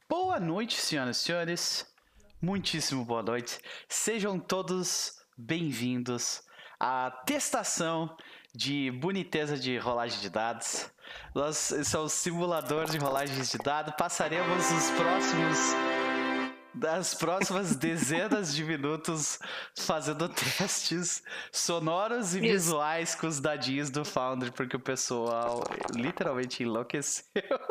Boa noite, senhoras e senhores. Muitíssimo boa noite. Sejam todos bem-vindos à testação de boniteza de rolagem de dados. Nós somos simulador de rolagens de dados. Passaremos das próximas dezenas de minutos fazendo testes sonoros e visuais com os dadinhos do Foundry, porque o pessoal literalmente enlouqueceu.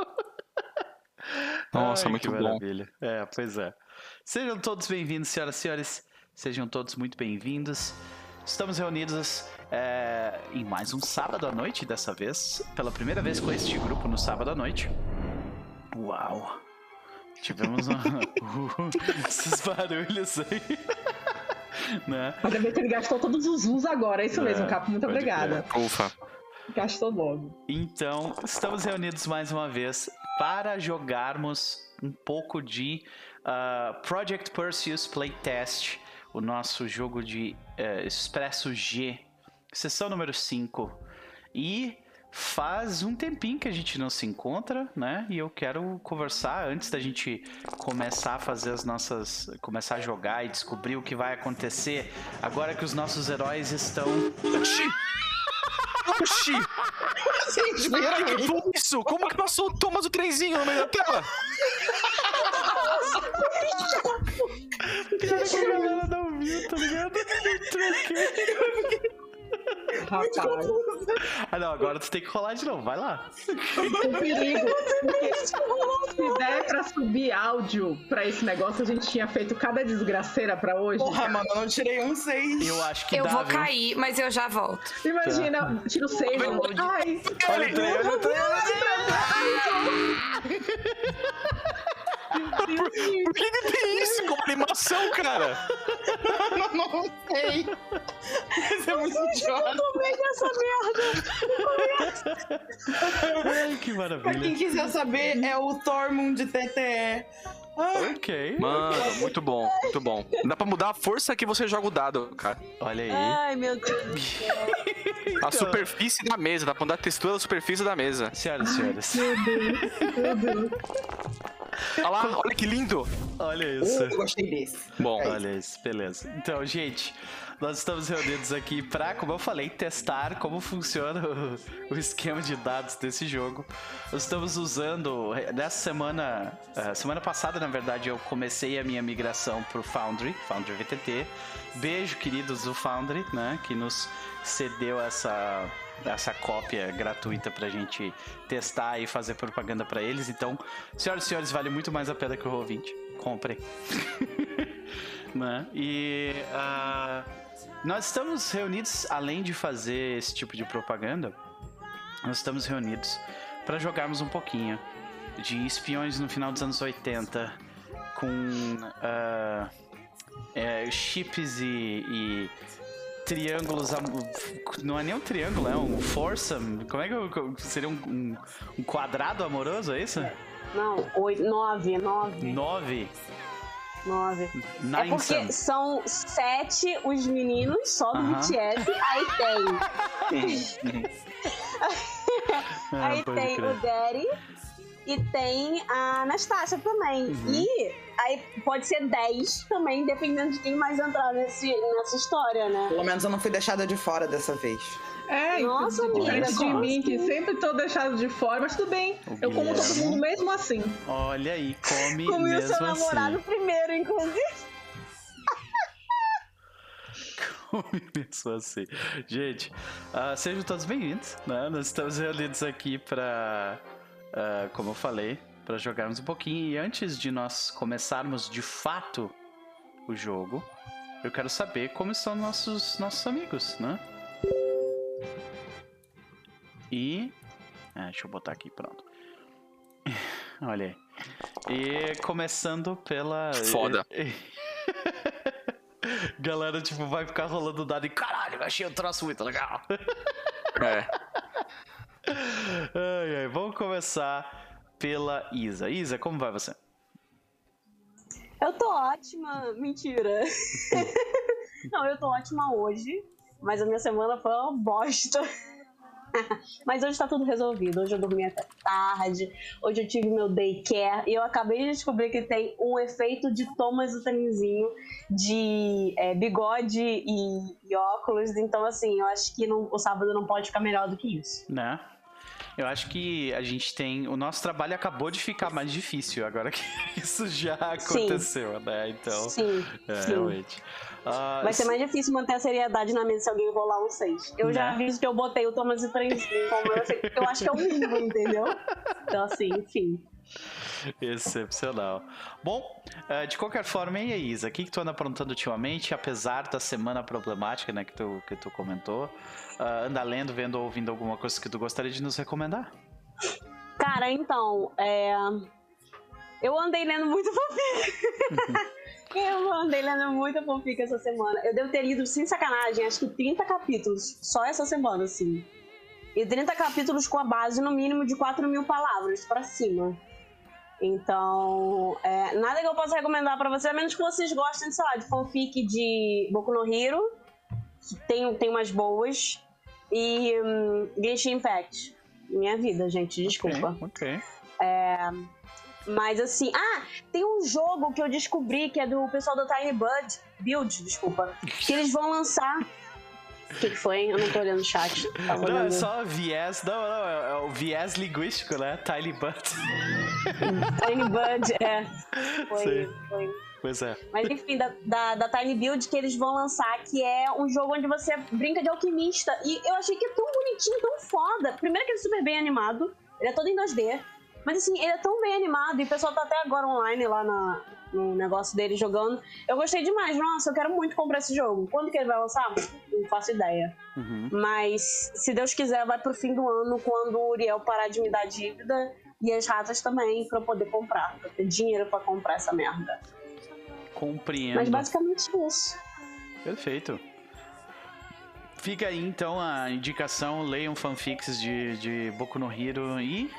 Nossa, Ai, muito que bom. maravilha. Pois é. Sejam todos bem-vindos, senhoras e senhores. Sejam todos muito bem-vindos. Estamos reunidos em mais um sábado à noite, dessa vez. Pela primeira vez com este grupo no sábado à noite. Uau! Tivemos esses barulhos aí. Né? Ainda bem que ele gastou todos os uns agora. É isso mesmo, Capo. Muito obrigada. Ufa. Gastou logo. Então, estamos reunidos mais uma vez para jogarmos um pouco de Project Perseus Playtest, o nosso jogo de Expresso G, sessão número 5. E faz um tempinho que a gente não se encontra, né? E eu quero conversar antes da gente começar a fazer começar a jogar e descobrir o que vai acontecer agora que os nossos heróis estão... Oxi! Gente, o que foi isso? Como que passou o Thomas o trenzinho no meio da tela? Cara, que a galera não viu, tá ligado? Rapaz. Não, agora tu tem que rolar de novo, vai lá. O perigo. Se der pra subir áudio pra esse negócio, a gente tinha feito cada desgraceira pra hoje. Porra, mano, eu não tirei um 6. Eu acho que eu dá, vou viu? cair, mas eu já volto. Imagina, tira o 6. Ai, Olha o trem, olha o trem. Por que ele tem isso como animação, cara? Não sei. Mas é muito idiota. Ai, que Pra maravilha. quem quiser saber, é o Tormund de TTE. Ok. Mano, muito bom, muito bom. Dá pra mudar a força que você joga o dado, cara. Olha aí. Ai, meu Deus. A superfície da mesa, dá pra mudar a textura da superfície da mesa. Senhoras e senhores, meu Deus. Olha lá, olha que lindo. olha isso. Eu gostei desse. Bom, Olha isso, beleza. Então, gente, nós estamos reunidos aqui para, como eu falei, testar como funciona o esquema de dados desse jogo. Nós estamos usando, nessa semana passada, na verdade, eu comecei a minha migração para o Foundry VTT. Beijo, queridos do Foundry, né, que nos cedeu essa cópia gratuita pra gente testar e fazer propaganda pra eles. Então, senhoras e senhores, vale muito mais a pena que o Roll20. Comprem. Né? E nós estamos reunidos, além de fazer esse tipo de propaganda, nós estamos reunidos para jogarmos um pouquinho de espiões no final dos anos 80 com chips e triângulos, não é nem um triângulo, é um foursome. Como é que seria um quadrado amoroso, é isso? Não, 9. 9? É Nine porque são 7 os meninos, só do BTS, aí tem. Aí pode tem crer. o Daddy e tem a Anastácia também. E aí pode ser 10 também, dependendo de quem mais entrar nessa história, né? Pelo menos eu não fui deixada de fora dessa vez. diferente Nossa, amiga, de como mim, que assim? sempre tô deixado de fora, mas tudo bem. O Eu como todo Guilherme. mundo mesmo assim. Olha aí, come Comi o mesmo seu namorado assim. primeiro, inclusive. Come mesmo assim. Gente, sejam todos bem-vindos, né? Nós estamos reunidos aqui para, como eu falei, para jogarmos um pouquinho. E antes de nós começarmos de fato o jogo, eu quero saber como estão nossos amigos, né? E... deixa eu botar aqui, pronto. Olha aí. E começando pela... Foda. Galera, tipo, vai ficar rolando dado e... Caralho, eu achei um troço muito legal. É. Vamos começar pela Isa. Isa, como vai você? Eu tô ótima. Mentira. Não, eu tô ótima hoje, mas a minha semana foi uma bosta. Mas hoje tá tudo resolvido. Hoje eu dormi até tarde. Hoje eu tive meu daycare. E eu acabei de descobrir que tem um efeito de Thomas o Trenzinho de bigode e óculos. Então, assim, eu acho que o sábado não pode ficar melhor do que isso. Né? Eu acho que a gente tem... O nosso trabalho acabou de ficar mais difícil agora que isso já aconteceu, né? Então, sim. realmente. Vai ser mais difícil manter a seriedade na mesa se alguém rolar um 6. Eu já aviso que eu botei o Thomas e Trenzinho, então eu acho que é o mínimo, entendeu? Então, assim, enfim. Excepcional. Bom, de qualquer forma, e aí, Isa? O que tu anda aprontando ultimamente, apesar da semana problemática, né, que tu comentou? Anda lendo, vendo ou ouvindo alguma coisa que tu gostaria de nos recomendar? Cara, então, eu andei lendo muito fanfic. Eu andei lendo muita fanfic essa semana. Eu devo ter lido, sem sacanagem, acho que 30 capítulos só essa semana, assim. E 30 capítulos com a base, no mínimo, de 4.000 palavras pra cima. Então, nada que eu possa recomendar pra você, a menos que vocês gostem, sei lá, de fanfic de Boku no Hero, que tem umas boas, e Genshin Impact. Minha vida, gente, desculpa. Ok. Mas assim, tem um jogo que eu descobri que é do pessoal do Tiny Build, desculpa, que eles vão lançar. O que foi? Eu não tô olhando o chat. Não, é só viés. Não, é o viés linguístico, né? Tiny Butt. Tiny Bud, Foi. Pois é. Mas enfim, da Tiny Build que eles vão lançar, que é um jogo onde você brinca de alquimista. E eu achei que é tão bonitinho, tão foda. Primeiro que ele é super bem animado, ele é todo em 2D. Mas assim, ele é tão bem animado e o pessoal tá até agora online lá no negócio dele jogando. Eu gostei demais. Nossa, eu quero muito comprar esse jogo. Quando que ele vai lançar? Não faço ideia. Mas, se Deus quiser, vai pro fim do ano, quando o Uriel parar de me dar dívida e as ratas também, pra eu poder comprar. Pra ter dinheiro pra comprar essa merda. Compreendo. Mas basicamente isso. Perfeito. Fica aí, então, a indicação. Leiam fanfics de Boku no Hero e...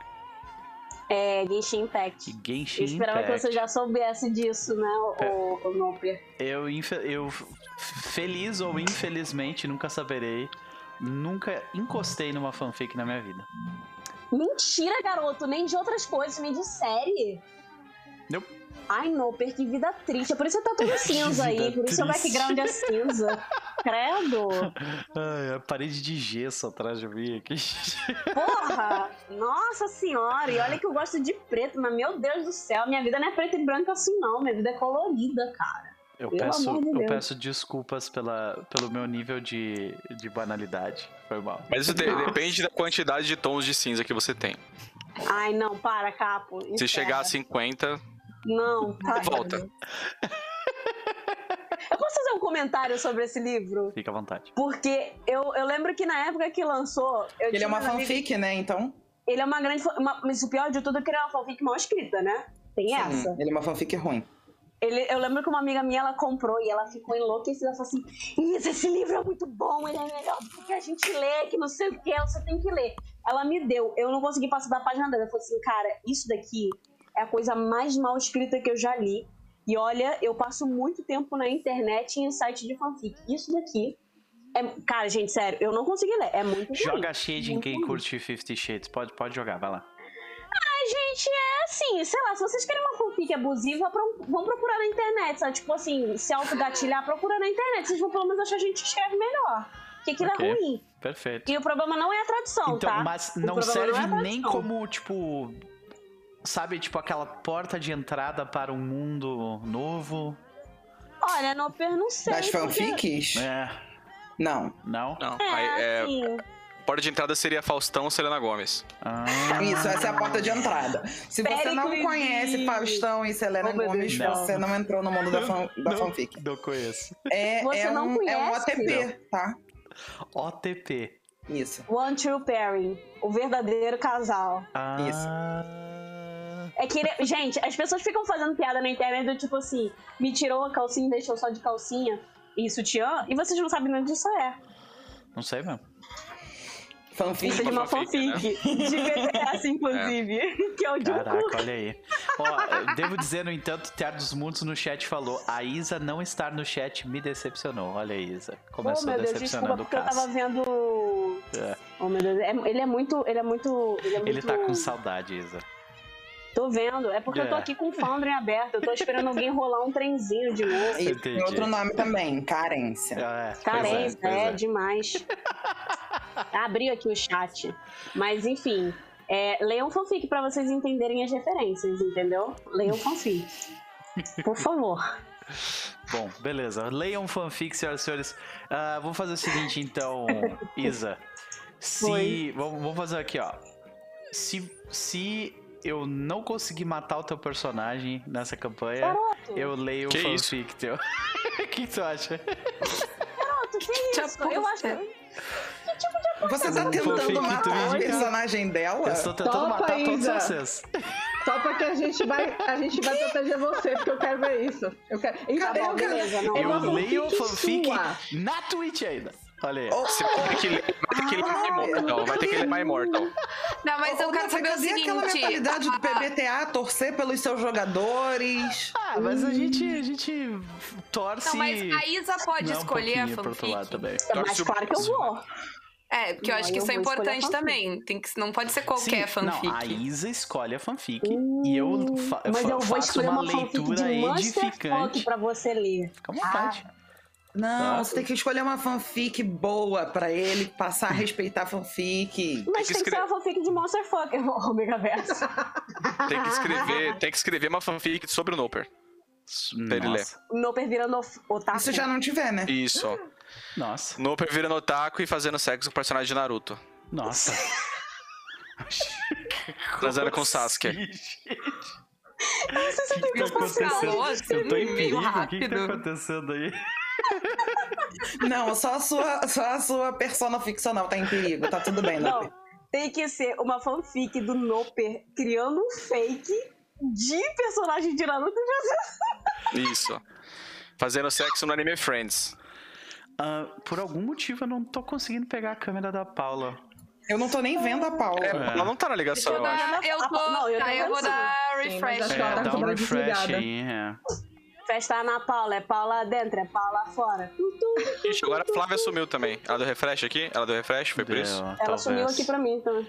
Genshin Impact. Genshin eu esperava Impact. que você já soubesse disso, né, o Noper? Eu, feliz ou infelizmente, nunca saberei. Nunca encostei numa fanfic na minha vida. Mentira, garoto! Nem de outras coisas, nem de série. Nope. Ai, Noper, que vida triste. É por isso que tá tudo cinza aí. Por isso o background é cinza. Credo. Ai, a parede de gesso atrás de mim aqui. Porra! Nossa senhora! E olha que eu gosto de preto, mas meu Deus do céu, minha vida não é preta e branca assim não. Minha vida é colorida, cara. Eu Pelo amor de Deus. peço desculpas pelo meu nível de banalidade. Foi mal. Mas isso depende da quantidade de tons de cinza que você tem. Ai, não, para, Capo. Se chegar a 50, Não, tá. volta. Eu posso fazer um comentário sobre esse livro? Fica à vontade. Porque eu lembro que na época que lançou... Ele é uma fanfic, né, então? Ele é uma grande... Mas o pior de tudo é que ele é uma fanfic mal escrita, né? Tem essa. Ele é uma fanfic ruim. Eu lembro que uma amiga minha, ela comprou e ela ficou enlouquecida. Ela falou assim, Isa, esse livro é muito bom, ele é melhor do que a gente lê, que não sei o que, você tem que ler. Ela me deu, eu não consegui passar da página dela. Eu falei assim, cara, isso daqui é a coisa mais mal escrita que eu já li. E olha, eu passo muito tempo na internet e em site de fanfic. Isso daqui cara, gente, sério, eu não consegui ler, é muito ruim. Joga Shade em quem curte 50 Shades, pode jogar, vai lá. Gente, é assim, sei lá, se vocês querem uma fanfic abusiva, vão procurar na internet, sabe? Tipo assim, se autogatilhar, procura na internet. Vocês vão pelo menos achar a gente que escreve melhor. Porque aquilo é ruim. Perfeito. E o problema não é a tradução, então, tá? Mas O não problema serve não é a nem tradução. como, tipo... Sabe, tipo, aquela porta de entrada para um mundo novo? Olha, não sei. Das fanfics? Não. Não? Não. Sim. Porta de entrada seria Faustão ou Selena Gomes. Isso, essa é a porta de entrada. Se você não conhece Faustão e Selena Gomes, você não entrou no mundo da fanfic. Não conheço. Você não conhece? É um OTP, tá? OTP. Isso. One True Pairing. O verdadeiro casal. Isso. É que, gente, as pessoas ficam fazendo piada na internet do tipo assim, me tirou a calcinha e deixou só de calcinha e sutiã, e vocês não sabem onde isso é. Não sei mesmo. Fanfic. Isso é de uma fanfic. Né? De BTS, inclusive. Que é o de Caraca, olha aí. Ó, devo dizer, no entanto, o Teatro dos Mundos no chat falou: a Isa não estar no chat me decepcionou. Olha aí, Isa. Começou meu Deus, desculpa, decepcionando o porque eu tava Cássio. vendo Oh, meu Deus. Ele é muito... Ele tá com saudade, Isa. Tô vendo. É porque eu tô aqui com o Foundry aberto. Eu tô esperando alguém rolar um trenzinho de novo. E tem outro nome também, carência. Carência, demais. Abri aqui o chat. Mas, enfim... leiam fanfic pra vocês entenderem as referências, entendeu? Leiam fanfic. Por favor. Bom, beleza. Leiam fanfic, senhoras e senhores. Vamos fazer o seguinte, então, Isa. Vamos fazer aqui, ó. Se eu não conseguir matar o teu personagem nessa campanha, eu leio o fanfic teu. O que tu acha? Garoto, que isso? Eu acho que... Você tá tentando matar o personagem dela? Eu estou tentando matar todos vocês. Topa que a gente vai proteger você, porque eu quero ver isso. Eu leio o fanfic na Twitch ainda. Olha aí. Você vai ter que ler Immortal. Vai ter que ler My Immortal. Não, mas eu quero saber o seguinte... aquela mentalidade do PBTA, torcer pelos seus jogadores? Mas a gente torce... Não, mas a Isa pode escolher a fanfic. Mas claro que eu vou. Porque eu acho que isso é importante também. Não pode ser qualquer fanfic. Não, a Isa escolhe a fanfic e eu mas eu vou faço uma leitura edificante pra você ler. Fica à vontade. Não, você tem que escolher uma fanfic boa pra ele passar a respeitar a fanfic. Mas tem que ser uma fanfic de Monsterfucker, Omega Verso. Tem que escrever uma fanfic sobre o Noper. Pra ele ler. O Noper virando otaku. Isso já não tiver, né? Isso. Nossa. Noper virando otaku e fazendo sexo com o personagem de Naruto. Nossa. Transando com Sasuke. Não sei se tem que acontecendo. Eu tô em perigo. O que tá acontecendo aí? Não, só a sua persona ficcional tá em perigo. Tá tudo bem, Noper. Não, tem que ser uma fanfic do Noper criando um fake de personagem de Naruto. Isso. Fazendo sexo no anime Friends. Por algum motivo eu não tô conseguindo pegar a câmera da Paula. Eu não tô nem vendo a Paula. Ela não tá na ligação, eu acho. Eu vou dar refresh. Dá um refresh aí. Festa na Paula, é Paula dentro, é Paula fora. Ixi, agora a Flávia sumiu também. Ela deu refresh aqui? Ela deu refresh? Foi por isso? Ela sumiu aqui pra mim também.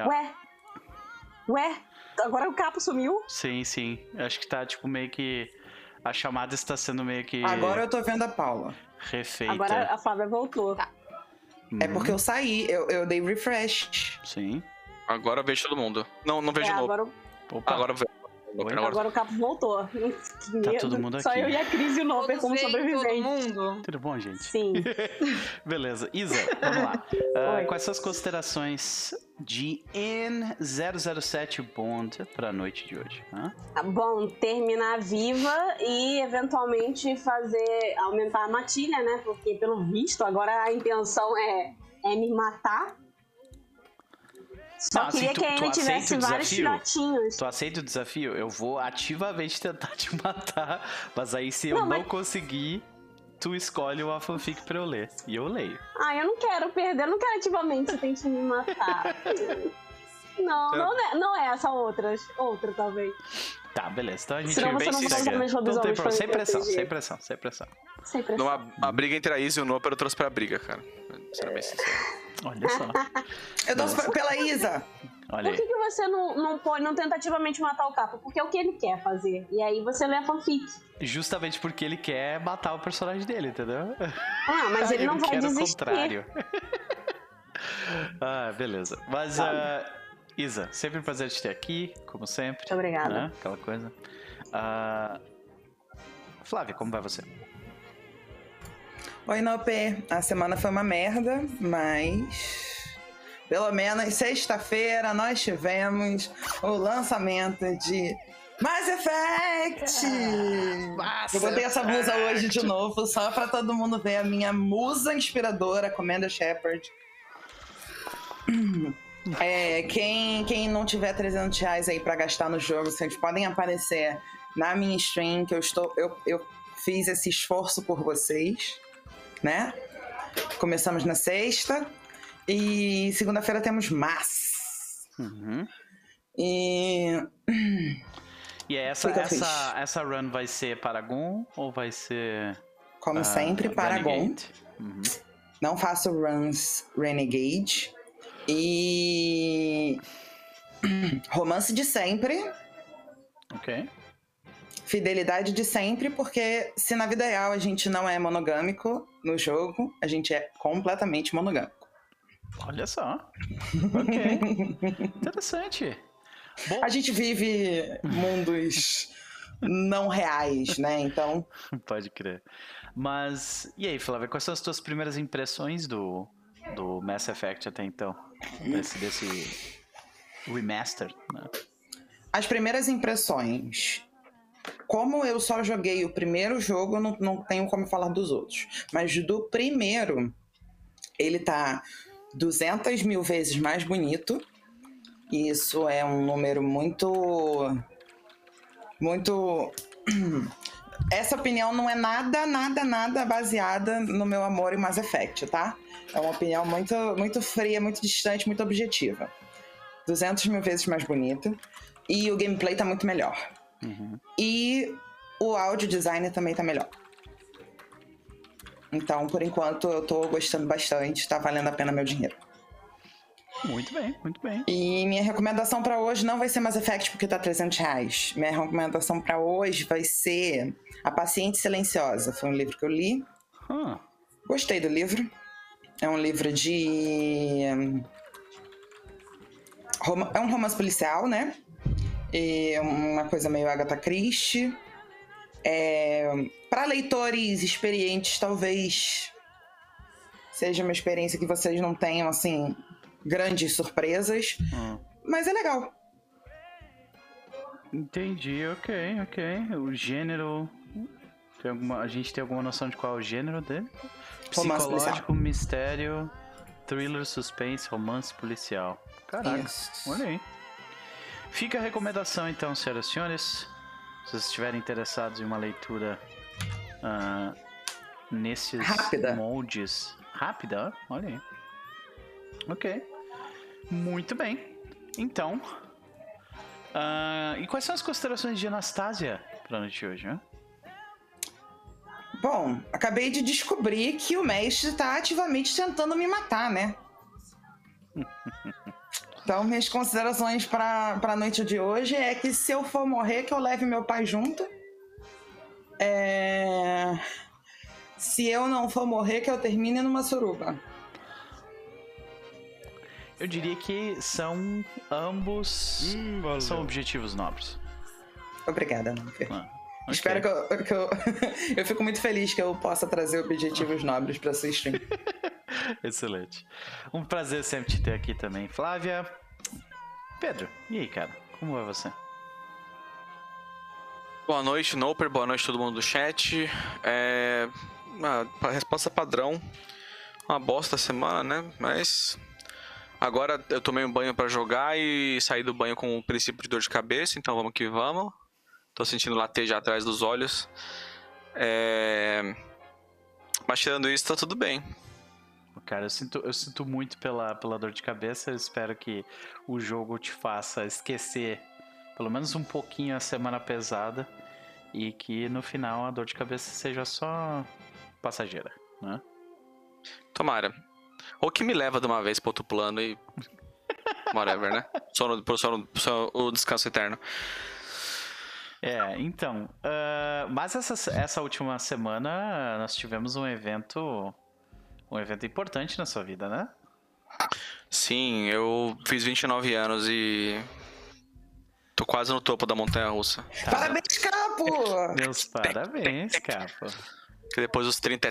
Ué? Agora o capo sumiu? Sim. Acho que tá tipo meio que... A chamada está sendo meio que... Agora eu tô vendo a Paula. Refeita. Agora a Flávia voltou. Tá. É porque eu saí, eu dei refresh. Sim. Agora eu vejo todo mundo. Não vejo novo. Agora eu vejo. Agora o capo voltou. Tá todo mundo aqui. Só eu e a Cris e o Noper como sobreviventes. Mundo. Tudo bom, gente? Sim. Beleza. Isa, vamos lá. Quais são as considerações de N007 Bond pra noite de hoje? Bom, terminar viva e eventualmente aumentar a matilha, né? Porque pelo visto agora a intenção é me matar. Só queria que a Anne tivesse vários filhotinhos. Tu aceita o desafio? Eu vou ativamente tentar te matar, mas aí se eu não conseguir, tu escolhe uma fanfic pra eu ler. E eu leio. Eu não quero perder, eu não quero ativamente você tem que me matar. Não é essa outra talvez. Tá, beleza. Então a gente senão você não vai usar meus lobisomens pra sem pressão. A briga entre a Isa e o Noper eu trouxe pra briga, cara. Sendo bem sincero. Olha só. Eu torço pela Isa. Olha Por que você não tenta ativamente matar o capa? Porque é o que ele quer fazer. E aí você lê a fanfic. Justamente porque ele quer matar o personagem dele, entendeu? Mas ele não vai desistir. O contrário. Beleza. Mas, Isa, sempre um prazer te ter aqui, como sempre. Muito obrigada. Né? Aquela coisa. Flávia, como vai você? Oi, Noper. A semana foi uma merda, mas... Pelo menos sexta-feira nós tivemos o lançamento de Mass Effect! Eu botei essa blusa hoje de novo, só pra todo mundo ver a minha musa inspiradora, Commander Shepard. Quem não tiver R$300 aí pra gastar no jogo, vocês podem aparecer na minha stream, que eu fiz esse esforço por vocês, né? Começamos na sexta e segunda-feira temos Mass. E essa run vai ser Paragon ou vai ser... Como sempre, Paragon. Não faço runs Renegade. E romance de sempre. Ok. Fidelidade de sempre, porque se na vida real a gente não é monogâmico no jogo, a gente é completamente monogâmico. Olha só. Ok. Interessante. Bom, A gente vive mundos não reais, né? Então, pode crer. Mas, e aí, Flávia, quais são as tuas primeiras impressões do Mass Effect até então? Desse remaster, né? as primeiras impressões. Como eu só joguei o primeiro jogo, eu não tenho como falar dos outros. Mas do primeiro, ele tá 200 mil vezes mais bonito. E isso é um número muito... Essa opinião não é nada baseada no meu amor em Mass Effect, tá? É uma opinião muito fria, muito distante, muito objetiva. 200 mil vezes mais bonito. E o gameplay tá muito melhor. Uhum. E o audio design também tá melhor. Então, por enquanto, eu tô gostando bastante. Tá valendo a pena meu dinheiro. Muito bem, muito bem. E minha recomendação pra hoje não vai ser Mass Effect porque tá R$300. Minha recomendação pra hoje vai ser A Paciente Silenciosa. Foi um livro que eu li. Gostei do livro. É um livro de... É um romance policial, né? E uma coisa meio Agatha Christie. Para leitores experientes, talvez seja uma experiência que vocês não tenham, assim, grandes surpresas. Mas é legal. Entendi, ok. O gênero... A gente tem alguma noção de qual é o gênero dele? Romance Psicológico, policial. mistério, thriller, suspense, romance policial. Caraca, Isso. olha aí. Fica a recomendação então, senhoras e senhores. Se vocês estiverem interessados em uma leitura nesses Rápida. moldes. Rápida? Olha aí. Ok. Muito bem. Então. E quais são as considerações de Anastasia para a noite de hoje, né? Bom, acabei de descobrir que o mestre tá ativamente tentando me matar, né? Então, minhas considerações pra noite de hoje é que se eu for morrer, que eu leve meu pai junto. Se eu não for morrer, que eu termine numa suruba. Eu diria que são ambos são objetivos nobres. Obrigada, Nanfer. Ok. Espero que eu... Eu fico muito feliz que eu possa trazer objetivos nobres pra sua stream. Excelente. Um prazer sempre te ter aqui também, Flávia. Pedro, e aí, cara? Como vai você? Boa noite, Noper. Boa noite, todo mundo do chat. A resposta padrão. Uma bosta a semana, né? Mas agora eu tomei um banho pra jogar e saí do banho com o princípio de dor de cabeça, então vamos que vamos. Tô sentindo latejar atrás dos olhos. Mas tirando isso, tá tudo bem. Cara, eu sinto muito pela dor de cabeça. Eu espero que o jogo te faça esquecer pelo menos um pouquinho a semana pesada e que no final a dor de cabeça seja só passageira, né? Tomara. Ou que me leva de uma vez pro outro plano e... whatever, né? O descanso eterno. Então... mas essa última semana nós tivemos um evento importante na sua vida, né? Sim, eu fiz 29 anos e... tô quase no topo da montanha-russa. Parabéns, Capo! Meus parabéns, Capo. Que depois dos 30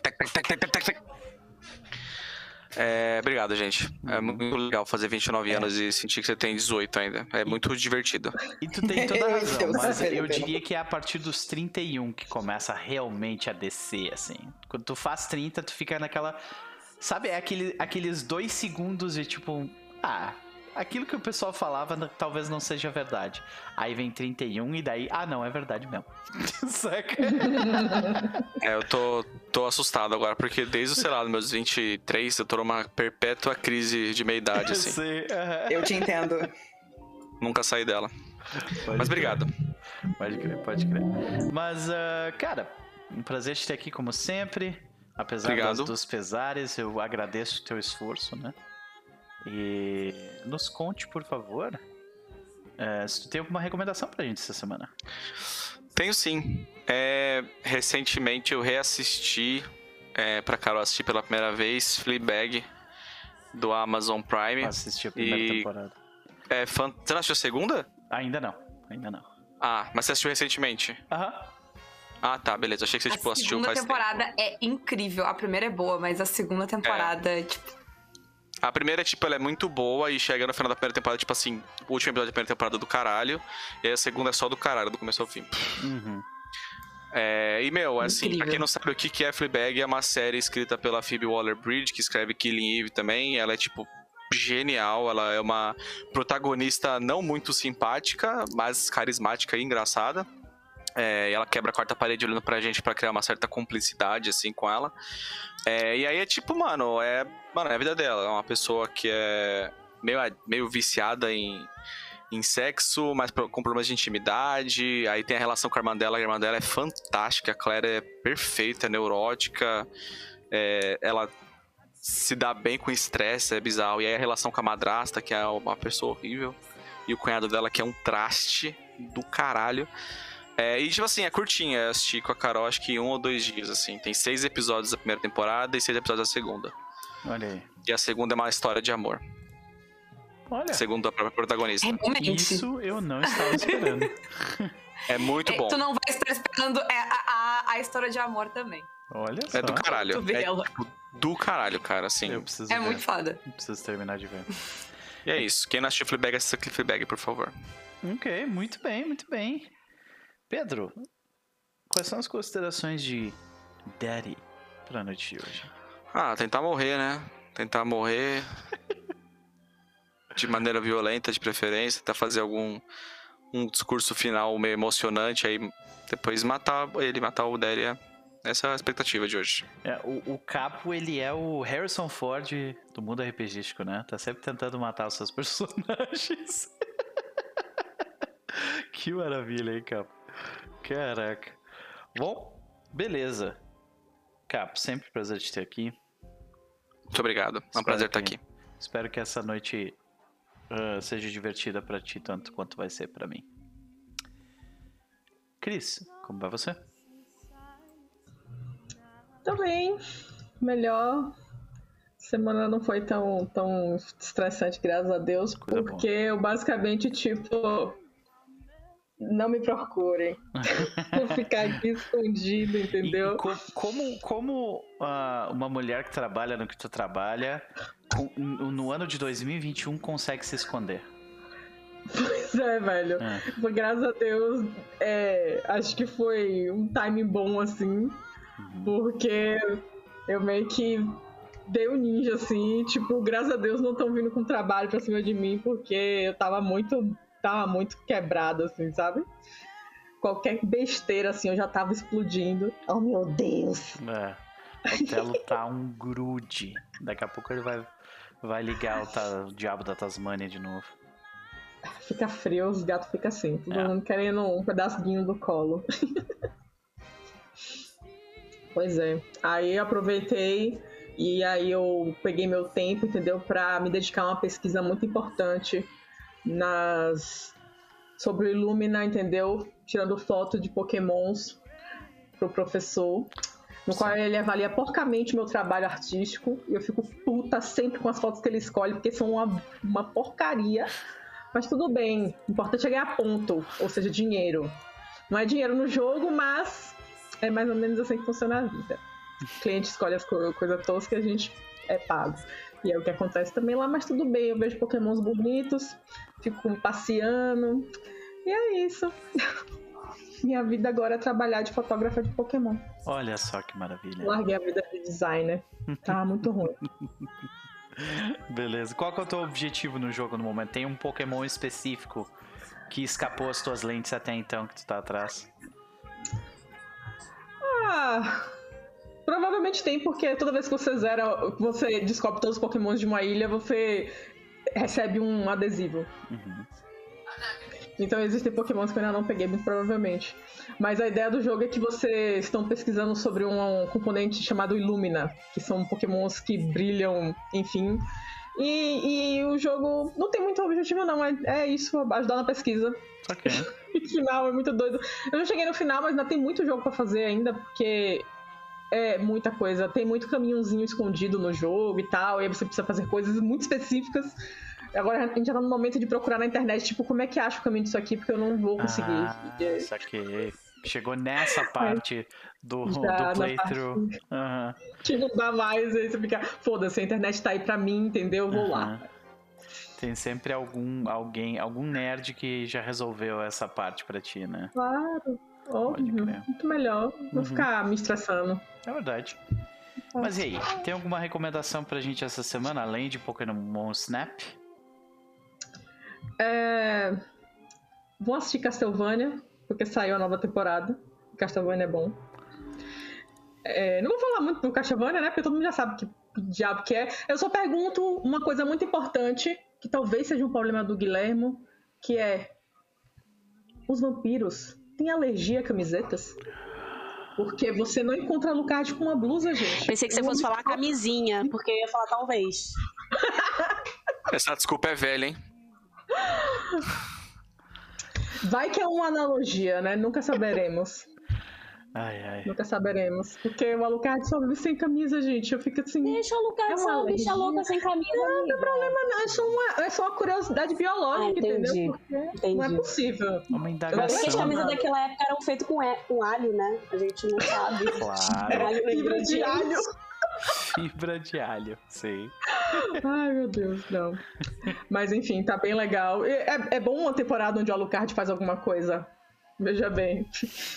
obrigado, gente. É muito legal fazer 29 anos e sentir que você tem 18 ainda. É muito divertido. E tu tem toda a razão, Eu mas sei, eu diria que é a partir dos 31 que começa realmente a descer, assim. Quando tu faz 30, tu fica naquela... Sabe, aqueles 2 segundos de tipo... aquilo que o pessoal falava talvez não seja verdade. Aí vem 31 e daí... não, é verdade mesmo. Saca? Eu tô assustado agora, porque desde, sei lá, meus 23, eu tô numa perpétua crise de meia-idade, assim. Eu sei. Eu te entendo. Nunca saí dela. Mas obrigado. Pode crer. Mas, cara, um prazer te ter aqui como sempre. Apesar Obrigado. dos pesares, eu agradeço o teu esforço, né? E nos conte, por favor, se tu tem alguma recomendação pra gente essa semana. Tenho sim. Recentemente eu reassisti, pra Carol assistir pela primeira vez, Fleabag, do Amazon Prime. Assisti a primeira temporada. Você não assistiu a segunda? Ainda não. Ah, mas você assistiu recentemente? Aham. Ah, tá, beleza. Achei que você, assistiu faz tempo. A segunda temporada é incrível. A primeira é boa, mas a segunda temporada, A primeira, ela é muito boa e chega no final da primeira temporada, o último episódio da primeira temporada do caralho. E aí a segunda é só do caralho, do começo ao fim. Uhum. Assim, pra quem não sabe o que é Fleabag, é uma série escrita pela Phoebe Waller-Bridge, que escreve Killing Eve também. Ela é, genial. Ela é uma protagonista não muito simpática, mas carismática e engraçada. E ela quebra a quarta parede olhando pra gente pra criar uma certa cumplicidade, assim, com ela. E aí mano, é a vida dela. É uma pessoa que é meio viciada em sexo, mas com problemas de intimidade. Aí tem a relação com a irmã dela é fantástica. A Claire é perfeita, é neurótica. Ela se dá bem com estresse, é bizarro. E aí a relação com a madrasta, que é uma pessoa horrível. E o cunhado dela, que é um traste do caralho. É curtinha. Eu assisti com a Carol, acho que em 1 ou 2 dias, assim. Tem 6 episódios da primeira temporada e 6 episódios da segunda. Olha aí. E a segunda é uma história de amor. Olha. Segundo a própria protagonista. Isso eu não estava esperando. É muito bom. Tu não vai estar esperando a história de amor também. Olha só. É do caralho. Tu vê ela. Do caralho, cara, assim. Eu preciso ver. Muito foda. Eu preciso terminar de ver. E é isso. Quem não assistiu Fleabag, assista Fleabag, por favor. Ok, muito bem. Pedro, quais são as considerações de Daddy pra noite de hoje? Tentar morrer, né? Tentar morrer de maneira violenta, de preferência. Tentar fazer um discurso final meio emocionante. Aí depois matar o Daddy. Essa é a expectativa de hoje. O Capo, ele é o Harrison Ford do mundo RPGístico, né? Tá sempre tentando matar os seus personagens. Que maravilha, hein, Capo? Caraca. Bom, beleza. Capo, sempre um prazer te ter aqui. Muito obrigado. É um prazer estar aqui. Espero que essa noite seja divertida pra ti, tanto quanto vai ser pra mim. Cris, como vai você? Tô bem. Melhor. Semana não foi tão estressante, graças a Deus, Coisa porque boa. eu basicamente, não me procurem. Vou ficar aqui escondido, entendeu? E como uma mulher que trabalha no que tu trabalha, no ano de 2021, consegue se esconder? Pois é, velho. Graças a Deus, acho que foi um timing bom, assim, porque eu meio que dei um ninja, assim, graças a Deus não estão vindo com trabalho pra cima de mim, porque eu tava muito quebrado, assim, sabe? Qualquer besteira, assim, eu já tava explodindo. Oh, meu Deus! O Telo tá um grude. Daqui a pouco ele vai ligar o diabo da Tasmânia de novo. Fica frio, os gatos ficam assim, todo mundo querendo um pedacinho do colo. Pois é. Aí eu aproveitei e aí eu peguei meu tempo, entendeu? Pra me dedicar a uma pesquisa muito importante sobre o Illumina, entendeu? Tirando foto de pokémons pro professor, no qual ele avalia porcamente meu trabalho artístico, e eu fico puta sempre com as fotos que ele escolhe, porque são uma porcaria, mas tudo bem, o importante é ganhar ponto, ou seja, dinheiro. Não é dinheiro no jogo, mas é mais ou menos assim que funciona a vida. O cliente escolhe as coisas toscas e a gente é pago. E é o que acontece também lá, mas tudo bem, eu vejo pokémons bonitos, fico passeando, e é isso. Minha vida agora é trabalhar de fotógrafa de pokémon. Olha só que maravilha. Larguei a vida de designer, tá muito ruim. Beleza, qual que é o teu objetivo no jogo no momento? Tem um pokémon específico que escapou as tuas lentes até então, que tu tá atrás? Provavelmente tem, porque toda vez que você zera, você descobre todos os pokémons de uma ilha, você recebe um adesivo. Então existem pokémons que eu ainda não peguei, muito provavelmente. Mas a ideia do jogo é que vocês estão pesquisando sobre um componente chamado Illumina, que são pokémons que brilham, enfim. E o jogo não tem muito objetivo, não. É isso, ajudar na pesquisa. Ok. O final é muito doido. Eu já cheguei no final, mas ainda tem muito jogo pra fazer ainda, porque é muita coisa. Tem muito caminhozinho escondido no jogo e tal, e aí você precisa fazer coisas muito específicas. Agora a gente já tá no momento de procurar na internet, tipo, como é que acha o caminho disso aqui, porque eu não vou conseguir. Saquei. Chegou nessa parte do playthrough. Que não dá mais, aí você fica, foda-se, a internet tá aí pra mim, entendeu? Eu vou lá. Tem sempre algum nerd que já resolveu essa parte pra ti, né? Claro, óbvio. Muito melhor. Não ficar me estressando. É verdade. Mas e aí, tem alguma recomendação pra gente essa semana, além de Pokémon Snap? Vou assistir Castlevania, porque saiu a nova temporada. Castlevania é bom. Não vou falar muito do Castlevania, né? Porque todo mundo já sabe que diabo que é. Eu só pergunto uma coisa muito importante, que talvez seja um problema do Guilhermo, que é: os vampiros têm alergia a camisetas? Porque você não encontra Alucard com uma blusa, gente. Pensei que você fosse falar camisinha, porque eu ia falar talvez. Essa desculpa é velha, hein? Vai que é uma analogia, né? Nunca saberemos. Ai. Nunca saberemos. Porque o Alucard só vive sem camisa, gente. Eu fico assim... Deixa o Alucard ser uma bicha louca sem camisa. Não tem problema não. É só uma curiosidade biológica, entendeu? Porque não é possível. Uma indagação. As camisas daquela época eram feitas com alho, né? A gente não sabe. Claro. Fibra de alho. Fibra de alho, sei. Ai, meu Deus, não. Mas enfim, tá bem legal. É bom uma temporada onde o Alucard faz alguma coisa. Veja bem.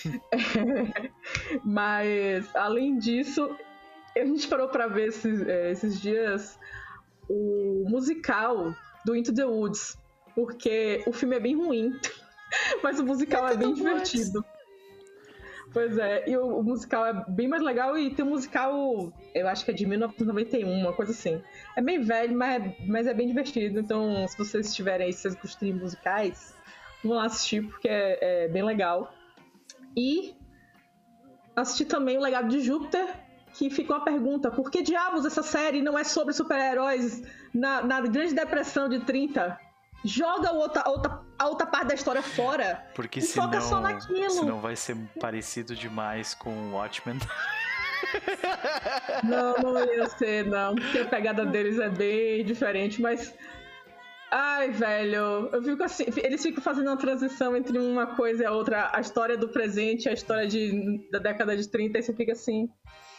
Mas, além disso, a gente parou pra ver esses dias o musical do Into the Woods. Porque o filme é bem ruim, mas o musical é bem divertido. Pois é, e o musical é bem mais legal, e tem um musical, eu acho que é de 1991, uma coisa assim. É bem velho, mas é bem divertido, então se vocês tiverem aí, se vocês gostarem de musicais, vão lá assistir, porque é bem legal. E assisti também o Legado de Júpiter, que fica uma pergunta: por que diabos essa série não é sobre super-heróis na Grande Depressão de 30? Joga a outra parte da história fora. Porque e foca só naquilo. Senão vai ser parecido demais com o Watchmen. Não ia ser, não. Porque a pegada deles é bem diferente, mas... Ai, velho, eu fico assim, eles ficam fazendo uma transição entre uma coisa e a outra, a história do presente, a história da década de 30, e você fica assim...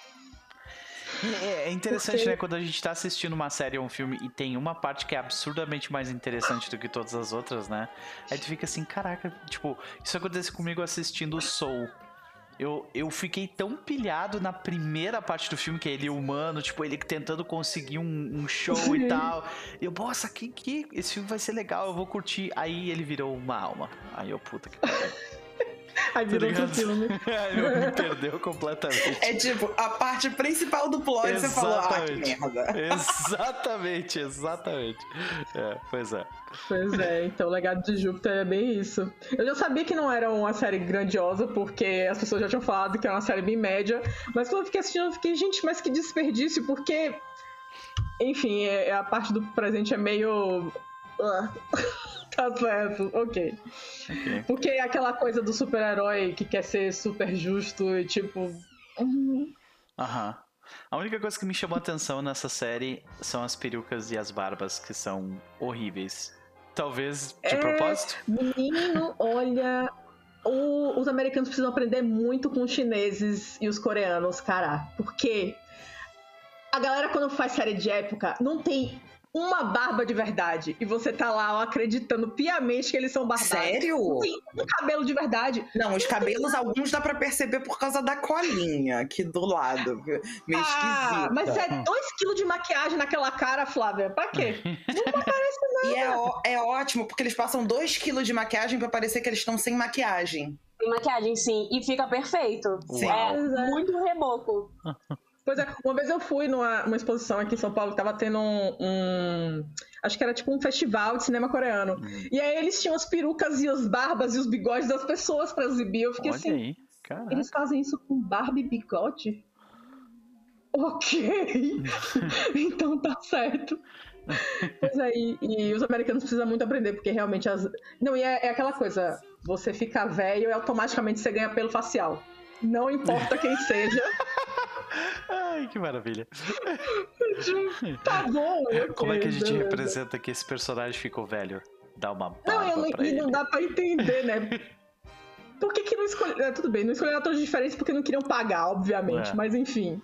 É interessante, né, quando a gente tá assistindo uma série ou um filme e tem uma parte que é absurdamente mais interessante do que todas as outras, né? Aí tu fica assim, caraca, tipo, isso aconteceu comigo assistindo Soul. Eu fiquei tão pilhado na primeira parte do filme, que é ele humano, tipo, ele tentando conseguir um show e tal. Eu, nossa, esse filme vai ser legal, eu vou curtir. Aí ele virou uma alma. Aí eu, puta que pariu. Aí virou outro filme. Me perdeu completamente. É tipo, a parte principal do plot, você falou, que merda. Exatamente. Pois é. Pois é, então o Legado de Júpiter é bem isso. Eu já sabia que não era uma série grandiosa, porque as pessoas já tinham falado que era uma série bem média, mas quando eu fiquei assistindo, eu fiquei, gente, mas que desperdício, porque... Enfim, a parte do presente é meio... Tá certo, ok. Porque é aquela coisa do super-herói que quer ser super justo e tipo... A única coisa que me chamou a atenção nessa série são as perucas e as barbas, que são horríveis. Talvez de propósito? Menino, olha... Os americanos precisam aprender muito com os chineses e os coreanos, cara. Porque a galera, quando faz série de época, não tem uma barba de verdade. E você tá lá acreditando piamente que eles são barbados. Sério? Não tem um cabelo de verdade. Não, os cabelos, alguns dá pra perceber por causa da colinha aqui do lado. Meio esquisito. Mas é 2 kg de maquiagem naquela cara, Flávia. Pra quê? Não aparece nada. E é ótimo, porque eles passam 2 kg de maquiagem pra parecer que eles estão sem maquiagem. Sem maquiagem, sim. E fica perfeito. Sim. É muito reboco. Pois é, uma vez eu fui numa exposição aqui em São Paulo que tava tendo acho que era tipo um festival de cinema coreano. E aí eles tinham as perucas e as barbas e os bigodes das pessoas pra exibir. Eu fiquei Olha assim, aí, eles fazem isso com barba e bigode? Ok. Então tá certo. Pois é, e os americanos precisam muito aprender, porque realmente Não, e é aquela coisa, você fica velho e automaticamente você ganha pelo facial. Não importa quem seja. Ai, que maravilha. Tá bom. Como é que a gente beleza. representa que esse personagem ficou velho? Dá uma Não, barba pra ele. não dá pra entender, né? Por que não escolheram... Tudo bem, não escolheram atores diferentes porque não queriam pagar, obviamente. Mas enfim.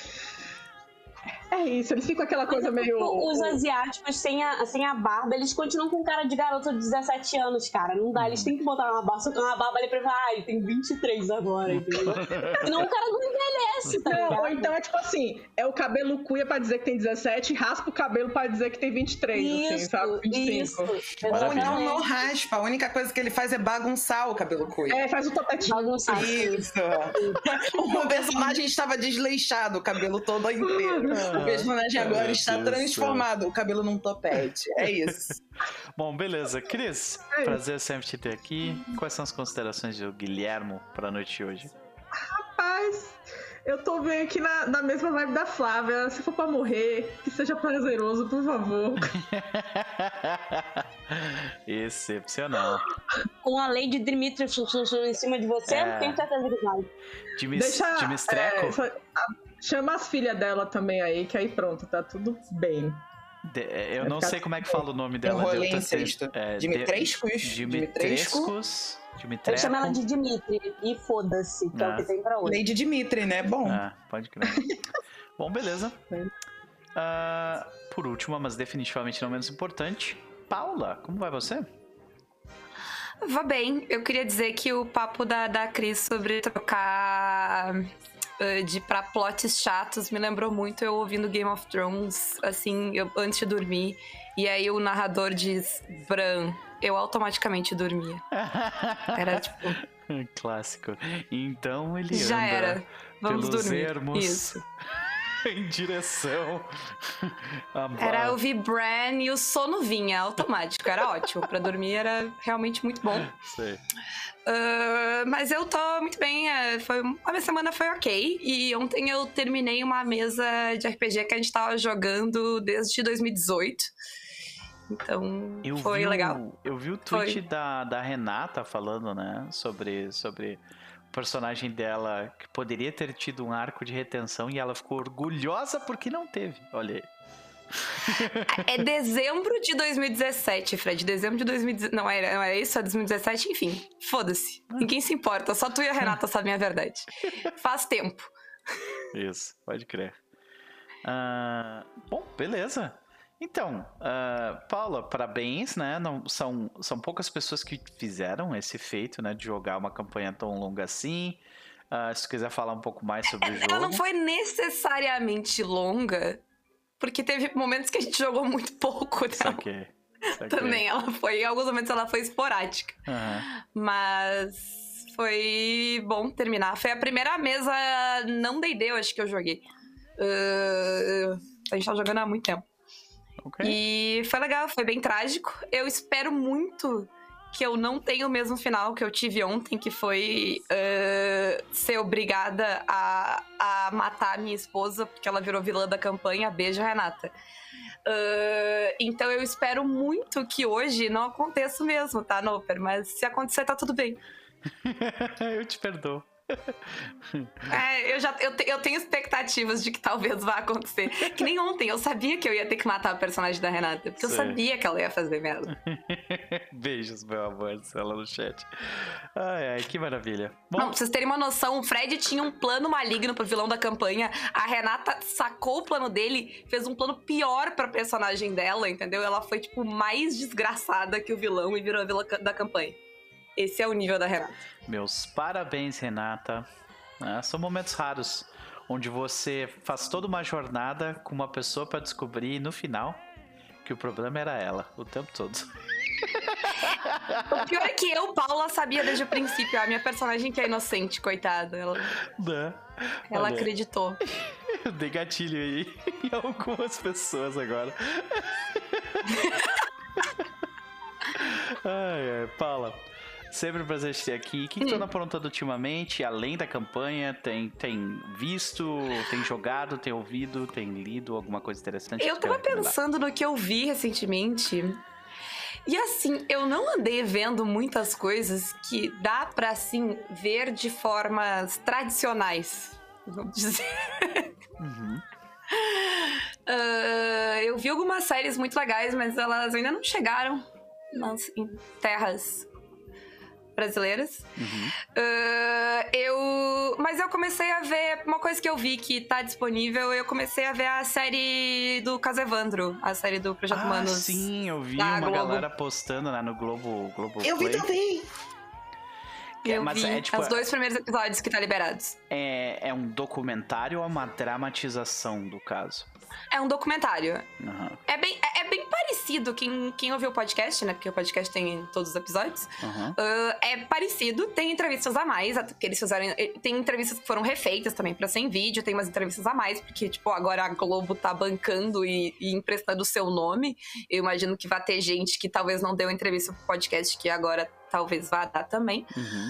É isso, eles ficam aquela coisa meio... Os asiáticos sem a barba, eles continuam com cara de garoto de 17 anos, cara. Não dá, eles têm que botar uma barba ali pra falar, ele tem 23 agora, entendeu? Senão o cara não envelhece, tá ligado? Ou então é tipo assim, é o cabelo cuia pra dizer que tem 17 e raspa o cabelo pra dizer que tem 23, Isso, assim, sabe? 25. Ou então não raspa, a única coisa que ele faz é bagunçar o cabelo cuia. É, faz o topetinho. Isso. O personagem estava desleixado, o cabelo todo inteiro. O personagem agora está transformado, o cabelo num topete. É isso. Bom, beleza. Cris, prazer sempre te ter aqui. Quais são as considerações do Guilhermo pra noite de hoje? Rapaz, eu tô bem aqui na mesma vibe da Flávia. Se for pra morrer, que seja prazeroso, por favor. Excepcional. Com a lei de Dimitri em cima de você, eu tenho certeza que vai. Dimistreco? Chama as filhas dela também aí, que aí pronto, tá tudo bem. Eu não sei como é que fala o nome dela. Enrolei em sexto. Dimitrescos? Eu chamo ela de Dimitri e foda-se, que é o que tem pra hoje. Lei de Dimitri, né? Bom. Pode crer. Bom, beleza. Por último, mas definitivamente não menos importante, Paula, como vai você? Vá bem. Eu queria dizer que o papo da Cris sobre trocar pra plots chatos me lembrou muito eu ouvindo Game of Thrones, assim, antes de dormir. E aí o narrador diz, Bran, eu automaticamente dormia. Era tipo... Clássico. Então ele já anda era. Vamos pelos dormir. ermos Isso. em direção Era ouvir Bran e o sono vinha automático. Era ótimo. Pra dormir era realmente muito bom. Sei. Mas eu tô muito bem. A minha semana foi ok. E ontem eu terminei uma mesa de RPG que a gente tava jogando desde 2018. Então, foi legal. Eu vi o tweet da Renata falando, né? Sobre o personagem dela que poderia ter tido um arco de retenção e ela ficou orgulhosa porque não teve. Olha aí. É dezembro de 2017, Fred. Dezembro de 2017. Não era isso? É 2017? Enfim, foda-se. Ninguém se importa. Só tu e a Renata sabem a verdade. Faz tempo. Isso, pode crer. Bom, beleza. Então, Paula, parabéns, né? São poucas pessoas que fizeram esse feito, né? De jogar uma campanha tão longa assim. Se tu quiser falar um pouco mais sobre o jogo. Ela não foi necessariamente longa, porque teve momentos que a gente jogou muito pouco, né? Saquei. Também, em alguns momentos ela foi esporádica. Mas foi bom terminar. Foi a primeira mesa não D&D, eu acho que eu joguei. A gente tá jogando há muito tempo. Okay. E foi legal, foi bem trágico. Eu espero muito que eu não tenha o mesmo final que eu tive ontem, que foi ser obrigada a matar a minha esposa, porque ela virou vilã da campanha. Beijo, Renata. Então eu espero muito que hoje não aconteça o mesmo, tá, Noper? Mas se acontecer, tá tudo bem. Eu te perdoo. Eu tenho expectativas de que talvez vá acontecer. Que nem ontem, eu sabia que eu ia ter que matar a personagem da Renata, porque eu sabia que ela ia fazer merda. Beijos, meu amor, ela no chat. Ai, que maravilha. Bom, não, pra vocês terem uma noção, o Fred tinha um plano maligno pro vilão da campanha. A Renata sacou o plano dele, fez um plano pior pra personagem dela, entendeu? Ela foi, tipo, mais desgraçada que o vilão e virou a vilã da campanha. Esse é o nível da Renata. Meus parabéns, Renata. São momentos raros onde você faz toda uma jornada com uma pessoa pra descobrir no final que o problema era ela, o tempo todo. O pior é que Paula, sabia desde o princípio. A minha personagem que é inocente, coitada. Ela acreditou. Eu dei gatilho aí em algumas pessoas agora. Paula, Sempre um prazer te ter aqui. O que tu anda aprontando ultimamente? Além da campanha, tem visto, tem jogado, tem ouvido, tem lido alguma coisa interessante? Eu tava pensando no que eu vi recentemente. E assim, eu não andei vendo muitas coisas que dá pra, assim, ver de formas tradicionais, vamos dizer. Uhum. Eu vi algumas séries muito legais, mas elas ainda não chegaram em terras brasileiras. Uhum. Mas eu comecei a ver uma coisa que eu vi que tá disponível. Eu comecei a ver a série do Caso Evandro, a série do Projeto Humanos. Sim, eu vi da uma Globo. galera postando lá no Globo Eu vi Play. também. Eu Mas vi é, tipo, os 2 primeiros episódios que tá liberados. É um documentário ou uma dramatização do caso? É um documentário. Uhum. É bem parecido. Quem ouviu o podcast, né? Porque o podcast tem em todos os episódios. Uhum. É parecido. Tem entrevistas a mais. Que eles fizeram. Tem entrevistas que foram refeitas também pra ser em vídeo. Tem umas entrevistas a mais. Porque, tipo, agora a Globo tá bancando e emprestando o seu nome. Eu imagino que vai ter gente que talvez não deu entrevista pro podcast, que agora talvez vá dar também. Uhum.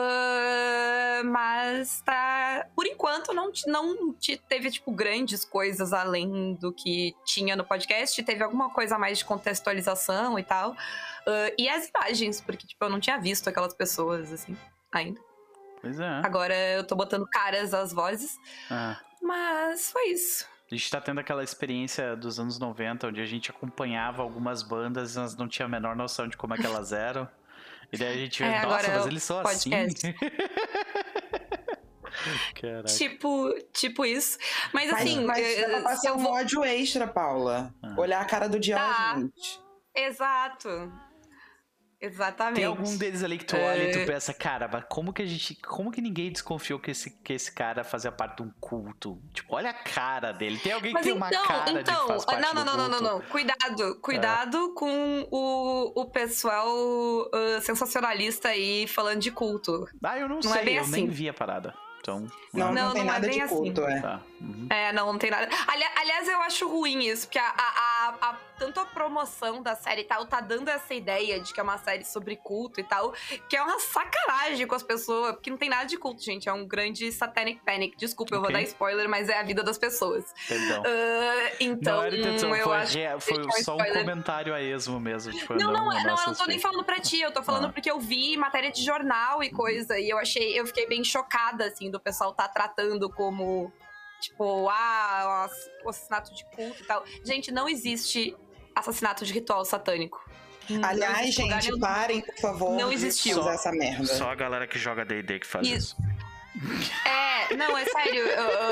Mas tá. Por enquanto não teve, tipo, grandes coisas além do que tinha no podcast. Teve alguma coisa a mais de contextualização e tal. E as imagens, porque, tipo, eu não tinha visto aquelas pessoas, assim, ainda. Pois é. Agora eu tô botando caras às vozes. Ah. Mas foi isso. A gente tá tendo aquela experiência dos anos 90, onde a gente acompanhava algumas bandas e nós não tinha a menor noção de como é que elas eram. E daí a gente vê, nossa, mas eles são podcast. assim. Caraca. Tipo isso. Mas assim, Mas dá pra passar um ódio extra, Paula. Olhar a cara do Dial, gente. Exato. Exatamente. Tem algum deles ali que tu olha e tu pensa, cara, mas como que ninguém desconfiou que esse cara fazia parte de um culto? Tipo, olha a cara dele. Tem alguém que tem uma cara de que faz parte do culto? Não. Cuidado com o pessoal sensacionalista aí falando de culto. Eu não Não é sei, bem eu assim. nem vi a parada. Então, Não tem não é nada bem de culto, assim. tá. Uhum. Não tem nada. Aliás, eu acho ruim isso, porque tanto a promoção da série e tal tá dando essa ideia de que é uma série sobre culto e tal, que é uma sacanagem com as pessoas, porque não tem nada de culto, gente. É um grande satanic panic. Desculpa, eu vou dar spoiler, mas é a vida das pessoas. Perdão. Então, não era intenção, eu acho foi só um comentário a esmo mesmo. Tipo, eu não tô nem falando pra ti, eu tô falando porque eu vi matéria de jornal e coisa, e eu fiquei bem chocada, assim, do pessoal tá tratando como, tipo, assassinato de culto e tal. Gente, não existe assassinato de ritual satânico. Aliás, gente, parem, por favor. Não existiu. De usar essa merda. Só a galera que joga D&D que faz isso. Não, é sério.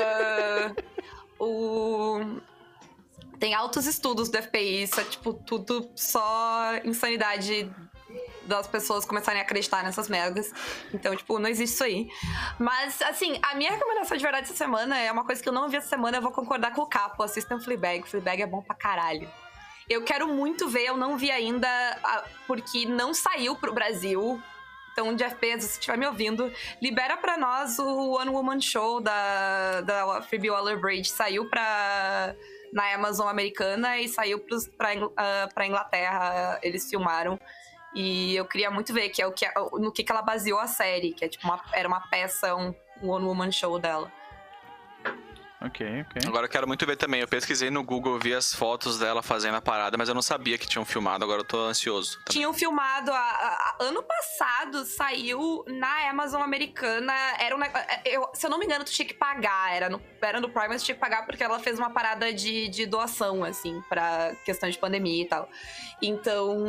Tem altos estudos do FPI, isso é, tipo, tudo só insanidade das pessoas começarem a acreditar nessas merdas. Então, tipo, não existe isso aí. Mas, assim, a minha recomendação de verdade essa semana é uma coisa que eu não vi essa semana, eu vou concordar com o Capo. Assistam Fleabag. Fleabag é bom pra caralho. Eu quero muito ver, eu não vi ainda, porque não saiu pro Brasil. Então, Jeff Bezos, se estiver me ouvindo, libera pra nós o One Woman Show da Phoebe Waller-Bridge. Saiu na Amazon americana e saiu pra Inglaterra. Eles filmaram. E eu queria muito ver no que ela baseou a série, que é tipo era uma peça, um One Woman Show dela. Ok. Agora eu quero muito ver também. Eu pesquisei no Google, vi as fotos dela fazendo a parada, mas eu não sabia que tinham filmado, agora eu tô ansioso. Também. Tinham filmado, ano passado saiu na Amazon americana, se eu não me engano, tu tinha que pagar, era no Prime, mas tu tinha que pagar porque ela fez uma parada de doação, assim, pra questão de pandemia e tal. Então,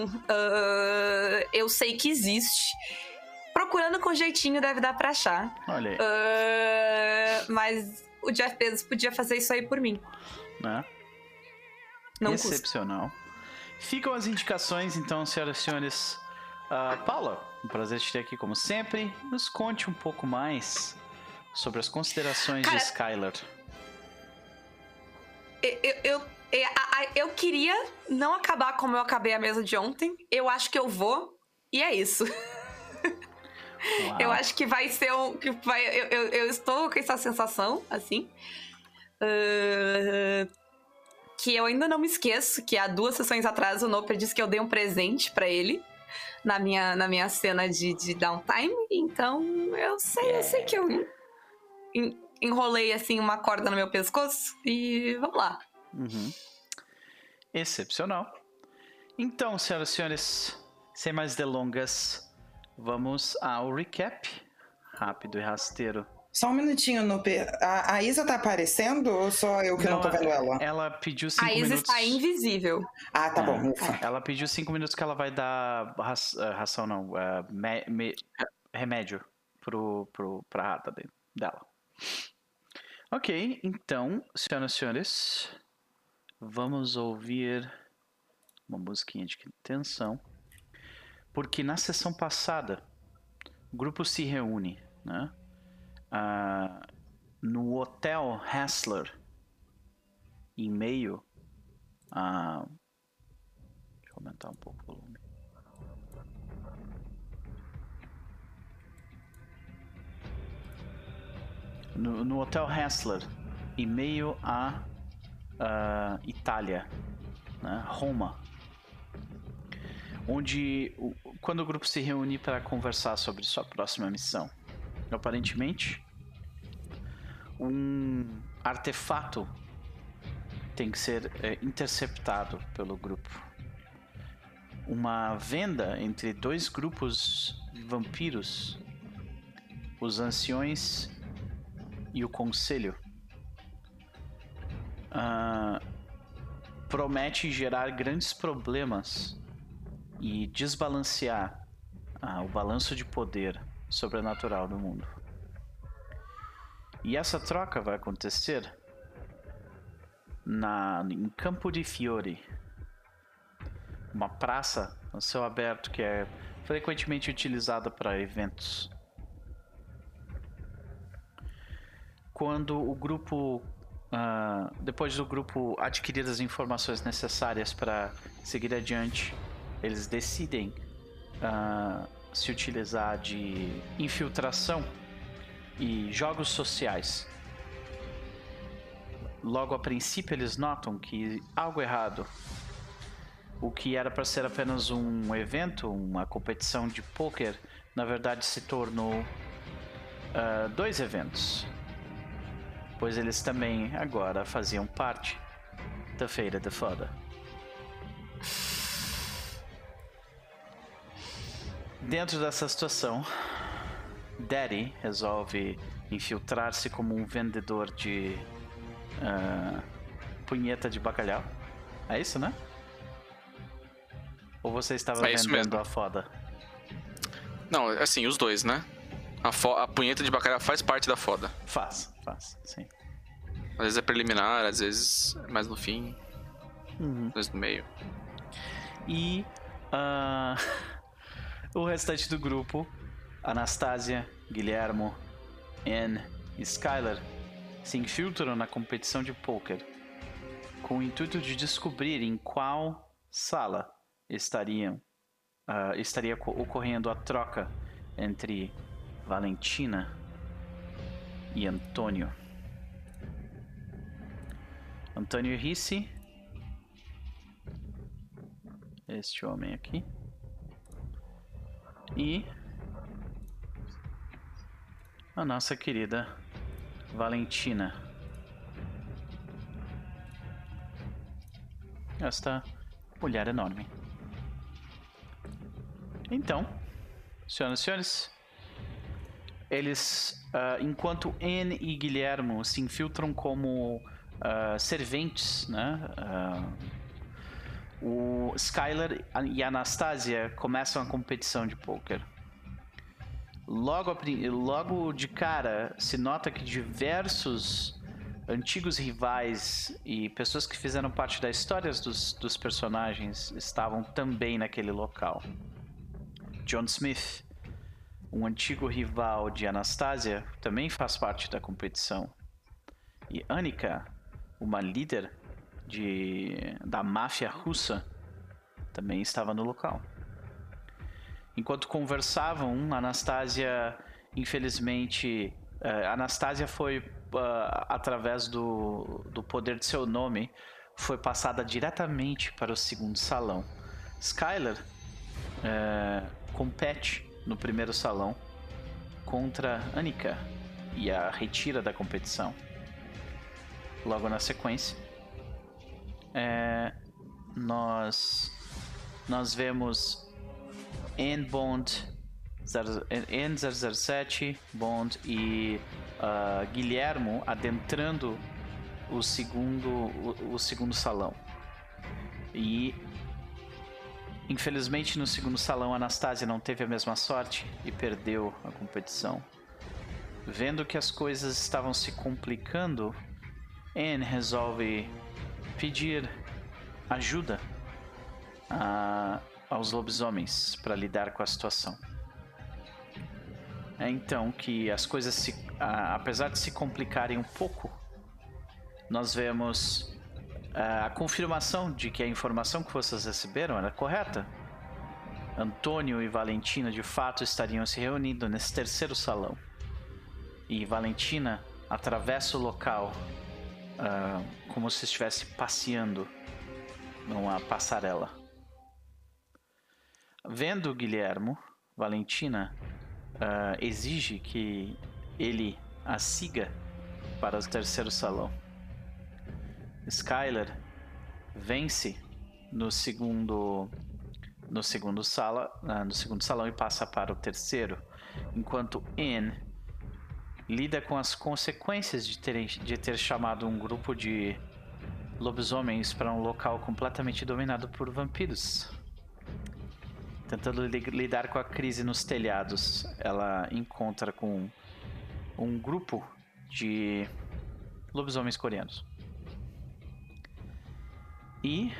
eu sei que existe. Procurando com jeitinho deve dar pra achar. Olha aí. Mas o Jeff Bezos podia fazer isso aí por mim. Né? Não excepcional. Custa. Ficam as indicações, então, senhoras e senhores. Paula, um prazer te ter aqui como sempre. Nos conte um pouco mais sobre as considerações de Skylar. Eu queria não acabar como eu acabei a mesa de ontem. Eu acho que eu vou. E é isso. Eu acho que vai ser eu estou com essa sensação, assim. Que eu ainda não me esqueço que há 2 sessões atrás o Noper disse que eu dei um presente pra ele. na minha cena de downtime. Então, eu sei que eu enrolei, assim, uma corda no meu pescoço e vamos lá. Uhum. Excepcional. Então, senhoras e senhores, sem mais delongas, vamos ao recap. Rápido e rasteiro. Só um minutinho, a Isa tá aparecendo ou só eu que não tô vendo ela? Ela pediu 5 A Isa minutos. está invisível. Ah, tá bom, ufa. Ela pediu 5 minutos que ela vai dar ração, não, remédio pra rata dela. Ok, então, senhoras e senhores, vamos ouvir uma musiquinha de tensão, porque na sessão passada o grupo se reúne, né? No Hotel Hassler, em meio a... Deixa eu aumentar um pouco o volume. No Hotel Hassler, em meio a Itália, né? Roma, onde quando o grupo se reúne para conversar sobre sua próxima missão, aparentemente um artefato tem que ser interceptado pelo grupo. Uma venda entre 2 grupos de vampiros, os anciões e o conselho, promete gerar grandes problemas e desbalancear o balanço de poder sobrenatural do mundo. E essa troca vai acontecer em Campo di Fiori, uma praça a céu aberto que é frequentemente utilizada para eventos. Quando o grupo, depois do grupo adquirir as informações necessárias para seguir adiante, eles decidem se utilizar de infiltração e jogos sociais. Logo a princípio eles notam que algo errado. O que era para ser apenas um evento, uma competição de pôquer, na verdade se tornou 2 eventos. Pois eles também agora faziam parte da Feira da Foda. Dentro dessa situação, Daddy resolve infiltrar-se como um vendedor de punheta de bacalhau. É isso, né? Ou você estava vendendo a foda? Não, assim, os dois, né? A punheta de bacalhau faz parte da foda. Faz, sim. Às vezes é preliminar, às vezes é mais no fim, às vezes no meio. E o restante do grupo, Anastasia, Guilhermo, Anne e Skylar, se infiltram na competição de pôquer com o intuito de descobrir em qual sala estaria ocorrendo a troca entre Valentina e Antônio. Antônio Ricci, este homem aqui, e a nossa querida Valentina, esta mulher enorme. Então, senhoras e senhores, eles, enquanto Anne e Guilhermo se infiltram como serventes, né? O Skylar e a Anastasia começam a competição de pôquer. Logo de cara se nota que diversos antigos rivais e pessoas que fizeram parte da história dos personagens estavam também naquele local. John Smith, um antigo rival de Anastasia, também faz parte da competição. E Annika, uma líder da máfia russa, também estava no local. Enquanto conversavam, Anastasia, infelizmente, Anastasia foi, através do poder de seu nome, foi passada diretamente para o segundo salão. Skylar compete no primeiro salão contra Annika e a retira da competição. Logo na sequência, nós vemos N007, Bond e Guilhermo adentrando o segundo salão. E infelizmente no segundo salão Anastasia não teve a mesma sorte e perdeu a competição. Vendo que as coisas estavam se complicando, Anne resolve pedir ajuda aos lobisomens para lidar com a situação. É então que as coisas, apesar de se complicarem um pouco, nós vemos a confirmação de que a informação que vocês receberam era correta. Antônio e Valentina de fato estariam se reunindo nesse terceiro salão. E Valentina atravessa o local como se estivesse passeando numa passarela. Vendo Guilhermo, Valentina exige que ele a siga para o terceiro salão. Skyler vence no segundo salão e passa para o terceiro, enquanto Anne lida com as consequências de ter chamado um grupo de lobisomens para um local completamente dominado por vampiros. Tentando lidar com a crise nos telhados, ela encontra com um grupo de lobisomens coreanos. E,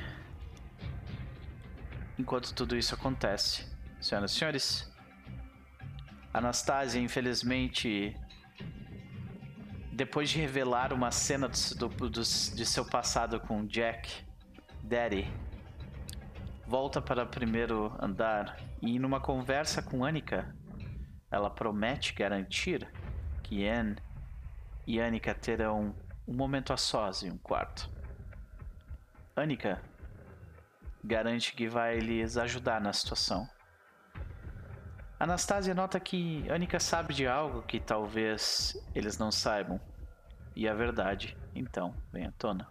enquanto tudo isso acontece, senhoras e senhores, Anastasia, infelizmente, depois de revelar uma cena de seu passado com Jack, Daddy, volta para o primeiro andar e, numa conversa com Annika, ela promete garantir que Anne e Annika terão um momento a sós em um quarto. Annika garante que vai lhes ajudar na situação. Anastasia nota que Annika sabe de algo que talvez eles não saibam. E a verdade, então, vem à tona.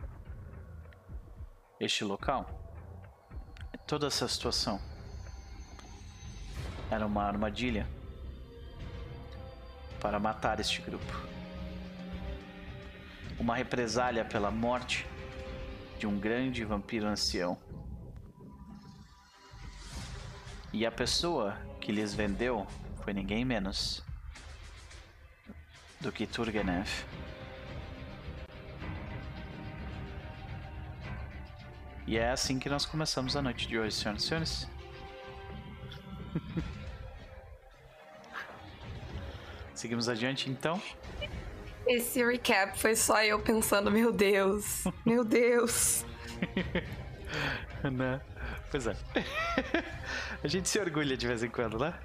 Este local, toda essa situação, era uma armadilha para matar este grupo. Uma represália pela morte de um grande vampiro ancião. E a pessoa que lhes vendeu foi ninguém menos do que Turgenev. E é assim que nós começamos a noite de hoje, senhoras e senhores. Seguimos adiante, então. Esse recap foi só eu pensando, meu Deus, meu Deus. Né? Pois é. A gente se orgulha de vez em quando, né?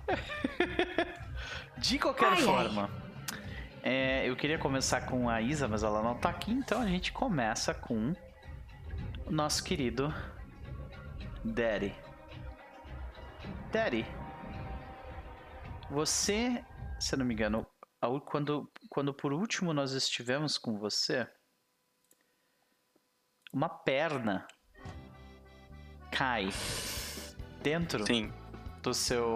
De qualquer forma, eu queria começar com a Isa, mas ela não tá aqui, então a gente começa com o nosso querido Daddy. Daddy, você, se eu não me engano, quando por último nós estivemos com você, uma perna cai dentro do seu...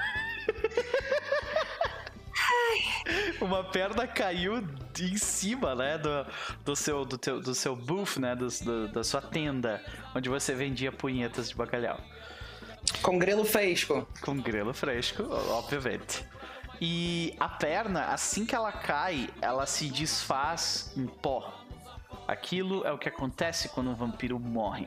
Uma perna caiu em cima, né, do seu booth, né, da sua tenda, onde você vendia punhetas de bacalhau. Com grelo fresco. Com grelo fresco, obviamente. E a perna, assim que ela cai, ela se desfaz em pó. Aquilo é o que acontece quando um vampiro morre.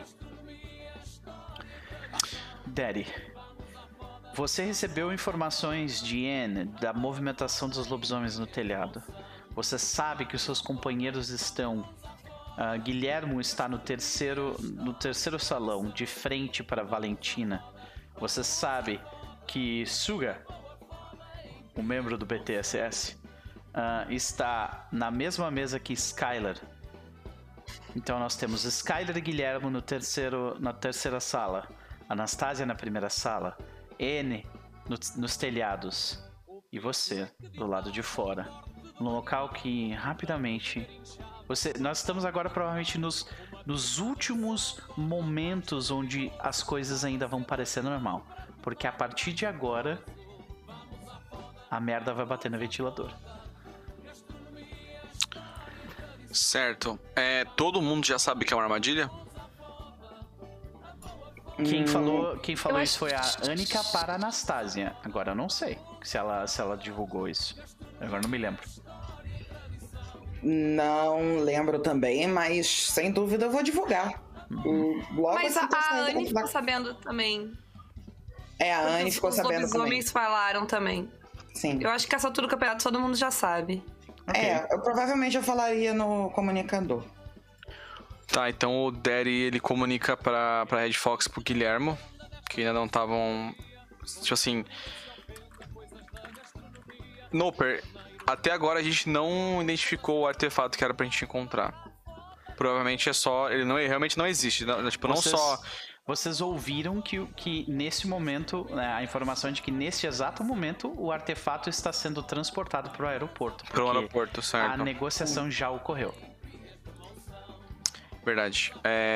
Daddy, você recebeu informações de Anne da movimentação dos lobisomens no telhado. Você sabe que os seus companheiros estão... Guilhermo está no terceiro salão, de frente para Valentina. Você sabe que Suga, o membro do BTSS, está na mesma mesa que Skyler. Então nós temos Skyler e Guilhermo na terceira sala, Anastasia na primeira sala, N nos telhados e você do lado de fora, num local que rapidamente nós estamos agora provavelmente nos últimos momentos onde as coisas ainda vão parecer normal, porque a partir de agora a merda vai bater no ventilador. Certo. Todo mundo já sabe que é uma armadilha? Quem falou isso foi a Annika para a Anastasia. Agora eu não sei se ela divulgou isso. Agora não me lembro. Não lembro também, mas sem dúvida eu vou divulgar. Logo Mas assim que eu a sair, Anne ficou sabendo também. A Anne ficou sabendo também. Os homens falaram também. Sim. Eu acho que essa altura do campeonato todo mundo já sabe. Okay. Provavelmente eu falaria no comunicador. Tá, então o Daddy, ele comunica pra Red Fox e pro Guilhermo, que ainda não estavam, tipo assim... Noper, até agora a gente não identificou o artefato que era pra gente encontrar. Provavelmente é só... Ele realmente não existe, tipo, não só... Vocês ouviram que nesse momento, né, a informação de que nesse exato momento o artefato está sendo transportado para o aeroporto. Pro aeroporto, certo. A negociação já ocorreu. Verdade.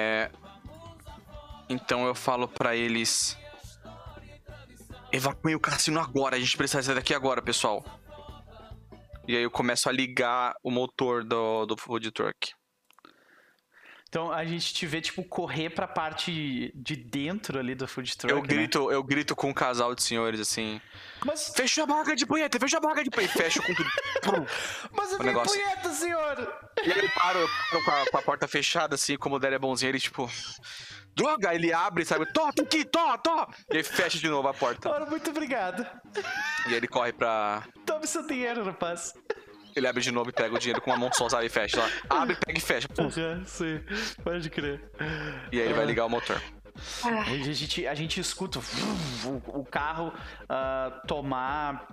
Então eu falo pra eles... Evacuem o cassino agora, a gente precisa sair daqui agora, pessoal. E aí eu começo a ligar o motor do food truck. Então a gente te vê, tipo, correr pra parte de dentro ali do food truck, eu grito com um casal de senhores, assim... Mas... Fecha a barraca de punheta, fecha a barraca de punheta. Fecho com tudo. Mas eu vi punheta, senhor! E aí eu paro com a porta fechada, assim, como o Daddy é bonzinho, ele, tipo... Droga! Ele abre, sabe? Tá aqui, tó! E aí fecha de novo a porta. Ora, muito obrigado. E aí ele corre pra... Tome seu dinheiro, rapaz. Ele abre de novo e pega o dinheiro com uma mão só, sabe? E fecha. Lá. Abre, pega e fecha. Sim, pode crer. E aí ele vai ligar o motor. A gente escuta o carro tomar...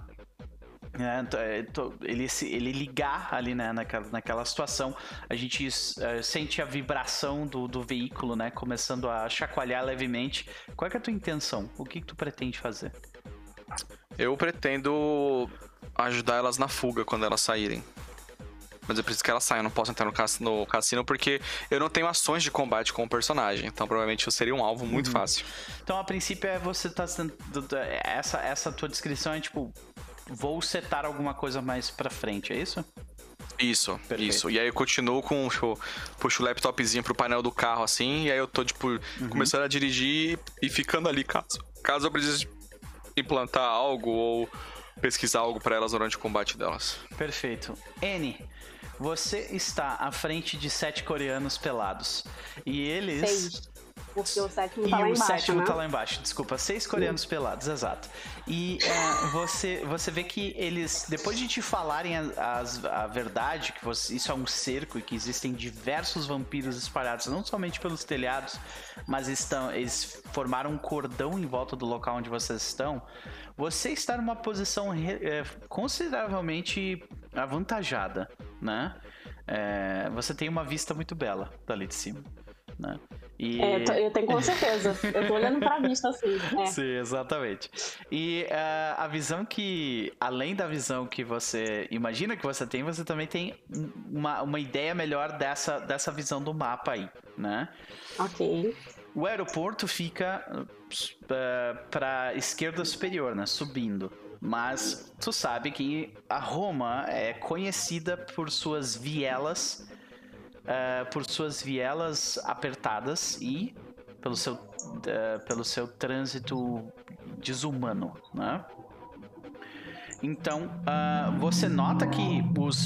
ele ligar ali, né, naquela situação. A gente sente a vibração do veículo, né, começando a chacoalhar levemente. Qual é a tua intenção? O que tu pretende fazer? Eu pretendo ajudar elas na fuga quando elas saírem. Mas eu preciso que elas saiam, eu não posso entrar no cassino porque eu não tenho ações de combate com o personagem. Então provavelmente eu seria um alvo muito fácil. Então a princípio você tá sendo... Essa tua descrição é tipo... Vou setar alguma coisa mais pra frente, é isso? Isso, Perfeito. isso. E aí eu continuo com, puxo o laptopzinho pro painel do carro, assim, e aí eu tô, tipo, começando a dirigir e ficando ali, caso eu precise implantar algo ou pesquisar algo pra elas durante o combate delas. Perfeito. N, você está à frente de 7 coreanos pelados. E eles... 6. Porque o sétimo tá lá E o embaixo, sétimo né? tá lá embaixo, desculpa. 6 coreanos pelados, exato. E você vê que eles, depois de te falarem a verdade, que isso é um cerco e que existem diversos vampiros espalhados, não somente pelos telhados, mas eles formaram um cordão em volta do local onde vocês estão, você está numa posição consideravelmente avantajada, né? Você tem uma vista muito bela dali de cima, né? Eu tenho com certeza. Eu tô olhando pra vista assim. Sim, exatamente. E a visão que, além da visão que você imagina que você também tem uma ideia melhor dessa visão do mapa aí, né? Ok. O aeroporto fica para esquerda superior, né? Subindo. Mas tu sabe que a Roma é conhecida por suas vielas. Por suas vielas apertadas e pelo seu trânsito desumano, né? Então, você nota que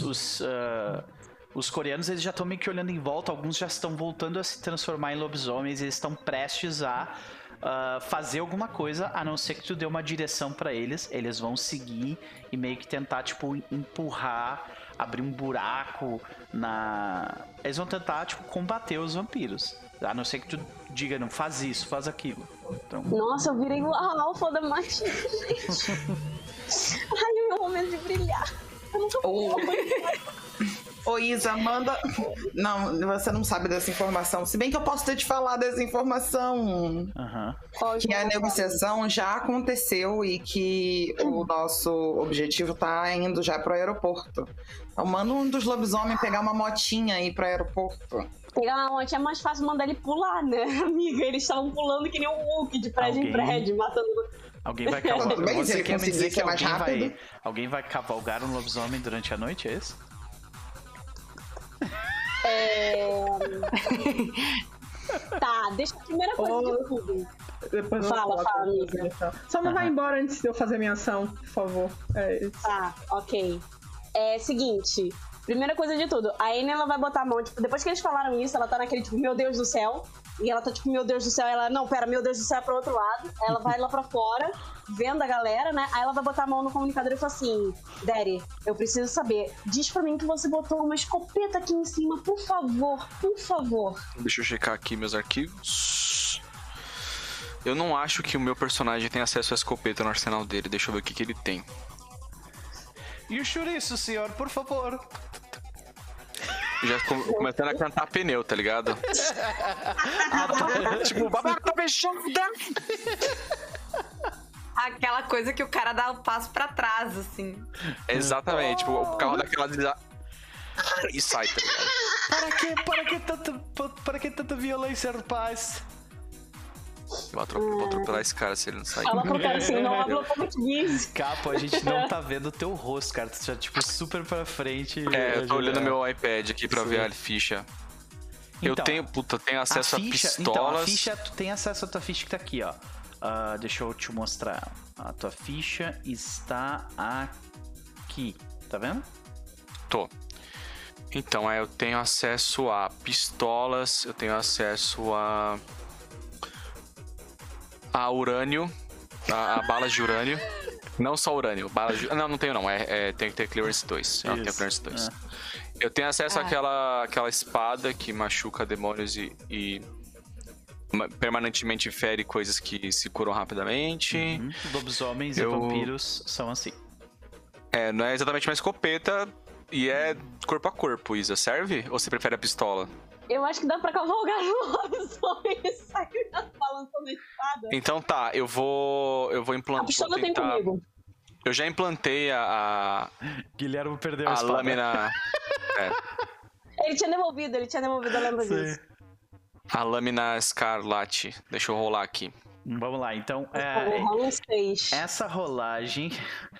os coreanos eles já estão meio que olhando em volta, alguns já estão voltando a se transformar em lobisomens, eles estão prestes a fazer alguma coisa, a não ser que tu dê uma direção pra eles, eles vão seguir e meio que tentar, tipo, empurrar, abrir um buraco eles vão tentar, tipo, combater os vampiros, a não ser que tu diga, não, faz isso, faz aquilo. Então... Nossa, eu virei o alfa da magia. Ai, o meu momento de brilhar. Eu nunca fui. Ô, Isa, manda... Não, você não sabe dessa informação. Se bem que eu posso ter te falado dessa informação. Aham. Que a negociação já aconteceu e que o nosso objetivo tá indo já pro aeroporto. Então manda um dos lobisomens pegar uma motinha aí pro aeroporto. Pegar uma motinha é mais fácil mandar ele pular, né, amiga? Eles estavam pulando que nem um Hulk de prédio em prédio, matando... Alguém vai cavalgar. Tudo bem, se Você ele quer me dizer conseguir que ser mais rápido. alguém vai cavalgar um lobisomem durante a noite, é isso? Tá, deixa a primeira coisa de tudo. Depois eu Fala, vou fala, falar amiga. então. Só não vai embora antes de eu fazer minha ação, por favor. É isso. Tá, ok. É seguinte, primeira coisa de tudo, a Anne, ela vai botar a mão, tipo, depois que eles falaram isso, ela tá naquele tipo, meu Deus do céu, e ela tá tipo, meu Deus do céu, ela, não, pera, meu Deus do céu é pro outro lado, aí ela vai lá pra fora, vendo a galera, né, aí ela vai botar a mão no comunicador e fala assim, Daddy, eu preciso saber, diz pra mim que você botou uma escopeta aqui em cima, por favor, por favor. Deixa eu checar aqui meus arquivos. Eu não acho que o meu personagem tem acesso à escopeta no arsenal dele. Deixa eu ver o que ele tem. E o chouriço, senhor, por favor. Já começando a cantar pneu, tá ligado? Tipo, babaca tá fechando. Aquela coisa que o cara dá o passo pra trás, assim. Exatamente, tipo, o carro daquela e sai, tá ligado? Para que tanta violência, rapaz? Eu vou atropelar esse cara se ele não sair. Fala pro cara assim, não habla português. Capo, a gente não tá vendo o teu rosto, cara. Tu tá, tipo, super pra frente. Eu tô olhando meu iPad aqui pra ver a ficha. Eu Então, tenho acesso a pistolas. Então, a ficha, tu tem acesso à tua ficha que tá aqui, ó. Deixa eu te mostrar. A tua ficha está aqui. Tá vendo? Tô. Então, eu tenho acesso a pistolas, eu tenho acesso a urânio, a balas de urânio. Não só urânio, balas de... Não tenho não, tem que ter clearance 2. Eu não tenho clearance 2. Eu tenho acesso àquela espada que machuca demônios e permanentemente fere coisas que se curam rapidamente. Lobisomens e vampiros são assim. Não é exatamente uma escopeta e é corpo a corpo, Isa. Serve? Ou você prefere a pistola? Eu acho que dá pra cavalgar no lobisomem e sair balançando a espada. Então tá, eu vou implantar. A pistola tem comigo. Eu já implantei a Guilherme perdeu a espada. lâmina. Ele tinha devolvido, eu lembro disso. A lâmina escarlate. Deixa eu rolar aqui. Vamos lá, então. Essa rolagem,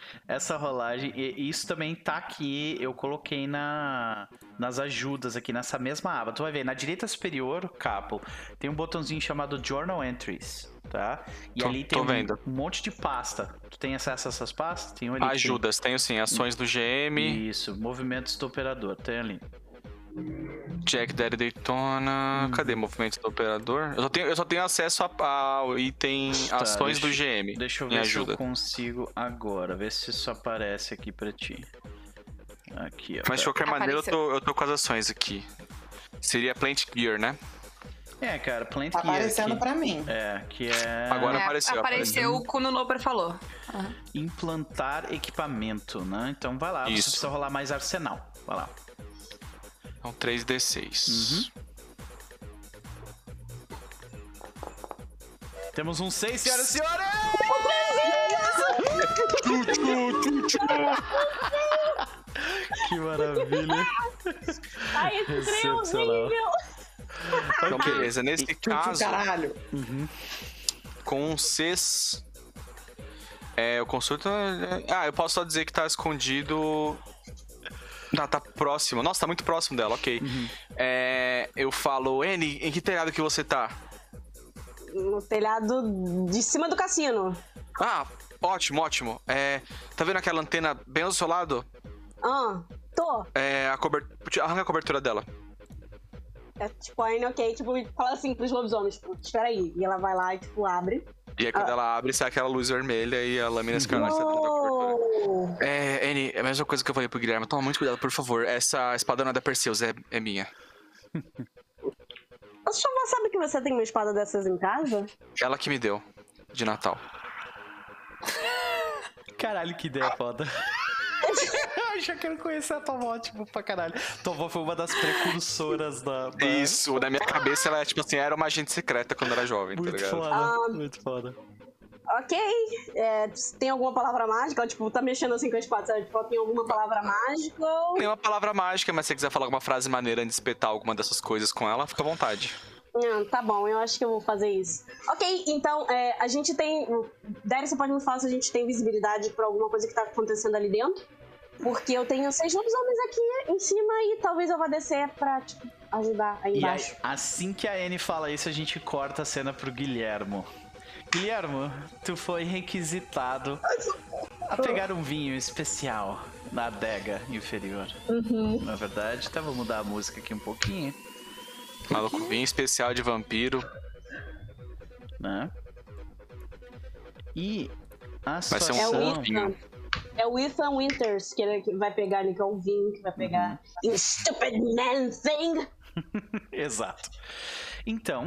e isso também tá aqui, eu coloquei nas ajudas aqui, nessa mesma aba. Tu vai ver, na direita superior, Capo, tem um botãozinho chamado Journal Entries, tá? E ali tem um monte de pasta. Tu tem acesso a essas pastas? Tem ali, ajudas, tenho sim. Ações do GM. Isso, movimentos do operador, tem ali. Jack Daddy Daytona. Cadê movimentos do operador? Eu só tenho acesso ao item ações do GM. Deixa eu ver se eu consigo agora. Ver se isso aparece aqui pra ti. Aqui, ó. Mas de qualquer maneira eu tô com as ações aqui. Seria Plant Gear, né? Cara, Plant Gear. Tá aparecendo aqui, pra mim. Que é... Agora apareceu. Apareceu o Kuno Noper falou. Implantar equipamento, né? Então vai lá, você precisa rolar mais arsenal. Vai lá. Então 3d6. Temos um 6, senhoras e senhores! Que maravilha! Ai, esse trem é horrível! Então, beleza. Nesse caso, com um 6, eu consulto... eu posso só dizer que tá escondido... Tá próximo. Nossa, tá muito próximo dela, ok. Eu falo, Annie, em que telhado que você tá? No telhado de cima do cassino. Ótimo. Tá vendo aquela antena bem ao seu lado? Tô. Arranca a cobertura dela. Tipo, a Annie, ok, tipo, fala assim pros lobisomens, tipo, espera aí. E ela vai lá e, tipo, abre. E aí quando ela abre, sai aquela luz vermelha e a lâmina escarlate tá dentro da cobertura. Annie, é a mesma coisa que eu falei pro Guilherme. Toma muito cuidado, por favor. Essa espadona da Perseus é minha. Você só sabe que você tem uma espada dessas em casa? Ela que me deu, de Natal. Caralho, que ideia foda. Ai, já quero conhecer a tua avó, tipo, pra caralho. Tua avó foi uma das precursoras da... Isso, na minha cabeça ela, tipo assim, era uma agente secreta quando era jovem, tá Muito ligado? foda, muito foda. Ok. Tem alguma palavra mágica? Ela, tipo, tá mexendo assim com a espada, sabe? Tipo, tem alguma palavra mágica? Tem uma palavra mágica, mas se você quiser falar alguma frase maneira antes de espetar alguma dessas coisas com ela, fica à vontade. Tá bom, eu acho que eu vou fazer isso. Ok, então, a gente tem... Derek, você pode me falar se a gente tem visibilidade pra alguma coisa que tá acontecendo ali dentro? Porque eu tenho 6 lobisomens aqui em cima e talvez eu vá descer pra, tipo, ajudar aí embaixo. E aí, assim que a Anne fala isso, a gente corta a cena pro Guilhermo. Guilhermo, tu foi requisitado a pegar um vinho especial na adega inferior. Na verdade, tá, vou mudar a música aqui um pouquinho. Maluco, vinho especial de vampiro. Né? E a Vai ser um situação... vinho. É o Ethan Winters que ele vai pegar ali, que é o vinho que vai pegar. You stupid man thing! Exato. Então,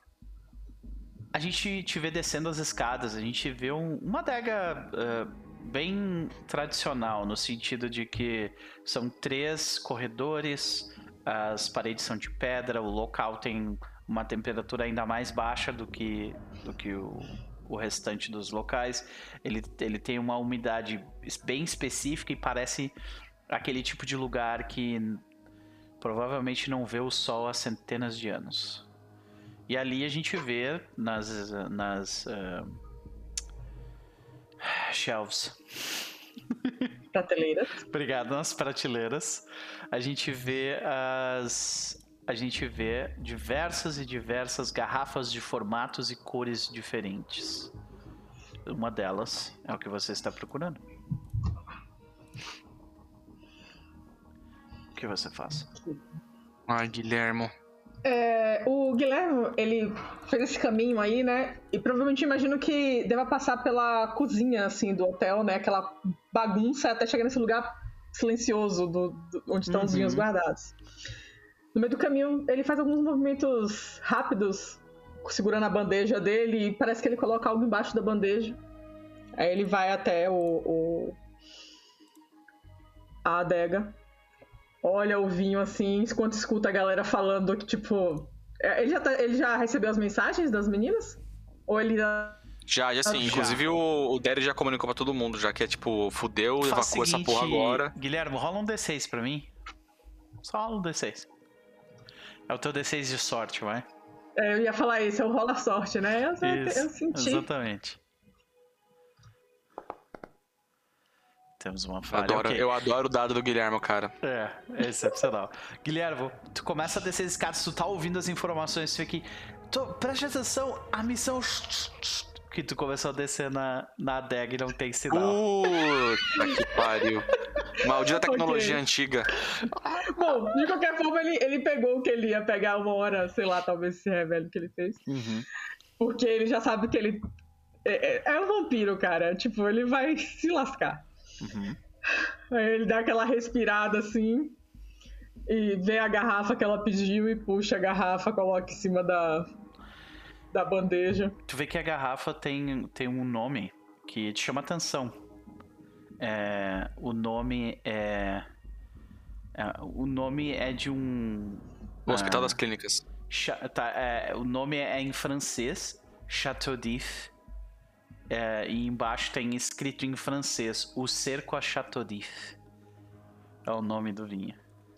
a gente te vê descendo as escadas, a gente vê uma adega bem tradicional, no sentido de que são 3 corredores, as paredes são de pedra, o local tem uma temperatura ainda mais baixa do que o restante dos locais. Ele tem uma umidade bem específica e parece aquele tipo de lugar que provavelmente não vê o sol há centenas de anos. E ali a gente vê nas shelves. Prateleiras. Obrigado, nas prateleiras. A gente vê diversas e diversas garrafas de formatos e cores diferentes. Uma delas é o que você está procurando. O que você faz? Ai, Guilhermo. O Guilherme, ele fez esse caminho aí, né? E provavelmente imagino que deva passar pela cozinha, assim, do hotel, né? Aquela bagunça até chegar nesse lugar silencioso onde estão os vinhos guardados. No meio do caminho, ele faz alguns movimentos rápidos, segurando a bandeja dele, e parece que ele coloca algo embaixo da bandeja. Aí ele vai até a adega, olha o vinho assim, enquanto escuta a galera falando que, tipo... Ele já recebeu as mensagens das meninas? Ou ele Já sim. Inclusive o Derek já comunicou pra todo mundo, já que é tipo, fudeu, evacua essa porra agora. Guilherme, rola um D6 pra mim. Só rola um D6. É o teu D6 de sorte, vai. Eu ia falar isso, eu rolo a sorte, né? Eu senti. Exatamente. Temos uma falha. Eu adoro o dado do Guilherme, cara. É excepcional. Guilherme, tu começa a descer as escadas, tu tá ouvindo as informações, tu fica aqui. Preste atenção, a missão que tu começou a descer na adega e não tem sinal. Puta que pariu. Maldita tecnologia antiga. Bom, de qualquer forma, ele pegou o que ele ia pegar uma hora, sei lá, talvez se revele o que ele fez. Porque ele já sabe que ele é um vampiro, cara. Tipo, ele vai se lascar. Aí ele dá aquela respirada assim e vê a garrafa que ela pediu e puxa a garrafa, coloca em cima da bandeja. Tu vê que a garrafa tem um nome que te chama atenção. O nome é de um... O Hospital das Clínicas. O nome é em francês, Château d'If. E embaixo tem escrito em francês, o cerco a Château d'If. É o nome do vinho.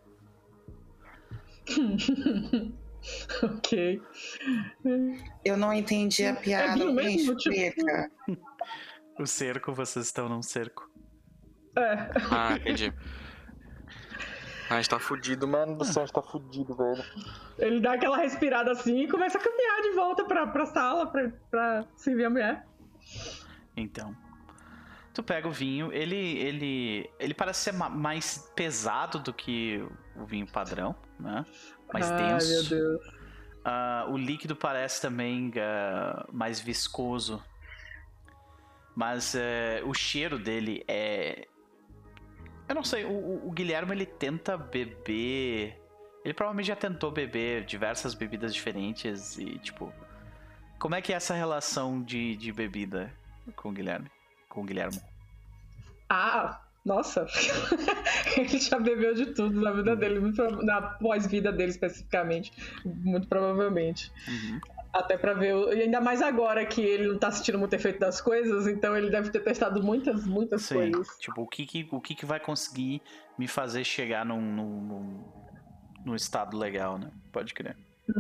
Ok. Eu não entendi a piada, vinho me mesmo, explica. O cerco, vocês estão num cerco. Ah, entendi. A gente tá fudido, mano do céu, a gente tá fudido, velho. Ele dá aquela respirada assim e começa a caminhar de volta pra sala pra servir a mulher. Então, tu pega o vinho, ele parece ser mais pesado do que o vinho padrão, né? Mais denso. Meu Deus. O líquido parece também mais viscoso. Mas o cheiro dele é... Eu não sei, o Guilherme, ele tenta beber... Ele provavelmente já tentou beber diversas bebidas diferentes e, tipo... Como é que é essa relação de bebida com o Guilherme? Com o Guilherme? Nossa, ele já bebeu de tudo na vida dele, na pós-vida dele especificamente, muito provavelmente. Até pra ver, e ainda mais agora que ele não tá sentindo muito efeito das coisas, então ele deve ter testado muitas Sim, coisas. tipo, o que vai conseguir me fazer chegar num estado legal, né? Pode crer.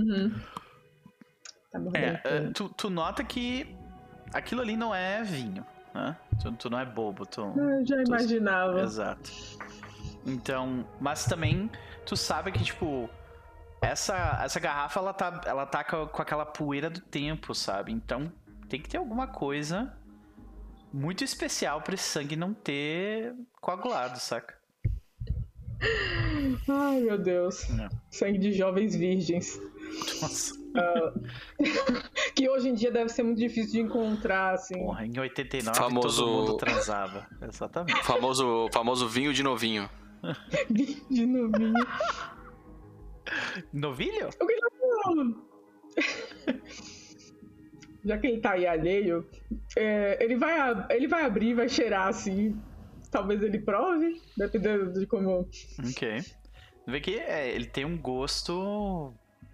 Tá mordendo tudo. Tu nota que aquilo ali não é vinho, né? Tu não é bobo, Eu já imaginava. Exato. Então, mas também tu sabe que, tipo, essa garrafa, ela tá com aquela poeira do tempo, sabe? Então, tem que ter alguma coisa muito especial pra esse sangue não ter coagulado, saca? Ai, meu Deus. Sangue de jovens virgens. Nossa. Que hoje em dia deve ser muito difícil de encontrar, assim. Porra, em 89 Famoso- todo mundo transava. Exatamente. Famoso vinho de novinho. De novinho. Novilho? O que ele tá falando? Já que ele tá aí alheio, ele vai abrir, vai cheirar assim. Talvez ele prove, dependendo de como. Ok. Vê que ele tem um gosto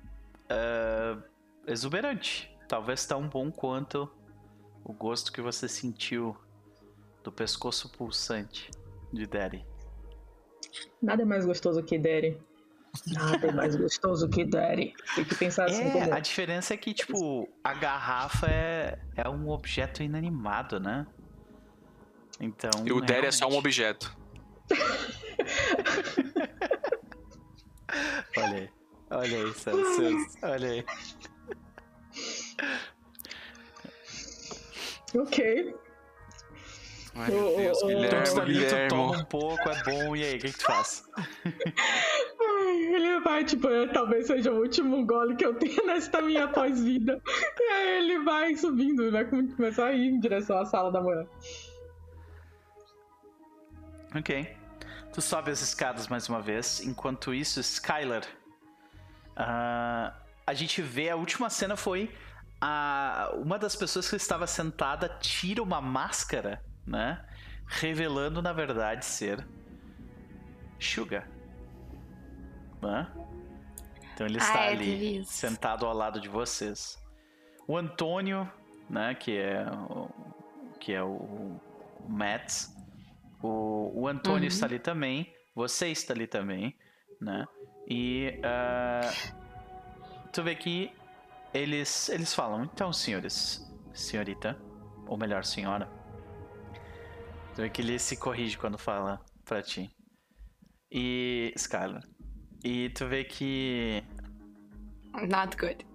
exuberante. Talvez tão bom quanto o gosto que você sentiu do pescoço pulsante de Daddy. Nada é mais gostoso que Daddy. Nada é mais gostoso que Daddy. Tem que pensar assim como. A diferença é que, tipo, a garrafa é um objeto inanimado, né? Então. E o Daddy é só um realmente- objeto. Olha aí, Celso. Olha aí. Ok. Ai, meu Deus, Ô, ô, ô, Tu Guilherme, ali, tu Guilherme. toma um pouco, é bom, e aí, o que tu faz? Ele vai, tipo, talvez seja o último gole que eu tenho nesta minha pós-vida. E aí ele vai subindo, vai começar a ir em direção à sala da manhã. Ok. Tu sobe as escadas mais uma vez. Enquanto isso, Skylar. A gente vê, a última cena foi uma das pessoas que estava sentada tira uma máscara, né? Revelando, na verdade, ser Suga. Né? Então ele está eu vi ali, isso. sentado ao lado de vocês. O Antônio, né? Que é o Matt. O Antônio está ali também. Você está ali também, né? E tu vê que eles falam, então, senhorita, ou melhor, senhora. Tu vê que ele se corrige quando fala pra ti. E Skylar. E tu vê que Not good.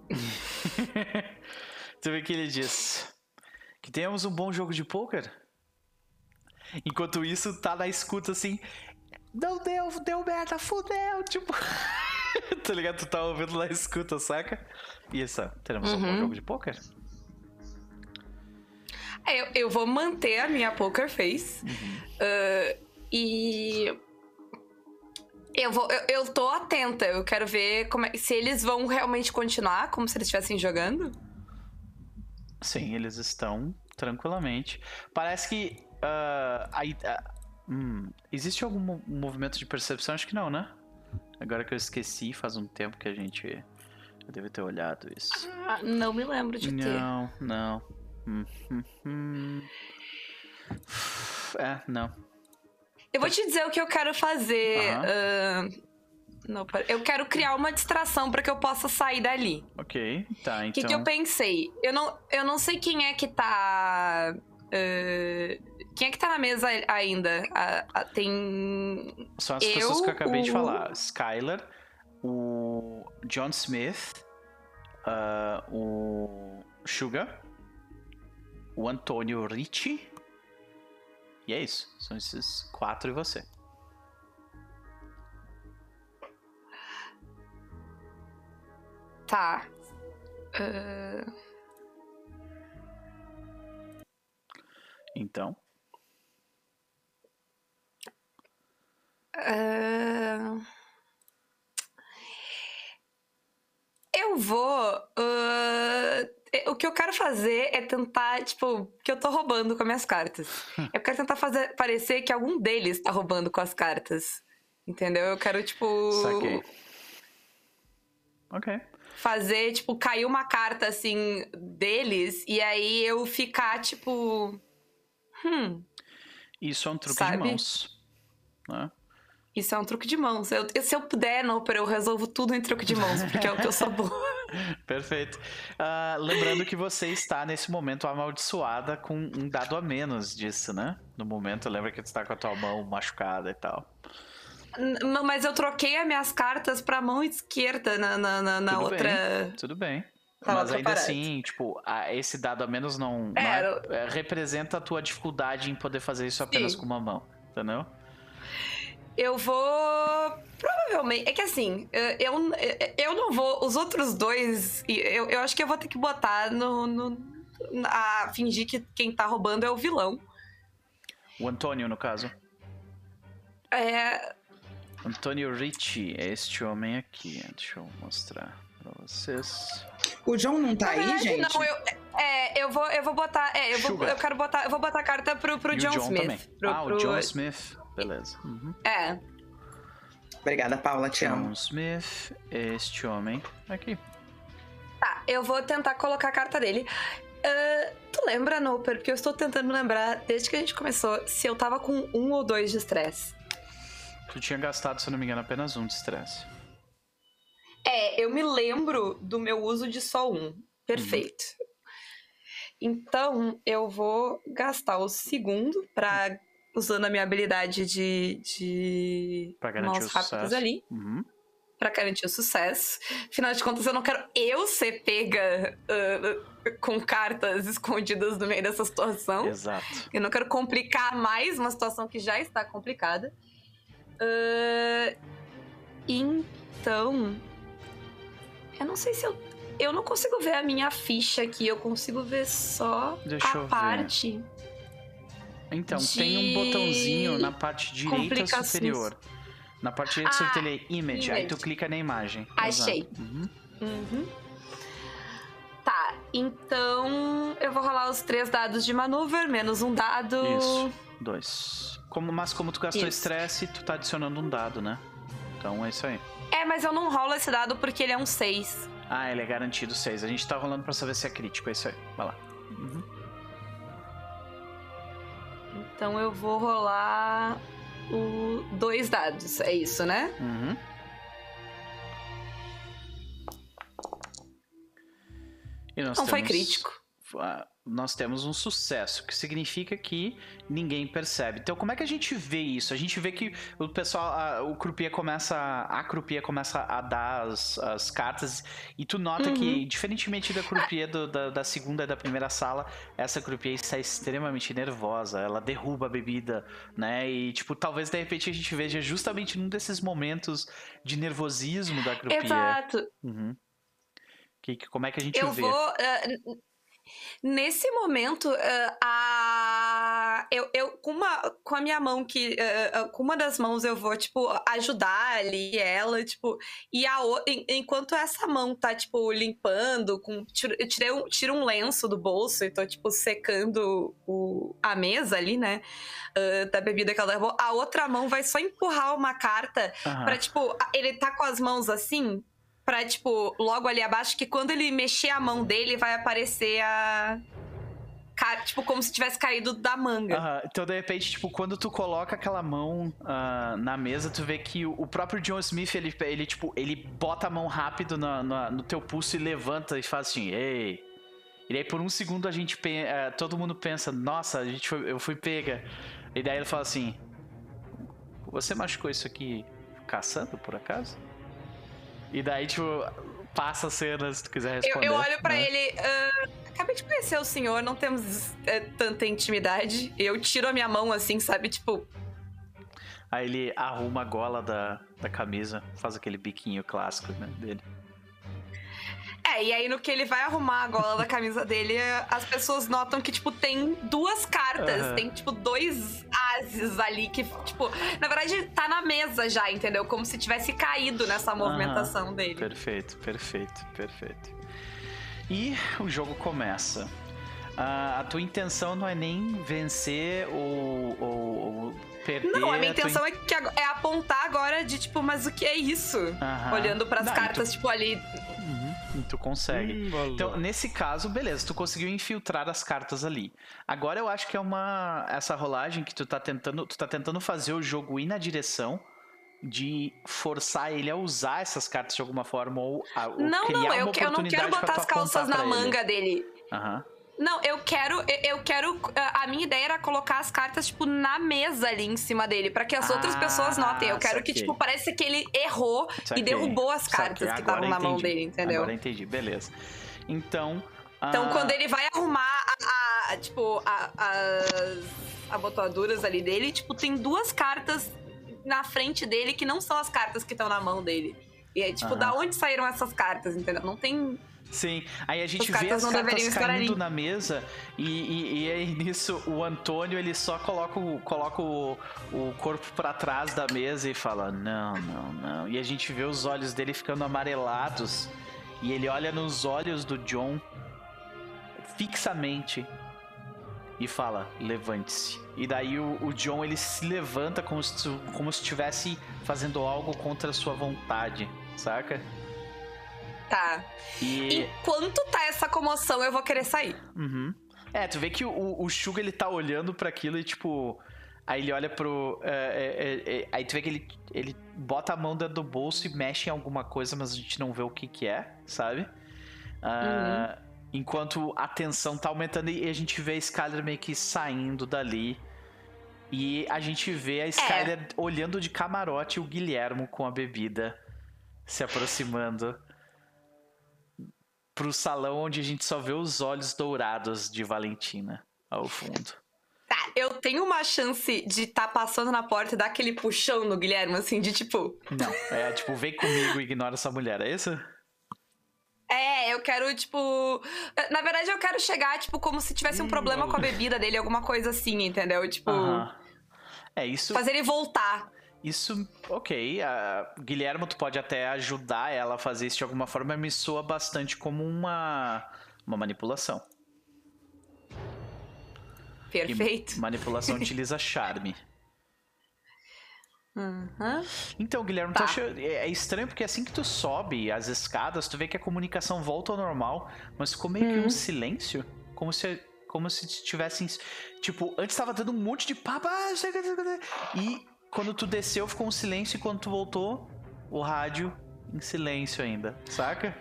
tu vê que ele diz que tenhamos um bom jogo de pôquer. Enquanto isso, tá na escuta assim. Não deu merda, fudeu. Tipo. Tá ligado? Tu tá ouvindo na escuta, saca? E isso, teremos um bom jogo de pôquer? Eu vou manter a minha poker face. E. Eu tô atenta. Eu quero ver se eles vão realmente continuar como se eles estivessem jogando. Sim, eles estão tranquilamente. Parece que. Existe algum movimento de percepção? Acho que não, né? Agora que eu esqueci, faz um tempo que eu devo ter olhado isso. Não me lembro de ter. Não. Não. Eu vou te dizer o que eu quero fazer. Não, eu quero criar uma distração pra que eu possa sair dali. Ok, tá, O então. que eu pensei? Eu não sei quem é que tá. Quem é que tá na mesa ainda? Tem. São as pessoas que eu acabei de falar. Skylar, o John Smith, o Suga, o Antônio Ricci. E é isso. São esses 4 e você. Tá. Então. Eu vou. que eu quero fazer é tentar, tipo, que eu tô roubando com as minhas cartas. Eu quero tentar fazer parecer que algum deles tá roubando com as cartas. Entendeu? Eu quero, tipo... Saquei. Ok. Fazer, tipo, cair uma carta, assim, deles, e aí eu ficar, tipo... Isso é um truque Sabe? de mãos. Né? Isso é um truque de mãos. Se eu puder, Noper, eu resolvo tudo em truque de mãos, porque é o que eu sou boa. Perfeito. Lembrando que você está, nesse momento, amaldiçoada com um dado a menos disso, né? No momento, lembra que tu está com a tua mão machucada e tal. Mas eu troquei as minhas cartas pra mão esquerda na Tudo outra... bem, tudo bem. Tava Mas ainda preparado. assim, tipo, esse dado a menos não representa a tua dificuldade em poder fazer isso apenas com uma mão, entendeu? Eu vou... Provavelmente... É que assim, eu não vou... Os outros dois... Eu acho que eu vou ter que botar a fingir que quem tá roubando é o vilão. O Antônio, no caso. Antônio Ricci é este homem aqui. Deixa eu mostrar pra vocês. O John não tá aí, gente? Não, eu vou botar... Eu vou botar a carta pro E John o John Smith. também. O John Smith. Beleza. Uhum. Obrigada, Paula, te amo. John Smith, este homem aqui. Tá, eu vou tentar colocar a carta dele. Tu lembra, Noper? Porque eu estou tentando lembrar, desde que a gente começou, se eu tava com 1 ou 2 de estresse. Tu tinha gastado, se eu não me engano, apenas 1 de estresse. Eu me lembro do meu uso de só 1. Perfeito. Então, eu vou gastar o segundo pra... Usando a minha habilidade de Pra garantir mãos o rápidas sucesso. ali. Uhum. Pra garantir o sucesso. Afinal de contas, eu não quero eu ser pega com cartas escondidas no meio dessa situação. Exato. Eu não quero complicar mais uma situação que já está complicada. Então... Eu não sei se eu não consigo ver a minha ficha aqui. Eu consigo ver só a parte... Então, tem um botãozinho na parte direita superior. Na parte direita superior tem image. Aí tu clica na imagem. Achei. Tá, então eu vou rolar os 3 dados de maneuver, menos um dado. Isso, 2. Mas como tu gastou estresse, tu tá adicionando um dado, né? Então é isso aí. Mas eu não rolo esse dado porque ele é um 6. Ele é garantido 6. A gente tá rolando pra saber se é crítico, é isso aí. Vai lá. Então eu vou rolar 2 dados, é isso, né? E não foi crítico. Nós temos um sucesso, que significa que ninguém percebe. Então, como é que a gente vê isso? A gente vê que o pessoal, a croupier começa a dar as cartas, e tu nota que, diferentemente da croupier da segunda e da primeira sala, essa croupier está extremamente nervosa. Ela derruba a bebida, né? E, tipo, talvez de repente a gente veja justamente num desses momentos de nervosismo da croupier. Exato. Como é que a gente vê? Nesse momento, eu com a minha mão, com uma das mãos eu vou, tipo, ajudar ali ela, tipo, e enquanto essa mão tá, tipo, limpando, eu tiro um lenço do bolso e tô, tipo, secando a mesa ali, né, da bebida que ela derrubou, a outra mão vai só empurrar uma carta pra, tipo, ele tá com as mãos assim... Pra, tipo, logo ali abaixo, que quando ele mexer a mão dele, vai aparecer tipo, como se tivesse caído da manga. Então, de repente, tipo, quando tu coloca aquela mão na mesa, tu vê que o próprio John Smith, ele bota a mão rápido no teu pulso e levanta e faz assim, ei. E daí, por um segundo, todo mundo pensa, nossa, eu fui pega. E daí ele fala assim, você machucou isso aqui caçando, por acaso? E daí, tipo, passa a cena, se tu quiser responder. Eu olho pra ele, acabei de conhecer o senhor, não temos tanta intimidade. Eu tiro a minha mão assim, sabe, tipo... Aí ele arruma a gola da camisa, faz aquele biquinho clássico, né, dele. E aí no que ele vai arrumar a gola da camisa dele, as pessoas notam que, tipo, tem 2 cartas, tem, tipo, 2 ases ali que, tipo, na verdade tá na mesa já, entendeu? Como se tivesse caído nessa movimentação dele. Perfeito. E o jogo começa. A tua intenção não é nem vencer ou perder. Não, a minha intenção é apontar agora de tipo, mas o que é isso? Olhando pras cartas, tipo, ali. Tu consegue. Então, nesse caso, beleza, tu conseguiu infiltrar as cartas ali. Agora eu acho que é essa rolagem que tu tá tentando fazer o jogo ir na direção de forçar ele a usar essas cartas de alguma forma ou criar uma oportunidade. Eu não quero botar as calças na manga dele. Não, eu quero. A minha ideia era colocar as cartas, tipo, na mesa ali em cima dele, pra que as outras pessoas notem. Eu quero que, tipo, parece que ele errou e derrubou as cartas que estavam na mão dele, entendeu? Agora entendi, beleza. Então, quando ele vai arrumar as abotoaduras ali dele, tipo, tem duas cartas na frente dele que não são as cartas que estão na mão dele. E aí, tipo, da onde saíram essas cartas, entendeu? Não tem. Sim, aí a gente vê as cartas caindo na mesa e aí nisso o Antônio ele só coloca o corpo pra trás da mesa e fala não. E a gente vê os olhos dele ficando amarelados e ele olha nos olhos do John fixamente e fala, levante-se. E daí o John ele se levanta como se estivesse fazendo algo contra a sua vontade, saca? Tá. Enquanto tá essa comoção, eu vou querer sair. Tu vê que o Suga, ele tá olhando pra aquilo e, tipo... Aí ele olha pro... aí tu vê que ele bota a mão dentro do bolso e mexe em alguma coisa, mas a gente não vê o que é, sabe? Enquanto a tensão tá aumentando e a gente vê a Skyler meio que saindo dali. E a gente vê a Skyler olhando de camarote e o Guilhermo com a bebida se aproximando pro salão onde a gente só vê os olhos dourados de Valentina ao fundo. Tá, eu tenho uma chance de tá passando na porta e dar aquele puxão no Guilherme, assim, de tipo... Não, tipo, vem comigo e ignora essa mulher, é isso? Eu quero, tipo... Na verdade, eu quero chegar, tipo, como se tivesse um problema com a bebida dele, alguma coisa assim, entendeu? Tipo... Isso... Fazer ele voltar. Isso, ok. Guilhermo, tu pode até ajudar ela a fazer isso de alguma forma, mas me soa bastante como uma manipulação. Perfeito. E manipulação utiliza charme. Então, Guilherme, tu acha, é estranho porque assim que tu sobe as escadas, tu vê que a comunicação volta ao normal, mas ficou meio que um silêncio, como se tivessem... Tipo, antes tava dando um monte de papo, e... Quando tu desceu, ficou um silêncio. E quando tu voltou, o rádio em silêncio ainda, saca?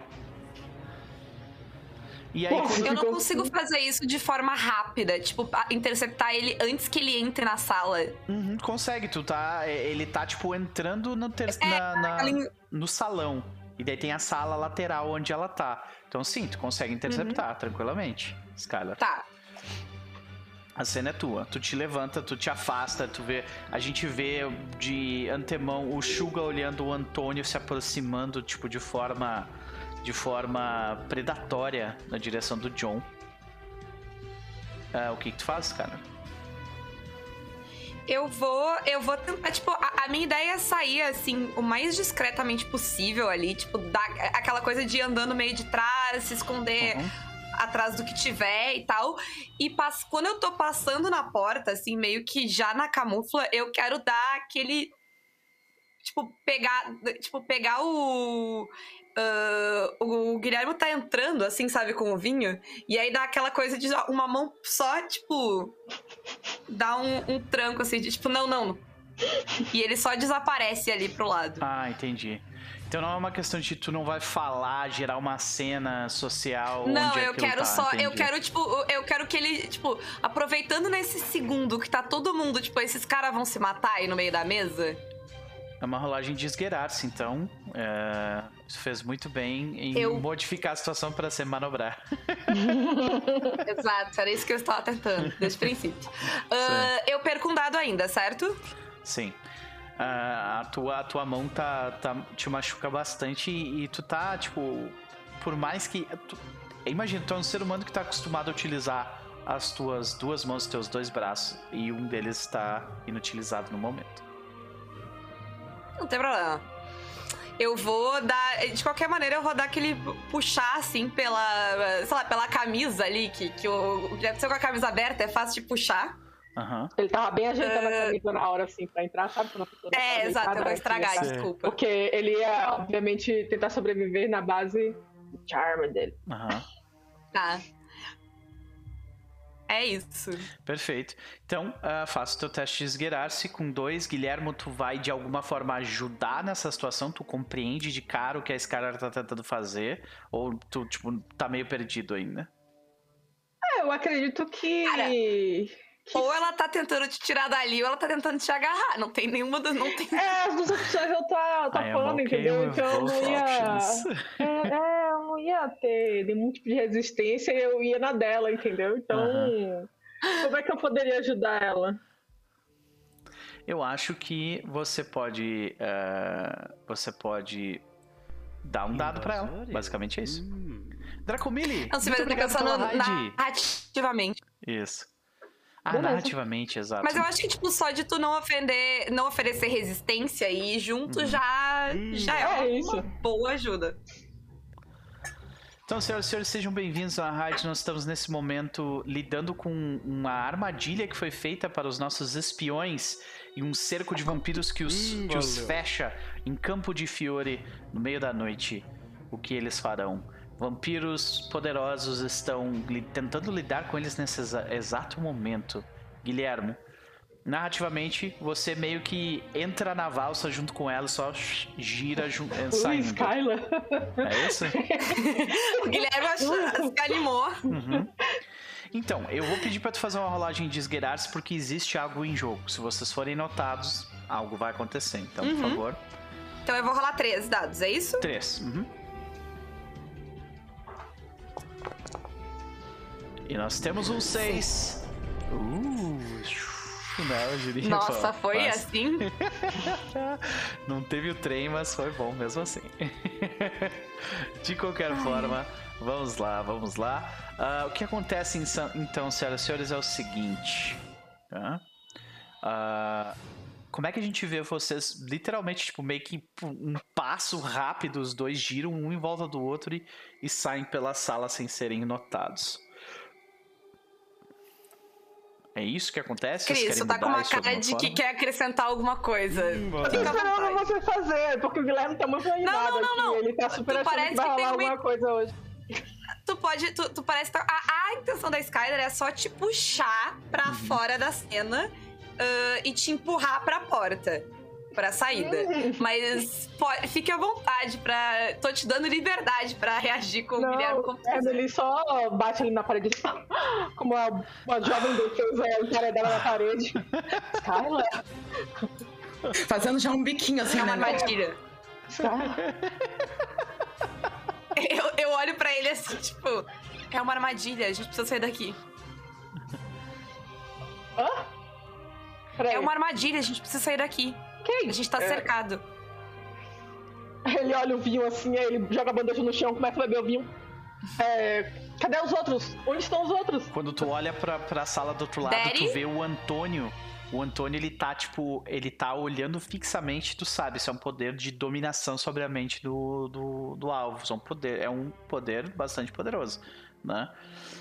E aí, eu não consigo fazer isso de forma rápida. Tipo, interceptar ele antes que ele entre na sala. Consegue, ele tá, tipo, entrando no salão. E daí tem a sala lateral onde ela tá. Então, sim, tu consegue interceptar tranquilamente, Skyler. Tá. A cena é tua, tu te levanta, tu te afasta, a gente vê de antemão o Suga olhando o Antônio se aproximando, tipo, de forma predatória na direção do John. O que tu faz, cara? Eu vou tentar, tipo, a minha ideia é sair, assim, o mais discretamente possível ali, tipo, dar aquela coisa de ir andando meio de trás, se esconder... atrás do que tiver e tal. E quando eu tô passando na porta, assim, meio que já na camufla, eu quero dar aquele... pegar o Guilherme tá entrando, assim, sabe, com o vinho. E aí dá aquela coisa de uma mão só, tipo... Dá um tranco, assim, de tipo, não. E ele só desaparece ali pro lado. Entendi. Então não é uma questão de tu não vai falar, gerar uma cena social. Não, onde eu quero entendi. eu quero que ele, tipo, aproveitando nesse segundo que tá todo mundo, tipo, esses caras vão se matar aí no meio da mesa. É uma rolagem de esgueirar-se, então. Isso fez muito bem em modificar a situação para se manobrar. Exato, era isso que eu estava tentando, desde o princípio. Eu perco um dado ainda, certo? Sim. A tua mão te machuca bastante e tu tá, tipo, por mais que... Imagina, tu é um ser humano que tá acostumado a utilizar as tuas duas mãos, os teus dois braços, e um deles está inutilizado no momento. Não tem problema. eu vou dar... De qualquer maneira, eu vou dar aquele puxar, assim, pela... Sei lá, pela camisa ali, que o Guilherme com a camisa aberta é fácil de puxar. Aham. Ele tava bem ajeitando a camisa na hora, assim, pra entrar, sabe? Quando a pessoa tá Exato, eu vou deitada, estragar, assim, desculpa. Porque ele ia, obviamente, tentar sobreviver na base do charme dele. Aham. Tá. É isso. Perfeito. Então, faça o teu teste de esgueirar-se com 2. Guilhermo, tu vai de alguma forma ajudar nessa situação? Tu compreende de cara o que a Skylar tá tentando fazer? Ou tu, tipo, tá meio perdido ainda? Eu acredito que... Cara, ou ela tá tentando te tirar dali, ou ela tá tentando te agarrar. Não tem nenhuma das... Não tem... as duas opções eu tá falando, entendeu? Então eu não ia... eu não ia ter nenhum tipo de resistência e eu ia na dela, entendeu? Então, como é que eu poderia ajudar ela? Eu acho que você pode dar um dado pra ela. Basicamente é isso. Dracomili! Não, se vai estar pensando narrativamente. Isso. Beleza. Narrativamente, exato. Mas eu acho que, tipo, só de tu não oferecer resistência e ir junto já é uma boa ajuda. Então, senhoras e senhores, sejam bem-vindos à rádio. Nós estamos nesse momento lidando com uma armadilha que foi feita para os nossos espiões e um cerco de vampiros que os fecha em Campo de Fiore no meio da noite. O que eles farão? Vampiros poderosos estão tentando lidar com eles nesse exato momento. Guilhermo, narrativamente, você meio que entra na valsa junto com ela, só gira saindo. Skylar. É isso? O Guilherme se animou. Então, eu vou pedir pra tu fazer uma rolagem de esgueirar-se porque existe algo em jogo. Se vocês forem notados, algo vai acontecer. Então, por favor. Então eu vou rolar 3 dados, é isso? 3. E nós temos um 6. Não, eu diria. Nossa, foi assim? Não teve o trem, mas foi bom mesmo assim. De qualquer forma, vamos lá. O que acontece então, senhoras e senhores, é o seguinte. Tá? Como é que a gente vê vocês literalmente, tipo, meio que um passo rápido, os dois giram um em volta do outro e saem pela sala sem serem notados? É isso que acontece? Cris, você tá com uma cara de que quer acrescentar alguma coisa. Fica esperando você fazer, porque o Guilherme tá muito animado aqui. Ele tá super achando que vai rolar alguma coisa hoje. Tu parece... A intenção da Skylar é só te puxar pra fora da cena e te empurrar pra porta. Pra saída. Mas fique à vontade pra... Tô te dando liberdade pra reagir com o Guilherme como quiser. Ele só bate ali na parede, como uma jovem defesa emparedada na parede. Skylar. Fazendo já um biquinho assim, É uma né? armadilha. Skylar. Eu olho pra ele assim, tipo... É uma armadilha, a gente precisa sair daqui. Hã? Peraí. É uma armadilha, a gente precisa sair daqui. A gente tá cercado. Ele olha o vinho assim, aí ele joga a bandeja no chão, começa a beber o vinho. Cadê os outros? Onde estão os outros? Quando tu olha pra sala do outro lado, Daddy? tu vê o Antônio. O Antônio, ele tá olhando fixamente, tu sabe, isso é um poder de dominação sobre a mente do alvo. É um poder bastante poderoso, né?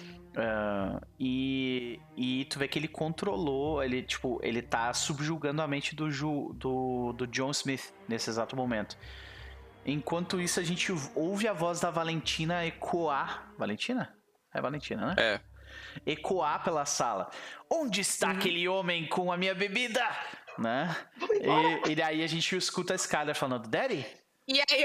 E tu vê que ele controlou, ele tá subjugando a mente do John Smith nesse exato momento. Enquanto isso, a gente ouve a voz da Valentina ecoar. Valentina? É Valentina, né? É. Ecoar pela sala. Onde está aquele homem com a minha bebida? Né? E aí a gente escuta a Skylar falando, Daddy? E aí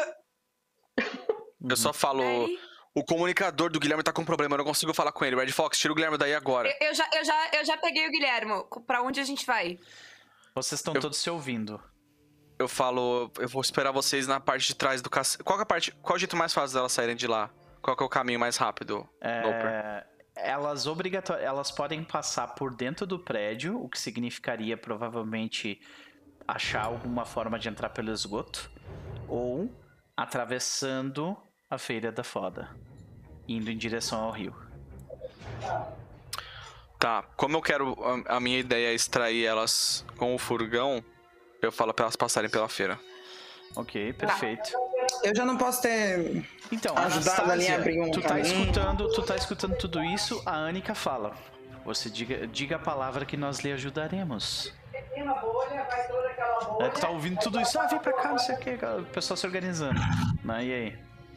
Eu só falo... Daddy? O comunicador do Guilherme tá com problema, eu não consigo falar com ele. Red Fox, tira o Guilherme daí agora. Eu já peguei o Guilherme. Pra onde a gente vai? Vocês estão todos se ouvindo. Eu falo, eu vou esperar vocês na parte de trás do castelo. Qual é o jeito mais fácil delas saírem de lá? Qual que é o caminho mais rápido? Elas podem passar por dentro do prédio, o que significaria provavelmente achar alguma forma de entrar pelo esgoto, ou atravessando a Feira da Foda, indo em direção ao rio. Tá, como eu quero... A minha ideia é extrair elas com o furgão, eu falo pra elas passarem pela feira. Ok, perfeito. Eu já não posso ter Então, ajudado ali a Anastasia, abrir um tu caminho. tá escutando tudo isso, a Annika fala. Você diga a palavra que nós lhe ajudaremos. Tu tá ouvindo tudo isso, vem pra cá, não sei o que, o pessoal se organizando. E aí?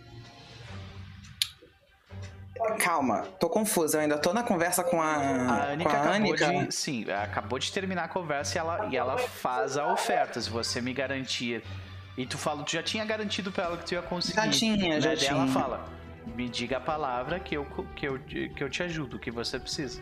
Calma, tô confusa, eu ainda tô na conversa com A a Annika Annika. acabou de terminar a conversa e ela faz a oferta. Se você me garantir. E tu já tinha garantido pra ela que tu ia conseguir. Já tinha. Daí ela fala: me diga a palavra que eu te ajudo, o que você precisa.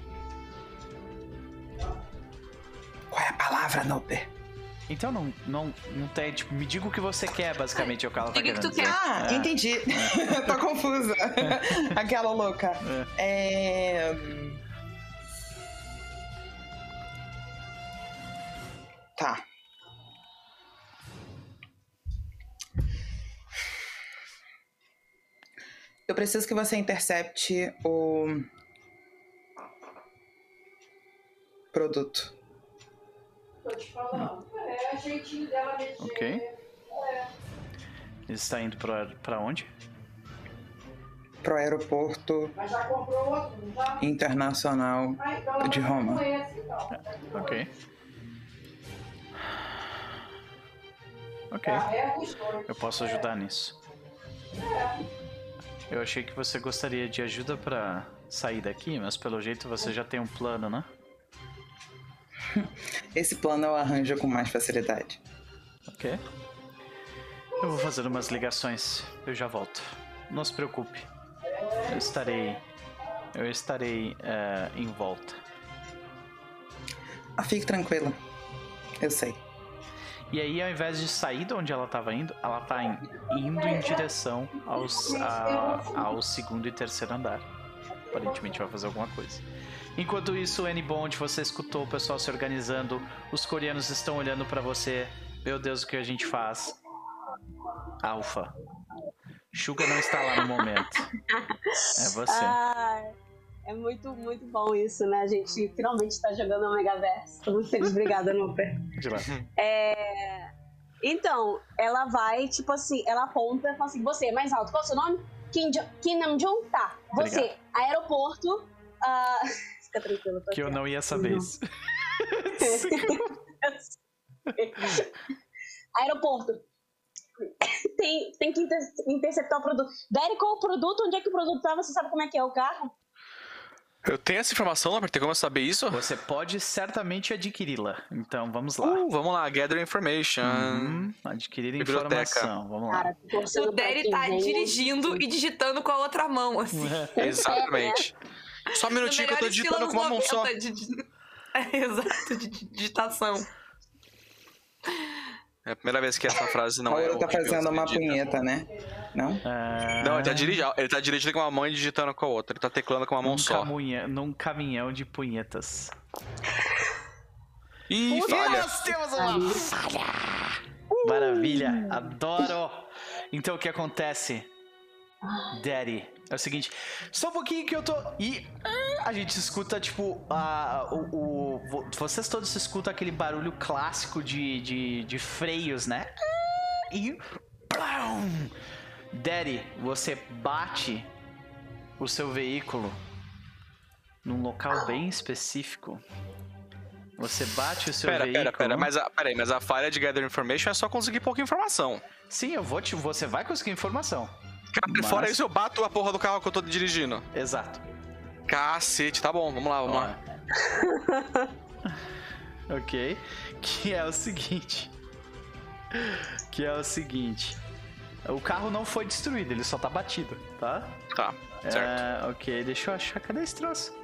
Qual é a palavra, Noper? Então não tem, tipo, me diga o que você quer, basicamente, é o que ela tá Diga o que querendo tu dizer. quer. Entendi. Tô confusa. Aquela louca. Tá. Eu preciso que você intercepte o produto. Tô te falando. É, jeitinho dela mexer. Ok. Ele está indo pra onde? Pro aeroporto Mas já comprou outro, não já? internacional Então ela de vai Roma. com esse, então. Ok. Ok. É os dois. Eu posso ajudar nisso. Eu achei que você gostaria de ajuda pra sair daqui, mas pelo jeito você já tem um plano, né? Esse plano eu arranjo com mais facilidade. Ok. Eu vou fazer umas ligações. Eu já volto. Não se preocupe. Eu estarei em volta. Fique tranquila. Eu sei. E aí, ao invés de sair de onde ela estava indo, ela tá indo em direção ao segundo e terceiro andar. Aparentemente vai fazer alguma coisa. Enquanto isso, N-Bond, você escutou o pessoal se organizando. Os coreanos estão olhando pra você. Meu Deus, o que a gente faz? Alpha. Suga não está lá no momento. É você. É muito, muito bom isso, né? A gente finalmente tá jogando o Megaverse. Tô muito feliz. Obrigada, Nuper. De lá. Então, ela vai, tipo assim, ela aponta e fala assim: você é mais alto, qual é o seu nome? Kim Nam-jung? Tá. Você, Obrigado. aeroporto. Fica tranquilo. Que eu não ia saber isso. Aeroporto. Tem que interceptar o produto. Derek, qual o produto? Onde é que o produto tá? Você sabe como é que é o carro? Eu tenho essa informação, não tem como eu saber isso? Você pode certamente adquiri-la. Então, vamos lá. Vamos lá, gather information. Adquirir Biblioteca. informação. Vamos lá. Cara, tô torcendo O Derry pra tá quem vem. dirigindo e digitando com a outra mão, assim. Exatamente. Só um minutinho que eu tô digitando com uma mão só. Exato, de digitação. É a primeira vez que essa frase não é. Ele tá horrível, fazendo você uma digita. punheta, né? Não? Não, ele tá dirigindo com uma mão e digitando com a outra. Ele tá teclando com uma mão só. Num caminhão de punhetas. Ih, falha. Nós temos uma falha! Maravilha, adoro! Então o que acontece? Daddy, é o seguinte, só um pouquinho que eu tô... E a gente escuta, tipo, vocês todos escutam aquele barulho clássico de freios, né? E... Plum! Daddy, você bate o seu veículo num local bem específico. Você bate o seu veículo... Pera, mas a falha de gather information é só conseguir pouca informação. Sim, você vai conseguir informação. Cara, Mas- fora isso, eu bato a porra do carro que eu tô dirigindo. Exato. Cacete, tá bom, vamos lá, vamos lá. Ok. Que é o seguinte. O carro não foi destruído, ele só tá batido, tá? Tá, certo. Ok, deixa eu achar. Cadê esse troço?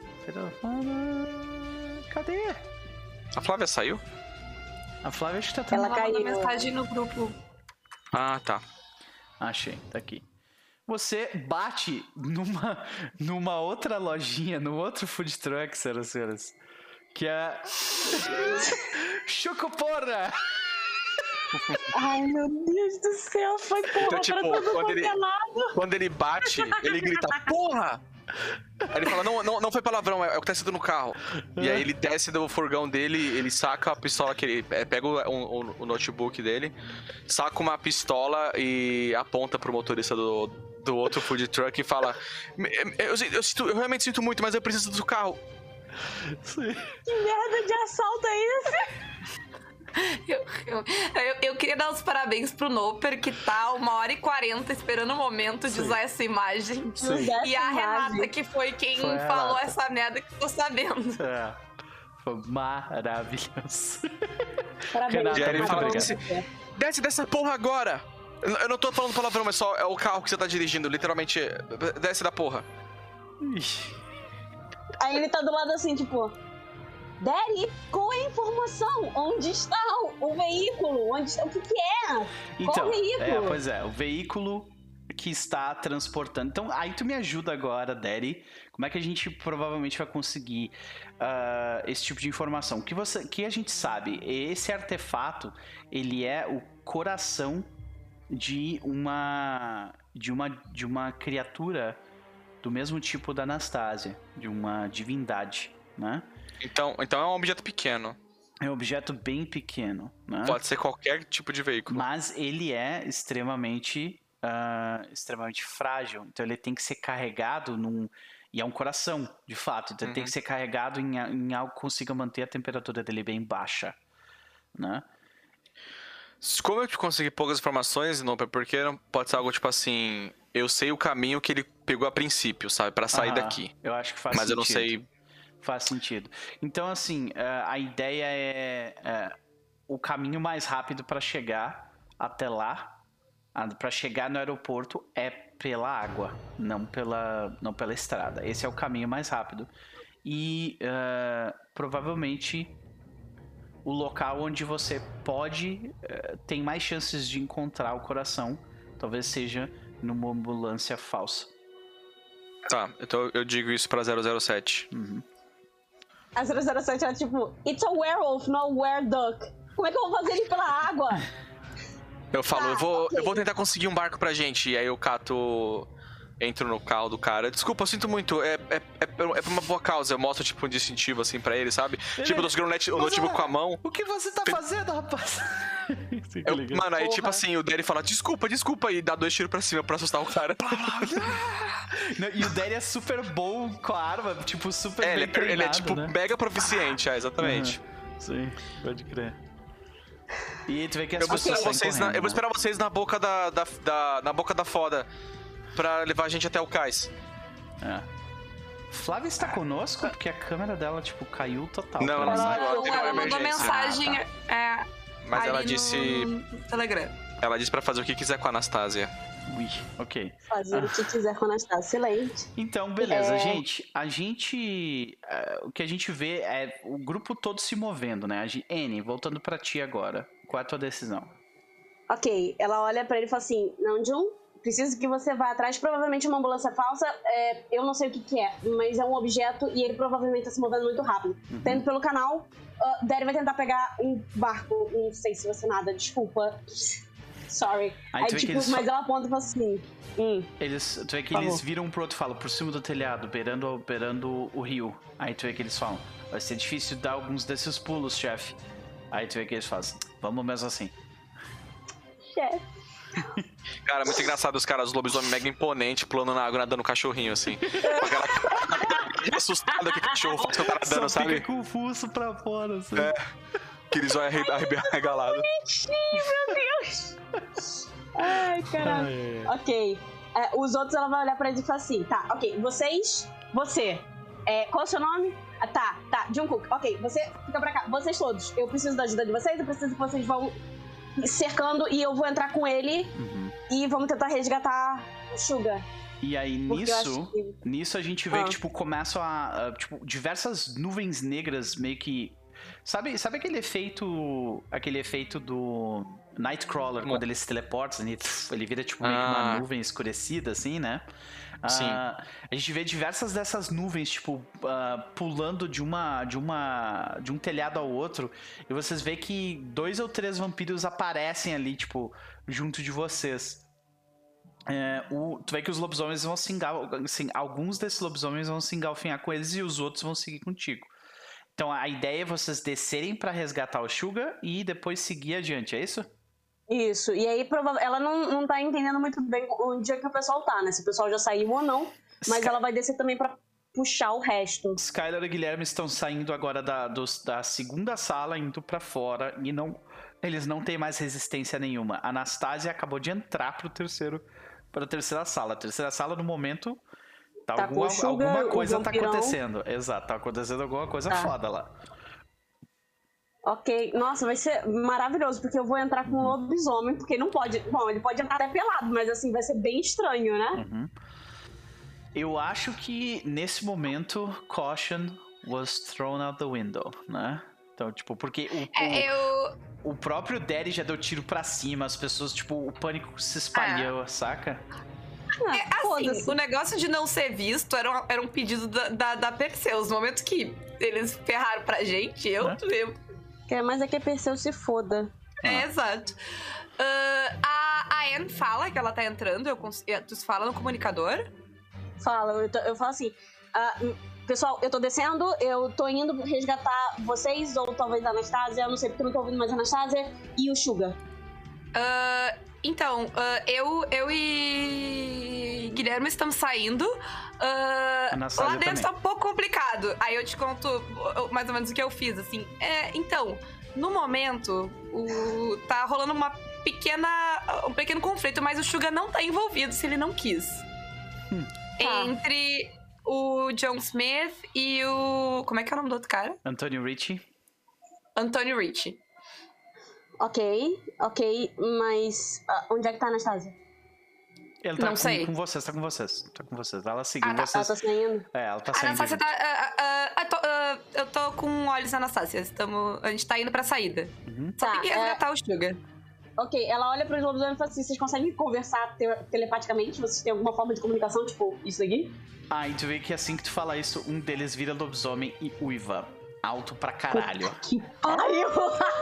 Cadê? A Flávia saiu? A Flávia acho que tá Ela Ela mandou caiu. mensagem no grupo. Ah, tá. Achei, tá aqui. Você bate numa outra lojinha, num outro food truck, senhoras e senhores. Que é. Chocoporra! Ai, meu Deus do céu, foi porra Então, tipo, pra todo quando mundo ele- lado. Quando ele bate, ele grita, porra! Aí ele fala, não foi palavrão, é o que tá escrito no carro. E aí ele desce do furgão dele, ele saca a pistola que ele... pega o notebook dele, saca uma pistola e aponta pro motorista do outro food truck e fala... Eu realmente sinto muito, mas eu preciso do carro. Sim. Que merda de assalto é esse? Eu queria dar os parabéns pro Noper, que tá 1h40 esperando o momento de usar essa imagem. Sim. E a Renata, que foi quem Foi a falou Renata. essa merda que eu tô sabendo. É. Foi maravilhoso. Parabéns. Renata, E aí ele muito fala obrigado. desce dessa porra agora! Eu não tô falando palavrão, mas só é o carro que você tá dirigindo, literalmente, desce da porra. Ixi. Aí ele tá do lado assim, tipo... Daddy, qual é a informação? Onde está o veículo? O que é? Então, Qual veículo? pois é, o veículo que está transportando. Então, aí tu me ajuda agora, Daddy. Como é que a gente provavelmente vai conseguir esse tipo de informação? Que a gente sabe, esse artefato, ele é o coração de uma criatura do mesmo tipo da Anastasia, de uma divindade, né? Então é um objeto pequeno. É um objeto bem pequeno, né? Pode ser qualquer tipo de veículo. Mas ele é extremamente frágil. Então ele tem que ser carregado e é um coração, de fato. Então ele tem que ser carregado em algo que consiga manter a temperatura dele bem baixa, né? Como eu consegui poucas informações, não, porque não pode ser algo tipo assim... Eu sei o caminho que ele pegou a princípio, sabe? Pra sair daqui. Eu acho que faz Mas sentido. eu não sei... Faz sentido. Então, assim, a ideia é o caminho mais rápido para chegar até lá, para chegar no aeroporto, é pela água, não pela estrada. Esse é o caminho mais rápido. E provavelmente o local onde você tem mais chances de encontrar o coração, talvez seja numa ambulância falsa. Tá, então eu digo isso pra 007. A 007 era tipo, it's a werewolf, not wereduck. Como é que eu vou fazer ele pela água? Eu falo, ok. eu vou tentar conseguir um barco pra gente. E aí eu cato... Entro no carro do cara. Desculpa, eu sinto muito. É pra uma boa causa. Eu mostro, tipo, um distintivo, assim, pra ele, sabe? Tipo, eu tô segurando o notebook com a mão. O que você tá fazendo, rapaz? Mano, aí, Porra. tipo assim, o Daddy fala, desculpa, e dá 2 tiros pra cima pra assustar o cara. Não, e o Daddy é super bom com a arma, tipo, super bem ele é treinado, tipo, né? mega proficiente, exatamente. Sim, pode crer. E aí tu vê que as Eu vou pessoas saem correndo, eu vou esperar vocês na boca na boca da foda pra levar a gente até o cais. né? Flávia está conosco? Porque a câmera dela, tipo, caiu total. Não, pra ela mim. não. Agora teve uma Ela mandou emergência. mensagem Mas ela ali disse. no Telegram. Ela disse pra fazer o que quiser com a Anastasia. Ui, ok. Fazer o que quiser com a Anastasia. Excelente. Então, beleza, gente. O que a gente vê é o grupo todo se movendo, né? Annie, voltando pra ti agora. Qual é a tua decisão? Ok, ela olha pra ele e fala assim, Namjoon, preciso que você vá atrás, provavelmente uma ambulância falsa, eu não sei o que é, mas é um objeto e ele provavelmente tá se movendo muito rápido. Tá indo pelo canal, Daddy vai tentar pegar um barco, não sei se você nada, desculpa. Sorry. Aí tu vê que tipo, eles mas ela aponta e fala assim, Tu vê que Por eles favor. viram um pro outro e falam, por cima do telhado, beirando o rio. Aí tu vê que eles falam, vai ser difícil dar alguns desses pulos, chefe. Aí tu vê que eles fazem, vamos mesmo assim. chefe. Cara, muito engraçado os caras, os lobisomem mega imponente, pulando na água, nadando cachorrinho, assim. Com aquela assustado que o cachorro faz quando tá nadando, Só sabe? fica com o fuso pra fora, assim. Aqueles olhos arregalados. Meu Deus. Ai, caralho. Ai, Ok. Os outros ela vai olhar pra eles e falar assim, tá, ok, você, qual é o seu nome? Tá, Jungkook, ok, você fica pra cá, vocês todos, eu preciso da ajuda de vocês, eu preciso que vocês vão cercando e eu vou entrar com ele e vamos tentar resgatar o Suga. E aí, Porque eu acho que- nisso a gente vê que, tipo, começam tipo, diversas nuvens negras meio que... Sabe aquele efeito do Nightcrawler, quando ele se teleporta, ele vira, tipo, meio que uma nuvem escurecida, assim, né? Sim. A gente vê diversas dessas nuvens, tipo, pulando de um telhado ao outro, e vocês veem que 2 ou 3 vampiros aparecem ali, tipo, junto de vocês. Tu vê que os lobisomens vão alguns desses lobisomens vão se engalfinhar com eles e os outros vão seguir contigo. Então a ideia é vocês descerem pra resgatar o Sugar e depois seguir adiante, é isso? Isso, e aí ela não tá entendendo muito bem onde é que o pessoal tá, né? Se o pessoal já saiu ou não, mas ela vai descer também pra puxar o resto. Skylar e Guilherme estão saindo agora da segunda sala, indo pra fora, e eles não têm mais resistência nenhuma. A Anastasia acabou de entrar pra terceira sala. A terceira sala, no momento, alguma coisa tá acontecendo. Exato, tá acontecendo alguma coisa foda lá. Ok, nossa, vai ser maravilhoso, porque eu vou entrar com um lobisomem, porque não pode... Bom, ele pode entrar até pelado, mas assim, vai ser bem estranho, né? Uhum. Eu acho que, nesse momento, caution was thrown out the window, né? Então, tipo, porque o próprio Daddy já deu tiro pra cima, as pessoas, tipo, o pânico se espalhou, saca? Assim, o negócio de não ser visto era um pedido da Perseus. No momento que eles ferraram pra gente, Mas é que a Perseus se foda. Exato. A Anne fala que ela tá entrando, tu fala no comunicador? Fala, eu falo assim, pessoal, eu tô descendo, eu tô indo resgatar vocês, ou talvez a Anastasia, eu não sei porque eu não tô ouvindo mais a Anastasia, e o Sugar. Então, eu e Guilherme estamos saindo. Lá dentro também. tá um pouco complicado. Aí eu te conto mais ou menos o que eu fiz, assim. Então, no momento, tá rolando um pequeno conflito, mas o Sugar não tá envolvido se ele não quis. Entre o John Smith e o... Como é que é o nome do outro cara? Antonio Ricci. Antonio Ricci. Ok, mas onde é que tá a Anastasia? Ele tá não sei. com vocês, tá com vocês. Ela seguiu vocês. Ela tá saindo? Ela tá A saindo. Anastasia eu tô com olhos na Anastasia. A gente tá indo pra saída. Só tem que resgatar o Sugar. Ok, ela olha pros lobisomens e fala assim, vocês conseguem conversar telepaticamente? Vocês têm alguma forma de comunicação, tipo, isso daqui? E tu vê que assim que tu fala isso, um deles vira lobisomem e uiva. Alto pra caralho. Que pariu!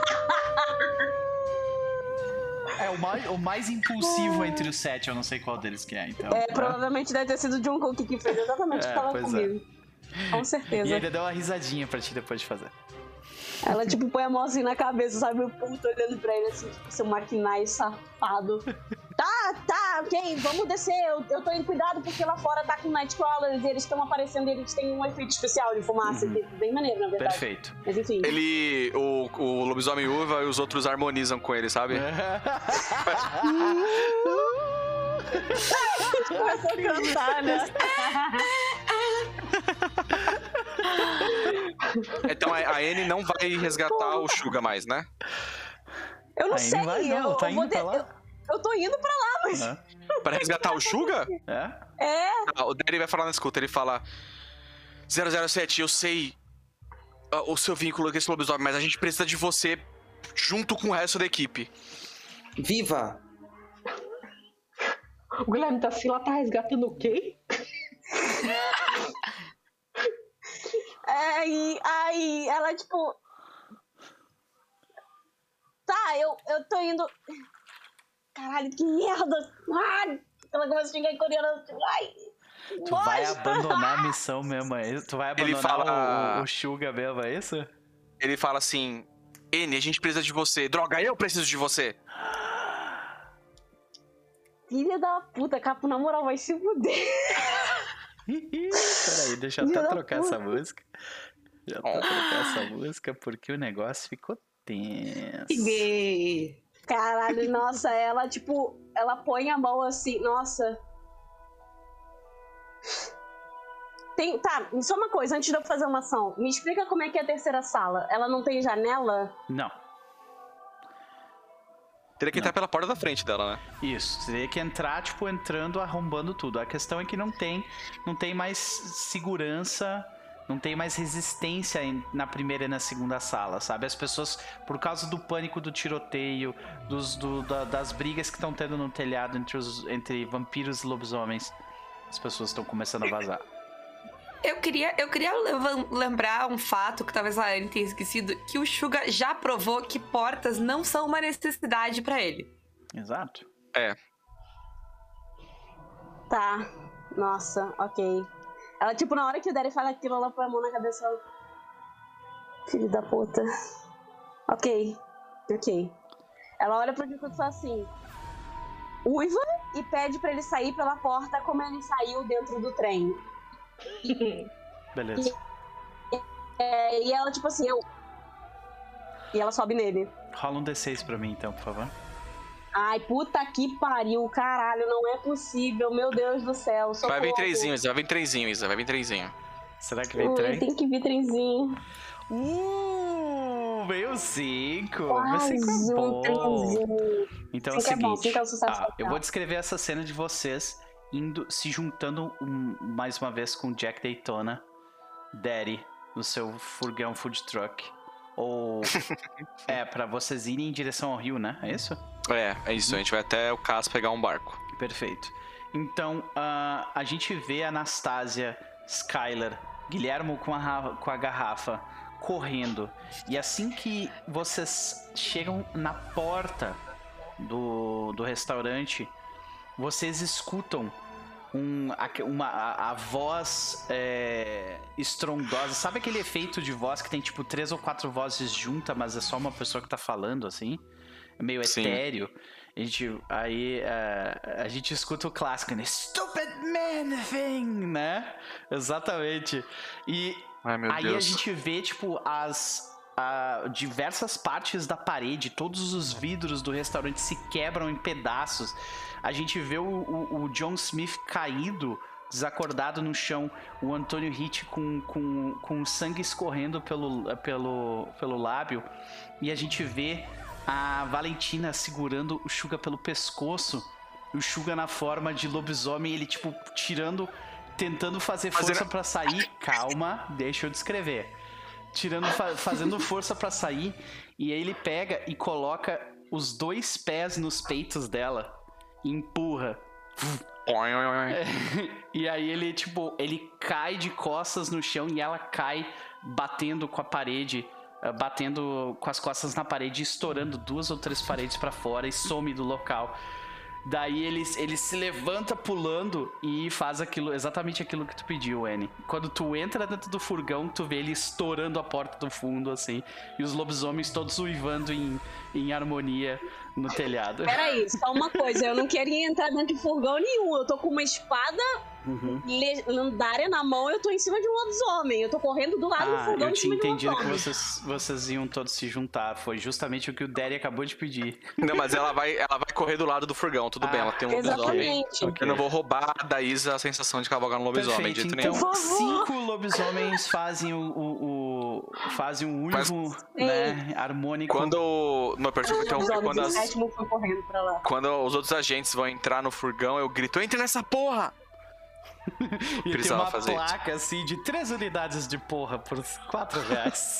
O mais impulsivo entre os 7, eu não sei qual deles que é, então. Provavelmente deve ter sido o John Cook que fez exatamente o que tava comigo. Com certeza. E ainda deu uma risadinha pra ti depois de fazer. Ela, tipo, põe a mão assim na cabeça, sabe? O puto olhando pra ele, assim, tipo, seu maquinai safado. Tá, ok, vamos descer. Eu tô em cuidado porque lá fora tá com Nightcrawlers e eles estão aparecendo e eles têm um efeito especial de fumaça, que é bem maneiro, na verdade. Perfeito. Mas enfim. O lobisomem uva e os outros harmonizam com ele, sabe? Começou a cantar, né? Então a Anne não vai resgatar o Sugar mais, né? Eu não sei, eu tô indo pra lá, mas... Pra resgatar o Sugar? O Daddy vai falar na escuta, ele fala... 007, eu sei o seu vínculo com esse lobisomem, mas a gente precisa de você junto com o resto da equipe. Viva! O Guilherme tá assim, ela tá resgatando o quê? Aí ela, tipo... Tá, eu tô indo... Caralho, que merda! Ela começa a xingar em coreano. Tu vai abandonar a missão mesmo, é isso? Tu vai abandonar o Sugar mesmo, é isso? Ele fala assim... Anne, a gente precisa de você. Droga, eu preciso de você. Filha da puta, Capo, na moral, vai se fuder. Peraí, deixa eu até trocar essa música. Porque o negócio ficou tenso. Caralho, nossa, ela, tipo, ela põe a mão assim, nossa. Tá, só uma coisa, antes de eu fazer uma ação. Me explica como é que é a terceira sala. Ela não tem janela? Não. Teria que entrar pela porta da frente dela, né? Isso, teria que entrar, tipo, entrando, arrombando tudo. A questão é que não tem mais segurança, não tem mais resistência na primeira e na segunda sala, sabe? As pessoas, por causa do pânico do tiroteio, das brigas que estão tendo no telhado entre vampiros e lobisomens, as pessoas estão começando a vazar. Eu queria lembrar um fato que talvez a Anne tenha esquecido, que o Sugar já provou que portas não são uma necessidade pra ele. Exato. Tá. Nossa, ok. Ela, tipo, na hora que o Daddy fala aquilo, ela põe a mão na cabeça. Ela... Filho da puta. Ok. Ela olha pro Jikuto assim, uiva e pede pra ele sair pela porta como ele saiu dentro do trem. Beleza. E ela, tipo assim, e ela sobe nele. Rola um D6 pra mim, então, por favor. Ai, puta que pariu, caralho, não é possível, meu Deus do céu. Vai vir trezinho, Isa, vai vir trezinho. Será que vem 3? Tem que vir trenzinho. Veio 5. Mais 5 é bom. trenzinho. Então é o 5 é bom, seguinte, 5 é um sucesso eu total. vou descrever essa cena de vocês se juntando mais uma vez com Jack Daytona, Daddy, no seu furgão food truck. Ou pra vocês irem em direção ao rio, né? É isso? É isso. A gente vai até o caso pegar um barco. Perfeito. Então, a gente vê a Anastasia, Skylar, Guilhermo com a garrafa, correndo. E assim que vocês chegam na porta do restaurante, vocês escutam a voz estrondosa. Sabe aquele efeito de voz que tem tipo 3 ou 4 vozes juntas, mas é só uma pessoa que tá falando, assim? É meio etéreo. A gente escuta o clássico, né? Stupid man thing, né? Exatamente. E ai, meu aí Deus. a gente vê, tipo, diversas partes da parede, todos os vidros do restaurante se quebram em pedaços. A gente vê o John Smith caído, desacordado no chão, o Antônio Hitch com sangue escorrendo pelo lábio, e a gente vê a Valentina segurando o Suga pelo pescoço, o Suga na forma de lobisomem, ele tipo tentando fazer força pra sair. Calma, deixa eu descrever. Fazendo força pra sair, e aí ele pega e coloca os 2 pés nos peitos dela e empurra. E aí ele cai de costas no chão e ela cai batendo com a parede, batendo com as costas na parede, estourando 2 ou 3 paredes pra fora e some do local. Daí ele se levanta pulando e faz exatamente aquilo que tu pediu, Annie. Quando tu entra dentro do furgão, tu vê ele estourando a porta do fundo, assim, e os lobisomens todos uivando em harmonia no telhado. Peraí, só uma coisa, eu não queria entrar dentro de furgão nenhum, eu tô com uma espada lendária na mão, eu tô em cima de um lobisomem, eu tô correndo do lado do furgão eu em cima tinha de um entendido lobisomem. que vocês iam todos se juntar, foi justamente o que o Daddy acabou de pedir. Não, mas ela vai correr do lado do furgão, tudo bem, ela tem um lobisomem. Exatamente. Eu não vou roubar da Isa a sensação de cavalgar no lobisomem, de Perfeito, jeito então nenhum. 5 lobisomens fazem fazem um uivo, né, harmônico. Quando no perfil O sétimo foi correndo pra lá. quando os outros agentes vão entrar no furgão, eu grito: entre nessa porra! E tem precisava uma fazer placa assim de 3 unidades de porra por R$4.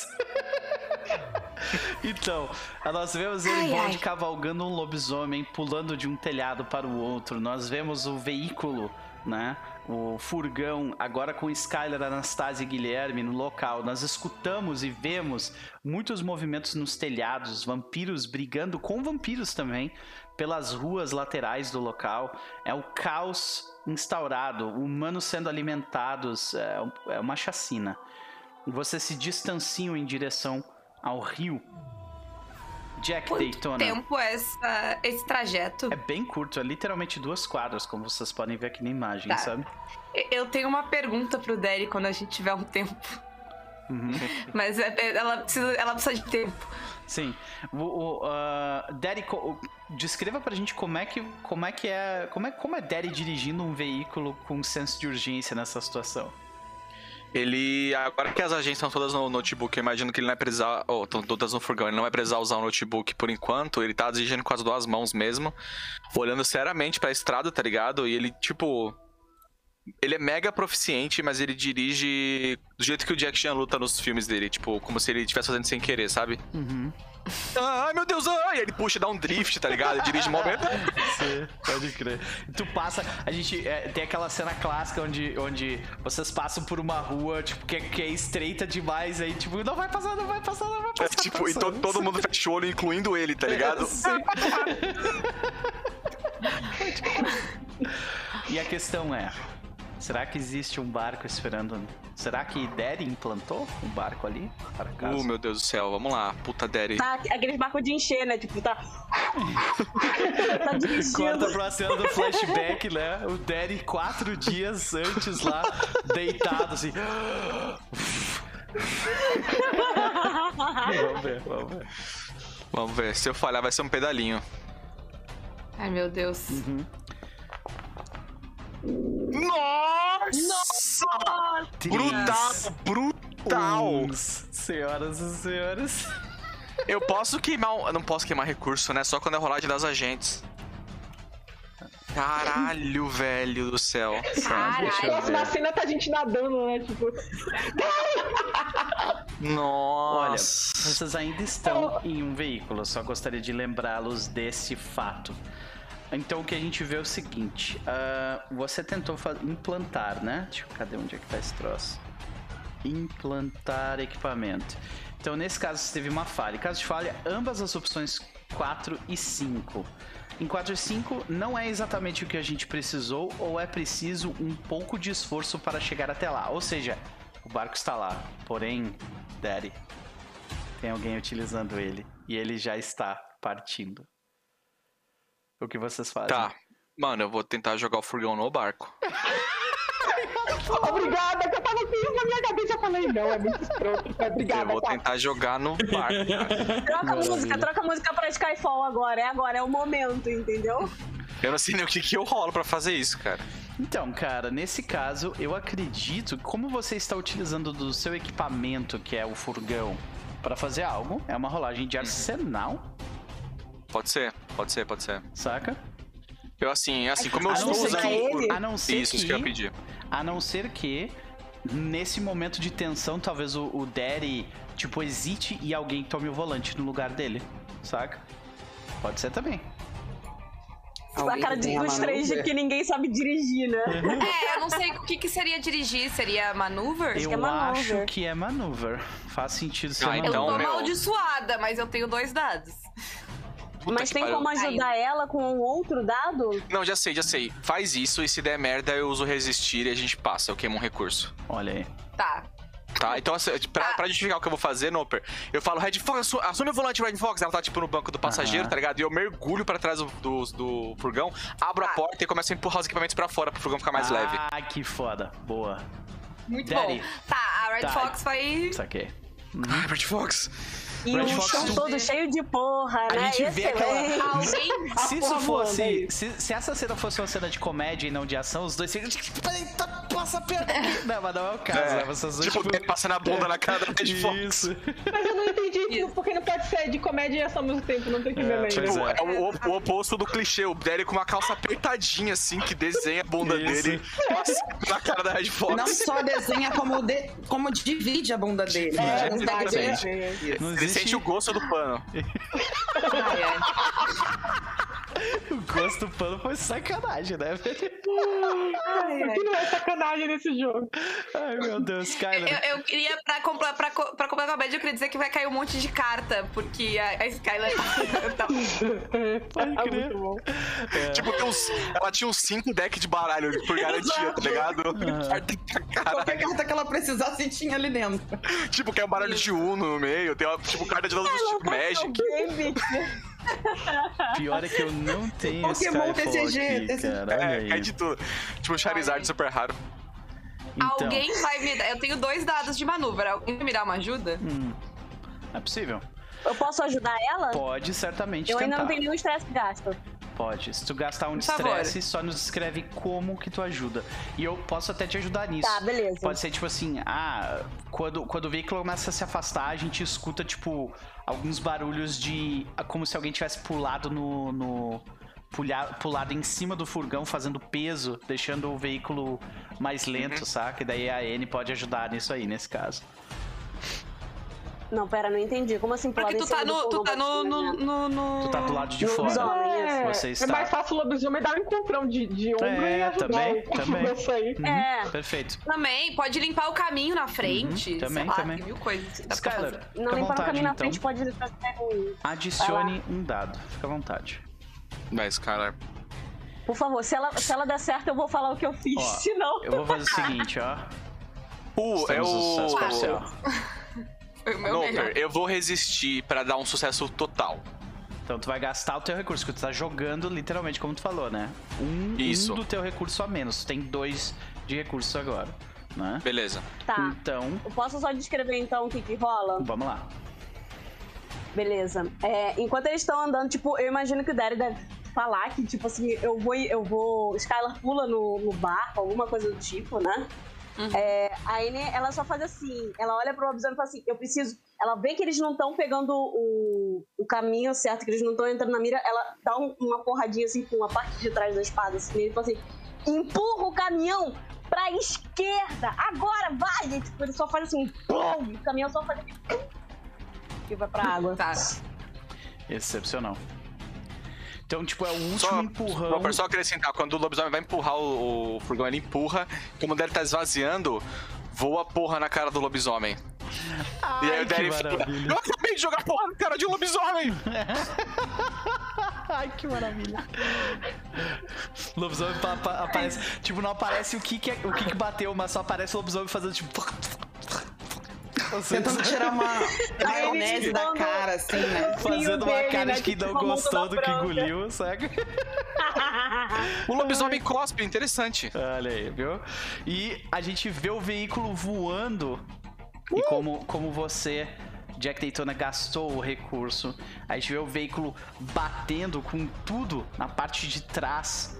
Então, nós vemos ele cavalgando um lobisomem, pulando de um telhado para o outro. Nós vemos o veículo, né? O furgão, agora com Skylar, Anastasia e Guilherme no local. Nós escutamos e vemos muitos movimentos nos telhados, vampiros brigando com vampiros também, pelas ruas laterais do local. É o caos instaurado, humanos sendo alimentados, é uma chacina. Vocês se distanciam em direção ao rio. Jack Daytona. Quanto tempo é esse trajeto? É bem curto, é literalmente 2 quadras, como vocês podem ver aqui na imagem, Tá. sabe? Eu tenho uma pergunta pro Daddy quando a gente tiver um tempo. Mas ela precisa de tempo. Sim. Daddy, descreva pra gente como é Daddy dirigindo um veículo com senso de urgência nessa situação. Ele, agora que as agências estão todas no notebook, eu imagino que ele não vai precisar, estão todas no furgão, ele não vai precisar usar o notebook por enquanto, ele tá dirigindo com as 2 mãos mesmo, olhando seriamente pra estrada, tá ligado? E ele, ele é mega proficiente, mas ele dirige do jeito que o Jack Chan luta nos filmes dele, como se ele estivesse fazendo sem querer, sabe? Ai, meu Deus, ai! Ele puxa, dá um drift, tá ligado? Ele dirige mal mesmo. Sim, pode crer. Tu passa, a gente tem aquela cena clássica onde vocês passam por uma rua, que é estreita demais, aí não vai passar, não vai passar. E todo mundo fecha o olho, incluindo ele, tá ligado? Sim. E a questão é, será que existe um barco esperando? Será que Derry implantou um barco ali? Para caso? Meu Deus do céu, vamos lá, puta Derry. Tá, aqueles barcos de encher, né? Tipo, tá. Tá dirigindo. Corta pra cena do flashback, né? O Derry 4 dias antes lá, deitado assim. Vamos ver. Vamos ver, se eu falhar vai ser um pedalinho. Ai, meu Deus. Nossa! Brutal! Senhoras e senhores. Eu posso queimar... Eu não posso queimar recurso, né? Só quando é rolagem das agentes. Caralho, velho do céu. Caralho. Deixa eu Próxima ver. cena tá a gente nadando, né? Tipo. Olha, Nossa. vocês ainda estão em um veículo, eu só gostaria de lembrá-los desse fato. Então o que a gente vê é o seguinte, você tentou implantar, né? Cadê onde é que tá esse troço? Implantar equipamento. Então nesse caso você teve uma falha. Em caso de falha, ambas as opções 4 e 5. Em 4 e 5 não é exatamente o que a gente precisou, ou é preciso um pouco de esforço para chegar até lá. Ou seja, o barco está lá, porém, Daddy, tem alguém utilizando ele e ele já está partindo. O que vocês fazem? Tá. Mano, eu vou tentar jogar o furgão no barco. Obrigada, que eu tava com isso na minha cabeça. Eu falei, não, é muito escroto. Obrigada, Eu vou tá? tentar jogar no barco, cara. Troca a música pra Skyfall agora. É o momento, entendeu? Eu não sei nem o que eu rolo pra fazer isso, cara. Então, cara, nesse caso, eu acredito que como você está utilizando do seu equipamento, que é o furgão, para fazer algo, é uma rolagem de arsenal, Pode ser. saca? Eu assim, como eu A não estou ser usando... que, a não ser Isso que eu ia que, pedir. a não ser que nesse momento de tensão, talvez o Daddy, tipo, hesite e alguém tome o volante no lugar dele, saca? Pode ser também. A cara dos três de que ninguém sabe dirigir, né? Eu não sei o que seria dirigir. Seria maneuver? Eu que é maneuver. acho que é maneuver. Faz sentido ser Ah, Eu maneuver. então, tô meu- amaldiçoada, mas eu tenho 2 dados. Puta Mas que tem pariu. como ajudar ela com um outro dado? Não, já sei. Faz isso e se der merda eu uso resistir e a gente passa. Eu queimo um recurso. Olha aí. Tá. Tá? Então, assim, pra justificar o que eu vou fazer, Noper, eu falo, Red Fox, assume o volante, Red Fox. Ela tá, tipo, no banco do passageiro, Aham. tá ligado? E eu mergulho pra trás do furgão, abro a porta e começo a empurrar os equipamentos pra fora pro furgão ficar mais leve. Ah, que foda. Boa. Muito Daddy. bom. Tá, a Red Tá. Fox vai... Saquei. Ai, Red Fox. E Red o Fox chão tu- todo cheio de porra, A né? gente vê aquela- Excelente. Alguém... Se isso porra voando fosse. aí. Se essa cena fosse uma cena de comédia e não de ação, os dois ficam. Eita, passa a perna aqui. Não, mas não é o caso, né? Vocês dois, Tipo, ele passando a bunda na cara da Red Fox. Isso. Mas eu não entendi, porque não pode ser de comédia e ação ao mesmo tempo, não tem que ver pois mesmo. é. É o oposto do clichê, o Derry com uma calça apertadinha, assim, que desenha a bunda Isso. dele na cara da Red Fox. Não só desenha como divide a bunda dele. É, Não vai, consegue vai, ver. vai. Não Ele existe sente o gosto do pano. Ai, ai. o gosto do pano, foi sacanagem, né, velho? O que não é sacanagem nesse jogo? Ai, meu Deus, Skyler. Eu queria, pra completar a média, eu queria dizer que vai cair um monte de carta, porque a Skylar tá... Pode crer. Muito bom. Tipo, ela tinha uns 5 decks de baralho por garantia, tá ligado? Carta, Qualquer carta que ela precisasse tinha ali dentro. tipo, que é um baralho de Uno no meio, tem uma, tipo, carta de todos os tipos Magic. Pior é que eu não tenho Pokémon Skyfall TCG, aqui, TCG. cara. Olha aí. Cai de tudo. Tipo, um Charizard super raro. Então, Alguém vai me dar... Eu tenho 2 dados de manobra. Alguém vai me dar uma ajuda? é possível? Eu posso ajudar ela? Pode certamente Eu tentar. ainda não tenho nenhum estresse gasto. Pode. Se tu gastar um Por favor. estresse, só nos escreve como que tu ajuda. E eu posso até te ajudar nisso. Tá, beleza. Pode ser tipo assim, quando o veículo começa a se afastar, a gente escuta, tipo, alguns barulhos de... como se alguém tivesse pulado pulado em cima do furgão, fazendo peso, deixando o veículo mais lento, saca? E daí a Anne pode ajudar nisso aí, nesse caso. Não, pera, não entendi. Como assim pular Porque em cima do fogão pra cima, né? Tu tá do lado de No fora. lobisomem, isso. Você está- É mais fácil o lobisomem dar um encontrão de ombro e ajudar. também. Isso aí. É, Perfeito. Também, pode limpar o caminho na frente. Uhum, também, sei lá, também. Tem mil coisas que dá pra Skyler, fazer. não fica à limpar o vontade, caminho na então. frente pode fazer ruim. Adicione um dado. Fica à vontade. Vai, Skylar. Por favor, se ela der certo, eu vou falar o que eu fiz. Ó, Senão. eu vou fazer o seguinte, ó. É Temos o... sucesso parcial. Foi o meu melhor. Noper, eu vou resistir pra dar um sucesso total. Então tu vai gastar o teu recurso, que tu tá jogando literalmente, como tu falou, né? Isso. Um do teu recurso a menos. Tu tem 2 de recursos agora, né? Beleza. Tá. Então, Eu posso só descrever então o que rola? vamos lá. Beleza. Enquanto eles estão andando, tipo, eu imagino que o Daddy deve falar que, tipo assim, eu vou. Skylar pula no barco, alguma coisa do tipo, né? Uhum. A Anne, ela só faz assim, ela olha pro lobisomem e fala assim, eu preciso. Ela vê que eles não estão pegando o caminho certo, que eles não estão entrando na mira, ela dá uma porradinha assim com a parte de trás da espada, assim, e ele fala assim, empurra o caminhão pra esquerda, agora vai! E, tipo, ele só faz assim, pum, e o caminhão só faz assim, pum, e vai pra água. Tá. Excepcional. Então, tipo, é o último empurrão. Noper, só acrescentar, quando o lobisomem vai empurrar o furgão, ele empurra, como o Derry tá esvaziando, voa porra na cara do lobisomem. Ai, E aí o Derry que fica, maravilha. eu acabei de jogar porra na cara de um lobisomem! Ai, que maravilha. O lobisomem aparece. Tipo, não aparece o que bateu, mas só aparece o lobisomem fazendo tipo. Tentando tirar uma maionese da cara, assim, né? Fazendo uma dele, cara né, de que que não tipo, a gostou mão do toda que branca. engoliu, saca? O lobisomem cospe, interessante. Olha aí, viu? E a gente vê o veículo voando. E como você, Jack Daytona, gastou o recurso, a gente vê o veículo batendo com tudo na parte de trás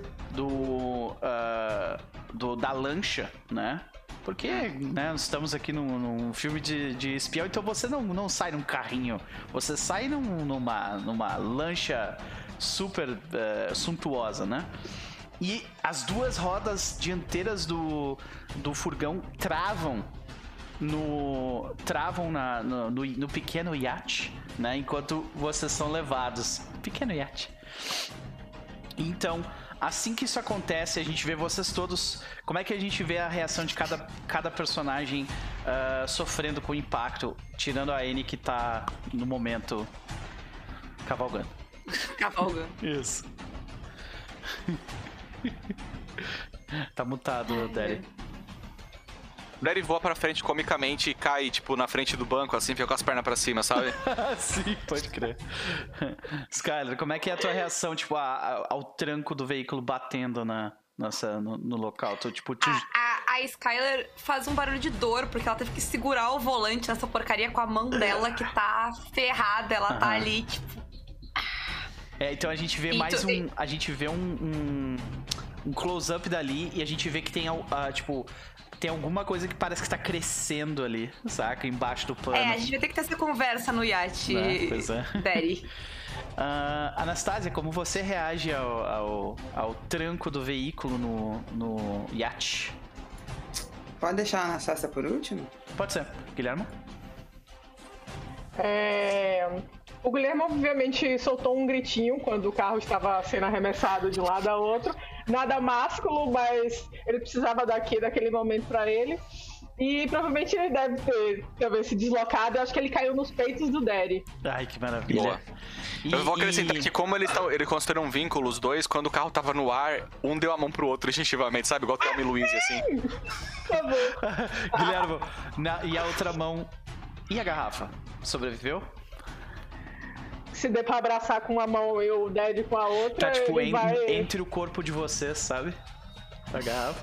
da lancha, né? Porque, né, nós estamos aqui num filme de espião, então você não sai num carrinho, você sai numa lancha super suntuosa, no furgão travam no pequeno iate, né? Enquanto vocês são levados. Pequeno iate. Então, assim que isso acontece, a gente vê vocês todos. Como é que a gente vê a reação de cada personagem sofrendo com o impacto, tirando a Annie que tá no momento cavalgando. Cavalgando. Isso. Tá mutado, Derry. O Derry voa pra frente comicamente e cai, tipo, na frente do banco, assim, fica com as pernas pra cima, sabe? Sim, pode crer. Skylar, como é que é a tua reação, tipo, ao tranco do veículo batendo no local? Tu, tipo, A Skylar faz um barulho de dor, porque ela teve que segurar o volante nessa porcaria com a mão dela, que tá ferrada. Ela tá ali, tipo... então a gente vê A gente vê um close-up dali e a gente vê que tem, tipo... Tem alguma coisa que parece que tá crescendo ali, saca? Embaixo do pano. a gente vai ter que ter essa conversa no iate, Pois é. Daddy. Anastasia, como você reage ao tranco do veículo no iate? Pode deixar a Anastasia por último? Pode ser. Guilherme? O Guilherme, obviamente, soltou um gritinho quando o carro estava sendo arremessado de um lado a outro. Nada másculo, mas ele precisava daquele momento para ele. E provavelmente ele deve ter talvez se deslocado. Eu acho que ele caiu nos peitos do Derry. Ai, que maravilha. Boa. Eu vou acrescentar que como ele construíram um vínculo, os dois, quando o carro tava no ar, um deu a mão pro outro instintivamente, sabe? Igual o Thelma e Louise, assim. Por favor. Guilherme, e a outra mão... E a garrafa? Sobreviveu? Se der pra abraçar com uma mão e o Derry com a outra, Tá, tipo, ele vai... entre o corpo de vocês, sabe? A garrafa.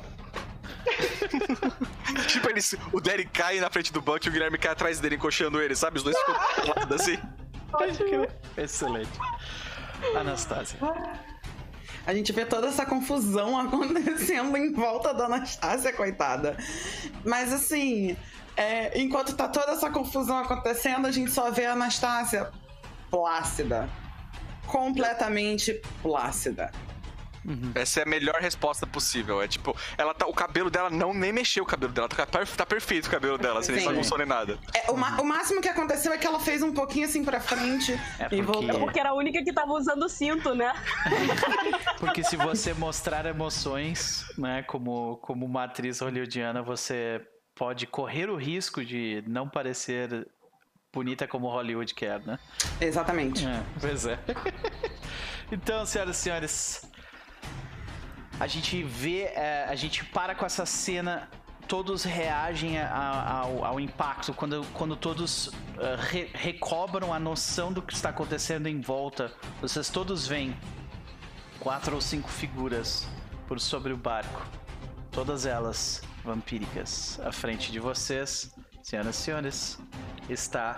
Tipo, o Derry cai na frente do banco e o Guilherme cai atrás dele, encoxando ele, sabe? Os dois ficam colados assim. Excelente. Anastasia. A gente vê toda essa confusão acontecendo em volta da Anastasia, coitada. Mas assim, enquanto tá toda essa confusão acontecendo, a gente só vê a Anastasia plácida. Completamente plácida. Essa é a melhor resposta possível. É tipo, o cabelo dela nem mexeu o cabelo dela. Tá perfeito o cabelo dela, sem nem bagunçou nem nada. O máximo que aconteceu é que ela fez um pouquinho assim pra frente e voltou. Porque era a única que tava usando o cinto, né? Porque se você mostrar emoções, né, como uma atriz hollywoodiana, você pode correr o risco de não parecer bonita como Hollywood quer, né? Exatamente. Pois é. Então, senhoras e senhores, a gente vê, a gente para com essa cena, todos reagem ao impacto, quando todos recobram a noção do que está acontecendo em volta. Vocês todos veem 4 ou 5 figuras por sobre o barco, todas elas vampíricas. À frente de vocês, senhoras e senhores, está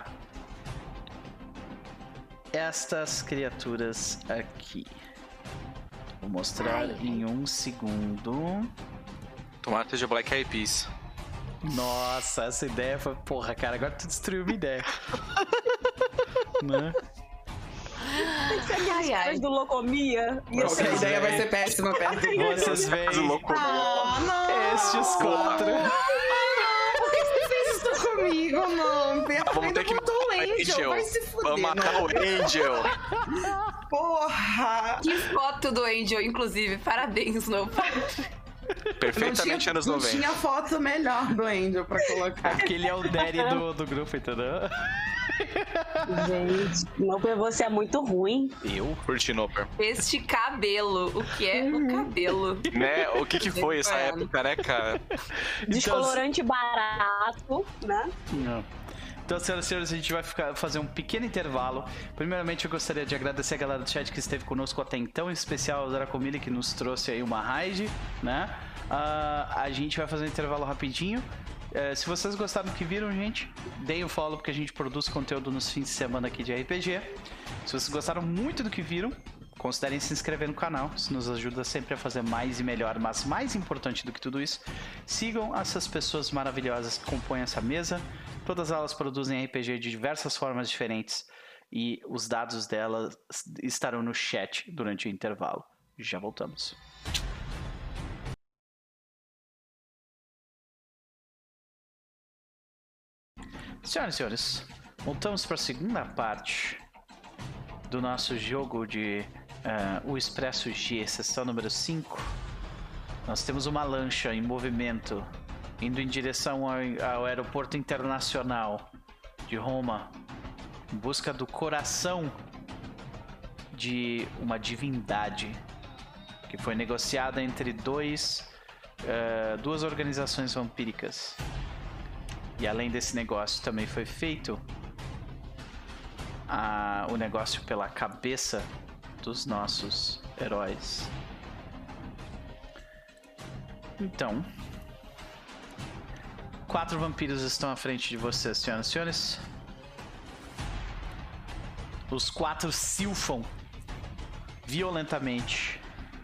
estas criaturas aqui. Vou mostrar em um segundo. Tomara de Black Eyed Peas. Nossa, essa ideia foi... Porra, cara, agora tu destruiu minha ideia. Né? Tem que ser aqueles caras do Locomia. Nossa, a ideia vai ser péssima perto do Vocês veem não! estes 4. Por que você fez isso comigo, não? Vamos ter que matar o Angel. Vai se fuder, Vamos matar não. o Angel. Porra! Que foto do Angel, inclusive. Parabéns, Snow. Perfeitamente anos Não 90. tinha foto melhor do Angel pra colocar. Porque ele é o Daddy do grupo, entendeu? Gente, Noper, você é muito ruim. Eu? Curti Noper. Este cabelo. O que é o cabelo? Né? O que foi essa época, né, cara? Descolorante barato, né? Não. Então, senhoras e senhores, a gente vai fazer um pequeno intervalo. Primeiramente, eu gostaria de agradecer a galera do chat que esteve conosco até então, em especial o Dracomili, que nos trouxe aí uma raid, né? A gente vai fazer um intervalo rapidinho. Se vocês gostaram do que viram, gente, deem o follow, porque a gente produz conteúdo nos fins de semana aqui de RPG. Se vocês gostaram muito do que viram, considerem se inscrever no canal, isso nos ajuda sempre a fazer mais e melhor. Mas mais importante do que tudo isso, sigam essas pessoas maravilhosas que compõem essa mesa. Todas elas produzem RPG de diversas formas diferentes e os dados delas estarão no chat durante o intervalo. Já voltamos. Senhoras e senhores, voltamos para a segunda parte do nosso jogo de o Expresso G, sessão número 5. Nós temos uma lancha em movimento indo em direção ao aeroporto internacional de Roma, em busca do coração de uma divindade que foi negociada entre duas organizações vampíricas. E além desse negócio também foi feito o negócio pela cabeça dos nossos heróis. Então, 4 vampiros estão à frente de vocês, senhoras e senhores. Os 4 silfam violentamente.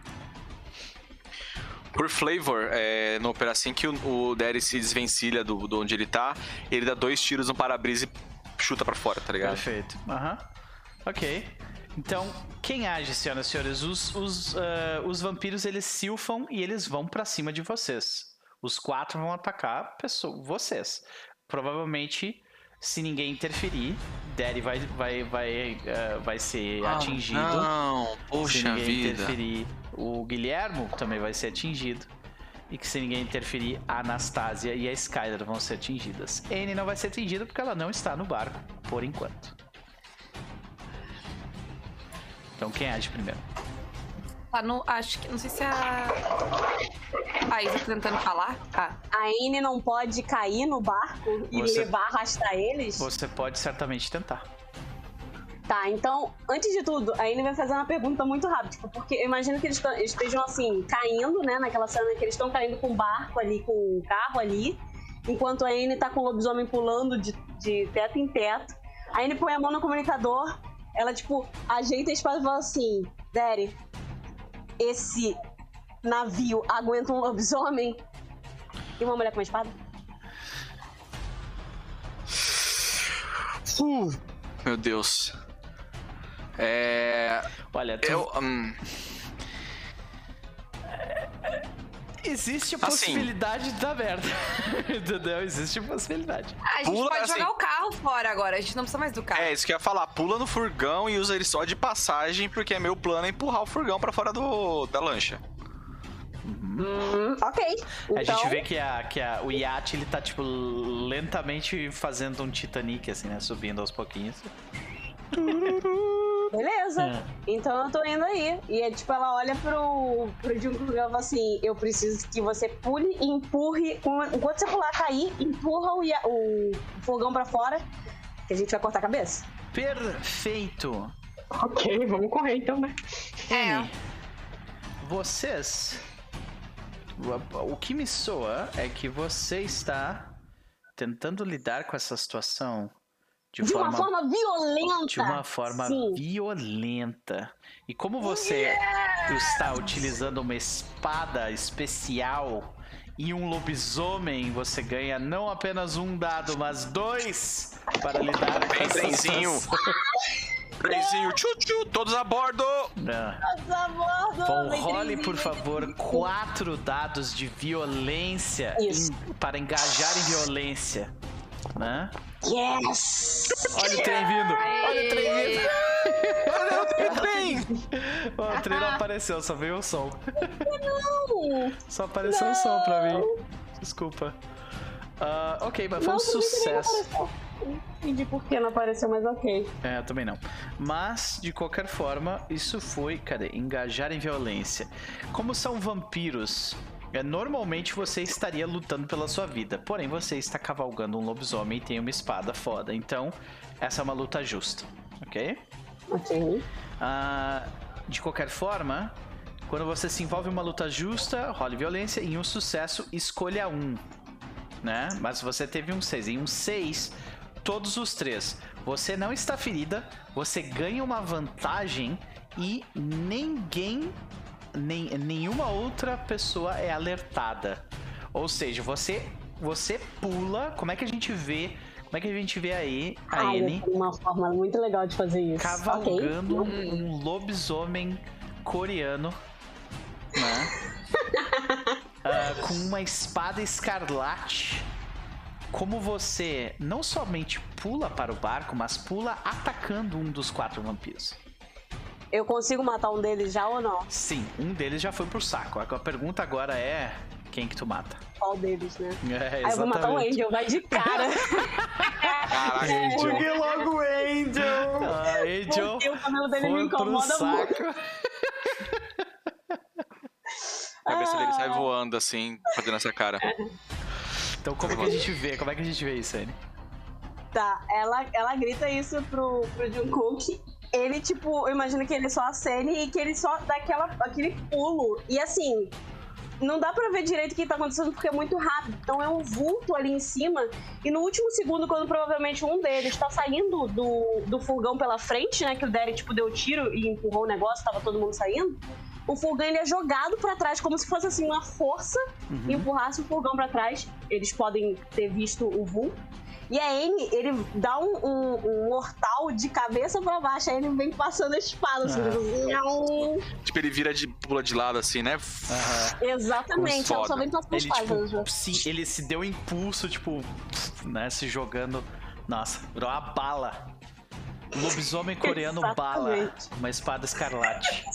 Por flavor, no Opera, assim que o Derry se desvencilha do onde ele tá, ele dá 2 tiros no para-brisa e chuta pra fora, tá ligado? Perfeito. Ok. Então, quem age, senhoras e senhores? Os vampiros, eles silfam e eles vão pra cima de vocês. Os 4 vão atacar vocês. Provavelmente, se ninguém interferir, Derry vai ser atingido. Não, poxa se ninguém vida. interferir, o Guilhermo também vai ser atingido. E que se ninguém interferir, a Anastasia e a Skylar vão ser atingidas. Anne não vai ser atingida porque ela não está no barco, por enquanto. Então quem age primeiro? Acho que... Não sei se a Isa tá tentando falar. A Anne não pode cair no barco e arrastar eles? Você pode certamente tentar. Tá, então, antes de tudo, a Anne vai fazer uma pergunta muito rápida, tipo, porque eu imagino que eles estejam, assim, caindo, né, naquela cena que eles estão caindo com o barco ali, com o carro ali, enquanto a Anne tá com o lobisomem pulando de teto em teto. A Anne põe a mão no comunicador, ela, tipo, ajeita a espada e fala assim, Derry, esse navio aguenta um lobisomem e uma mulher com uma espada? Meu Deus. Olha, existe a possibilidade da merda. Entendeu? Existe a possibilidade. A gente pode jogar o carro fora agora, a gente não precisa mais do carro. É, isso que eu ia falar. Pula no furgão e usa ele só de passagem, porque meu plano é empurrar o furgão pra fora da lancha. Ok. Então... A gente vê que o iate, ele tá, tipo, lentamente fazendo um Titanic, assim, né? Subindo aos pouquinhos. Beleza. Então eu tô indo aí. E é tipo, ela olha pro Jungkook e fala assim: eu preciso que você pule e empurre. Enquanto você pular, cair, empurra o fogão pra fora, que a gente vai cortar a cabeça. Perfeito. Ok, vamos correr então, né? Annie, vocês... O que me soa é que você está tentando lidar com essa situação de uma forma violenta. De uma forma violenta. E como você está utilizando uma espada especial e um lobisomem, você ganha não apenas um dado, mas 2 para lidar com essa trenzinho. situação. Trenzinho, tchu-tchu, todos a bordo! Todos a bordo! Bom, role, por favor, 4 dados de violência para engajar em violência. Né? Yes! Olha o trem vindo! Olha o trem vindo! Olha o trem! O trem não apareceu, só veio o som. Não! Só apareceu o som pra mim. Desculpa. Ok, mas foi um sucesso. Não entendi por que não apareceu, mas ok. É, eu também não. Mas, de qualquer forma, isso foi... Cadê? Engajar em violência. Como são vampiros... Normalmente você estaria lutando pela sua vida, porém você está cavalgando um lobisomem e tem uma espada foda, então essa é uma luta justa, ok? Ok. De qualquer forma, quando você se envolve em uma luta justa, role violência, em um sucesso, escolha um, né? Mas você teve um 6, em um 6, todos os 3, você não está ferida, você ganha uma vantagem e nenhuma outra pessoa é alertada. Ou seja, você pula. Como é que a gente vê aí a Annie? Uma forma muito legal de fazer isso. Cavalgando um lobisomem coreano, né? Com uma espada escarlate. Como você não somente pula para o barco, mas pula atacando um dos 4 vampiros. Eu consigo matar um deles já ou não? Sim, um deles já foi pro saco. A pergunta agora é: quem que tu mata? Qual deles, né? Aí eu vou matar o Angel, vai de cara. Caraca, Angel. Por que logo o Angel? Angel Porque o cabelo dele me foi pro incomoda muito. saco. A cabeça dele sai voando assim, fazendo essa cara. Então como é que a gente vê? Como é que a gente vê isso, Annie? Tá, ela grita isso pro Jungkook. Ele, tipo, eu imagino que ele só acene e que ele só dá aquele pulo. E assim, não dá pra ver direito o que tá acontecendo porque é muito rápido. Então é um vulto ali em cima. E no último segundo, quando provavelmente um deles tá saindo do furgão pela frente, né? Que o Derek, tipo, deu tiro e empurrou o negócio, tava todo mundo saindo. O furgão, ele é jogado pra trás, como se fosse, assim, uma força. E empurrasse o furgão pra trás. Eles podem ter visto o vulto. E a Annie, ele dá um mortal de cabeça pra baixo. Aí ele vem passando a espada, assim. Tipo, ele pula de lado, assim, né? Exatamente, ela só vem passando a espada. Sim, ele se deu impulso, tipo, né, se jogando. Nossa, virou uma bala. Lobisomem coreano bala. Uma espada escarlate.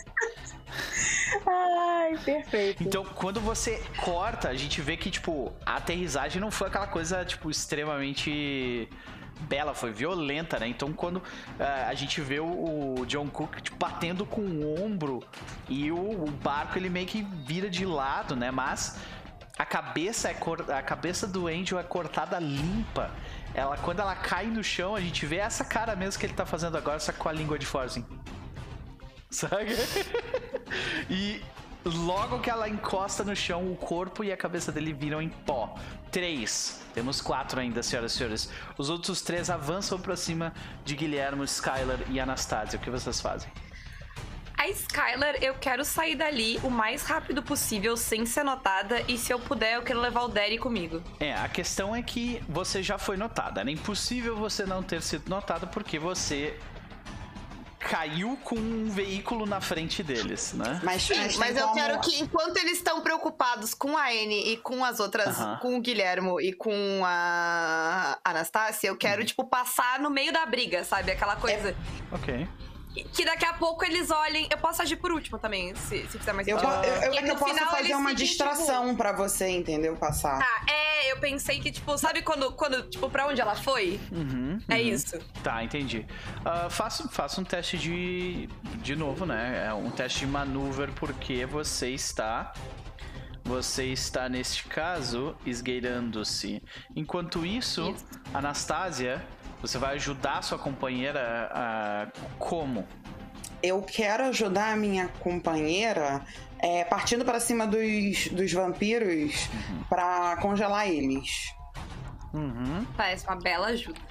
Ai, perfeito. Então, quando você corta, a gente vê que, tipo, a aterrissagem não foi aquela coisa, tipo, extremamente bela, foi violenta, né? Então, quando a gente vê o Jungkook, tipo, batendo com o ombro e o barco, ele meio que vira de lado, né? Mas a cabeça do Angel é cortada limpa. Quando ela cai no chão, a gente vê essa cara mesmo que ele tá fazendo agora, só com a língua de fora, assim. Sabe? E logo que ela encosta no chão, o corpo e a cabeça dele viram em pó. 3. Temos 4 ainda, senhoras e senhores. Os outros 3 avançam pra cima de Guilherme, Skylar e Anastasia. O que vocês fazem? A Skylar, eu quero sair dali o mais rápido possível, sem ser notada. E se eu puder, eu quero levar o Derry comigo. A questão é que você já foi notada. É impossível você não ter sido notada porque você caiu com um veículo na frente deles, né? Mas eu quero que, enquanto eles estão preocupados com a Annie e com as outras, com o Guilhermo e com a Anastácia, eu quero, tipo, passar no meio da briga, sabe? Aquela coisa. Ok. que daqui a pouco eles olhem... Eu posso agir por último também, se fizer mais Eu no posso final fazer eles uma fiquem, distração pra você, entendeu? Passar. Tá, eu pensei que, tipo, sabe quando tipo, pra onde ela foi? É isso. Tá, entendi. Faça um teste de novo, né? É um teste de maneuver, porque você está neste caso esgueirando-se. Enquanto isso, Anastasia, você vai ajudar a sua companheira como? Eu quero ajudar a minha companheira partindo pra cima dos vampiros pra congelar eles. Parece uma bela ajuda.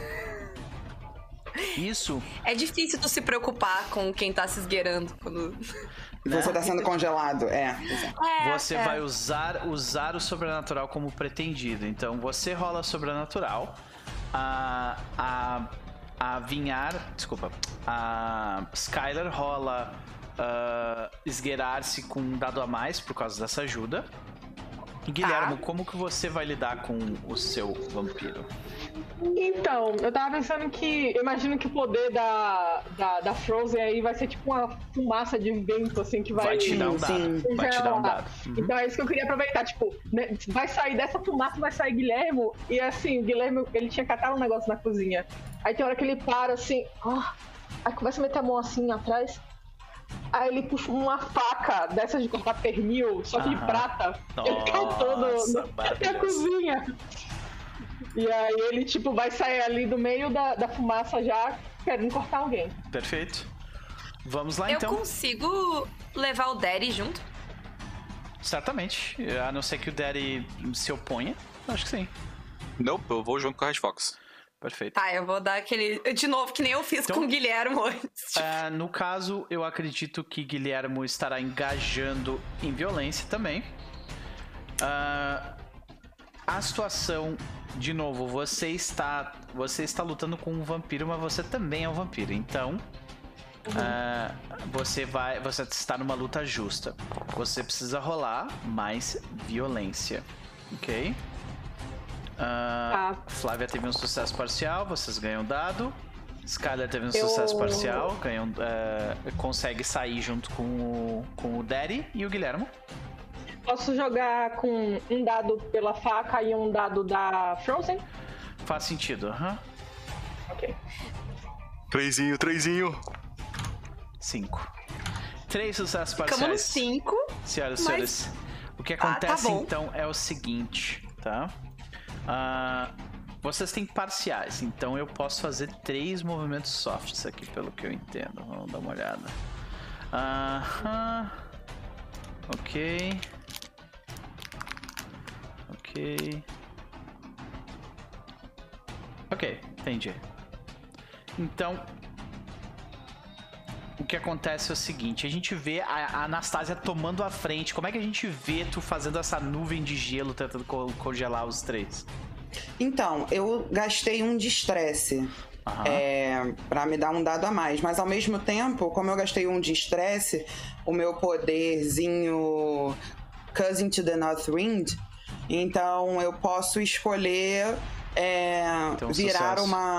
Isso. É difícil tu se preocupar com quem tá se esgueirando quando... Você tá sendo congelado, Você vai usar o sobrenatural como pretendido. Então você rola sobrenatural. A Skylar rola esgueirar-se com um dado a mais por causa dessa ajuda. E Guilherme, como que você vai lidar com o seu vampiro? Então, eu tava pensando que... Eu imagino que o poder da Frozen aí vai ser tipo uma fumaça de vento, assim, que vai te dar um dado. Vai te dar um dado. Então é isso que eu queria aproveitar, tipo, né, vai sair dessa fumaça, vai sair Guilherme, e assim, o Guilherme, ele tinha catado um negócio na cozinha. Aí tem hora que ele para, assim, aí começa a meter a mão assim, atrás. Aí ele puxa uma faca dessas de cortar pernil, só que de prata. Ele catou na cozinha. E aí ele, tipo, vai sair ali do meio da fumaça já, querendo cortar alguém. Perfeito. Vamos lá, então. Eu consigo levar o Daddy junto? Certamente. A não ser que o Daddy se oponha. Acho que sim. Não, eu vou junto com a Red Fox. Perfeito. Tá, eu vou dar aquele... De novo, que nem eu fiz com o Guilherme antes. No caso, eu acredito que Guilherme estará engajando em violência também. A situação... De novo, você está lutando com um vampiro, mas você também é um vampiro. Então, você está numa luta justa. Você precisa rolar mais violência, ok? Flávia teve um sucesso parcial, vocês ganham dado. Skylar teve um sucesso parcial, consegue sair junto com o Daddy e o Guilherme. Posso jogar com um dado pela faca e um dado da Frozen? Faz sentido, Ok. 3. 5. 3 sucessos parciais. Ficamos no 5. Senhoras e senhores, o que acontece então é o seguinte, tá? Vocês têm parciais, então eu posso fazer 3 movimentos softs aqui, pelo que eu entendo. Vamos dar uma olhada. Ok. Ok, entendi. Então, o que acontece é o seguinte, a gente vê a Anastasia tomando a frente. Como é que a gente vê tu fazendo essa nuvem de gelo tentando congelar os 3? Então, eu gastei um de estresse pra me dar um dado a mais. Mas ao mesmo tempo, como eu gastei um de estresse, o meu poderzinho Cousin to the North Wind, então eu posso escolher virar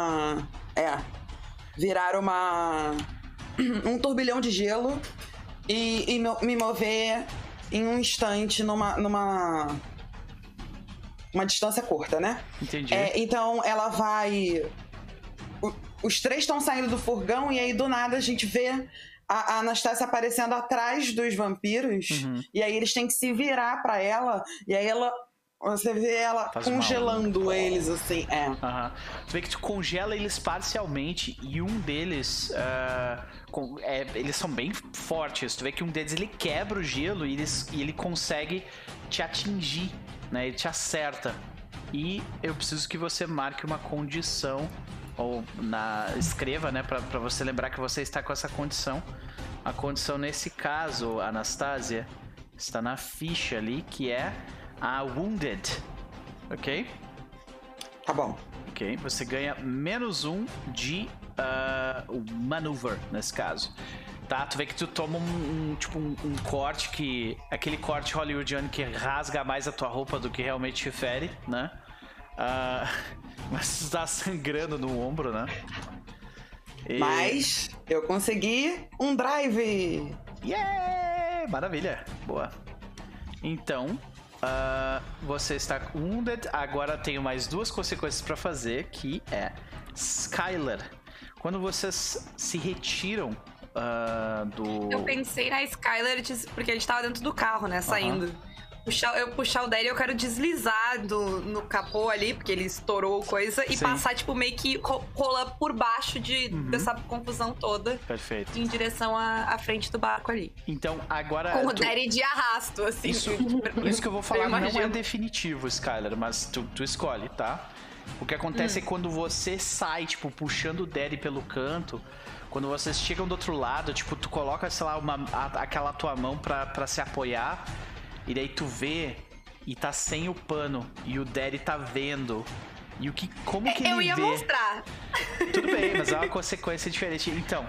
um turbilhão de gelo e me mover em um instante numa distância curta, né? Entendi. Então ela vai... Os 3 estão saindo do furgão e aí do nada a gente vê a Anastasia aparecendo atrás dos vampiros. E aí eles têm que se virar pra ela. E aí você vê ela congelando eles, assim. Tu vê que tu congela eles parcialmente e um deles... eles são bem fortes. Tu vê que um deles ele quebra o gelo e ele consegue te atingir, né? Ele te acerta. E eu preciso que você marque uma condição, ou escreva, né? Pra você lembrar que você está com essa condição. A condição nesse caso, Anastasia, está na ficha ali, que é a Wounded. Ok? Tá bom. Ok, você ganha -1 de maneuver, nesse caso. Tá, tu vê que tu toma um corte que... Aquele corte hollywoodiano que rasga mais a tua roupa do que realmente te fere, né? Mas tu tá sangrando no ombro, né? Mas eu consegui um drive. Yeah! Maravilha. Boa. Então, você está wounded. Agora tenho mais 2 consequências pra fazer, que é Skylar. Quando vocês se retiram do... Eu pensei na Skylar porque a gente tava dentro do carro, né? Saindo. Eu puxar o Daddy, eu quero deslizar no capô ali, porque ele estourou coisa, e passar, tipo, meio que rolar por baixo dessa confusão toda. Perfeito. Em direção à frente do barco ali. Então, agora... Com o Daddy de arrasto, assim. Isso que eu vou falar não é definitivo, Skylar, mas tu escolhe, tá? O que acontece é quando você sai, tipo, puxando o Daddy pelo canto, quando vocês chegam do outro lado, tipo, tu coloca, sei lá, aquela tua mão pra se apoiar, e daí tu vê e tá sem o pano, e o Daddy tá vendo. E como que ele vê? Eu ia mostrar. Tudo bem, mas é uma consequência diferente. Então,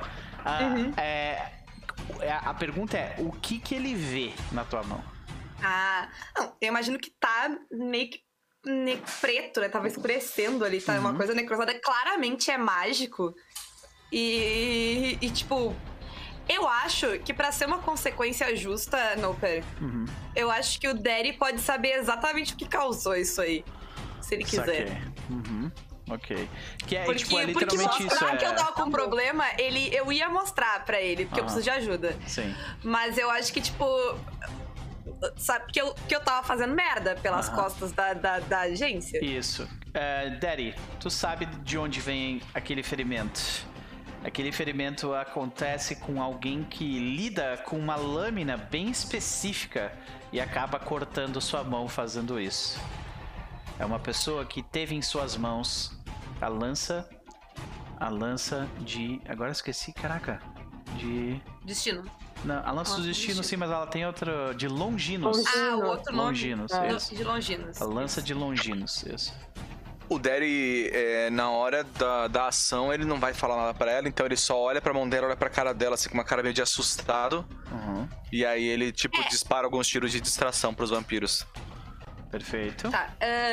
a pergunta é, o que ele vê na tua mão? Não, eu imagino que tá meio que preto, né? Tava escurecendo ali, tá uma coisa necrosada. Claramente é mágico. E tipo, eu acho que pra ser uma consequência justa, Noper, eu acho que o Daddy pode saber exatamente o que causou isso aí. Se ele quiser. Ok. Que é, porque, tipo, é literalmente porque mostrar isso. que eu tava com problema, eu ia mostrar pra ele, porque eu preciso de ajuda. Sim. Mas eu acho que, tipo... Sabe, que eu tava fazendo merda pelas costas da agência. Isso. Daddy, tu sabe de onde vem aquele ferimento? Aquele ferimento acontece com alguém que lida com uma lâmina bem específica e acaba cortando sua mão fazendo isso. É uma pessoa que teve em suas mãos a lança de... Agora eu esqueci, caraca. Destino. Não, a lança do destino, sim, mas ela tem outra... De Longinos. O outro nome. Longinos, isso. De Longinos. A lança de Longinos, isso. O Daddy, na hora da ação, ele não vai falar nada pra ela, então ele só olha pra mão dela, olha pra cara dela, assim, com uma cara meio de assustado. E aí ele, tipo, dispara alguns tiros de distração pros vampiros. Perfeito. Tá.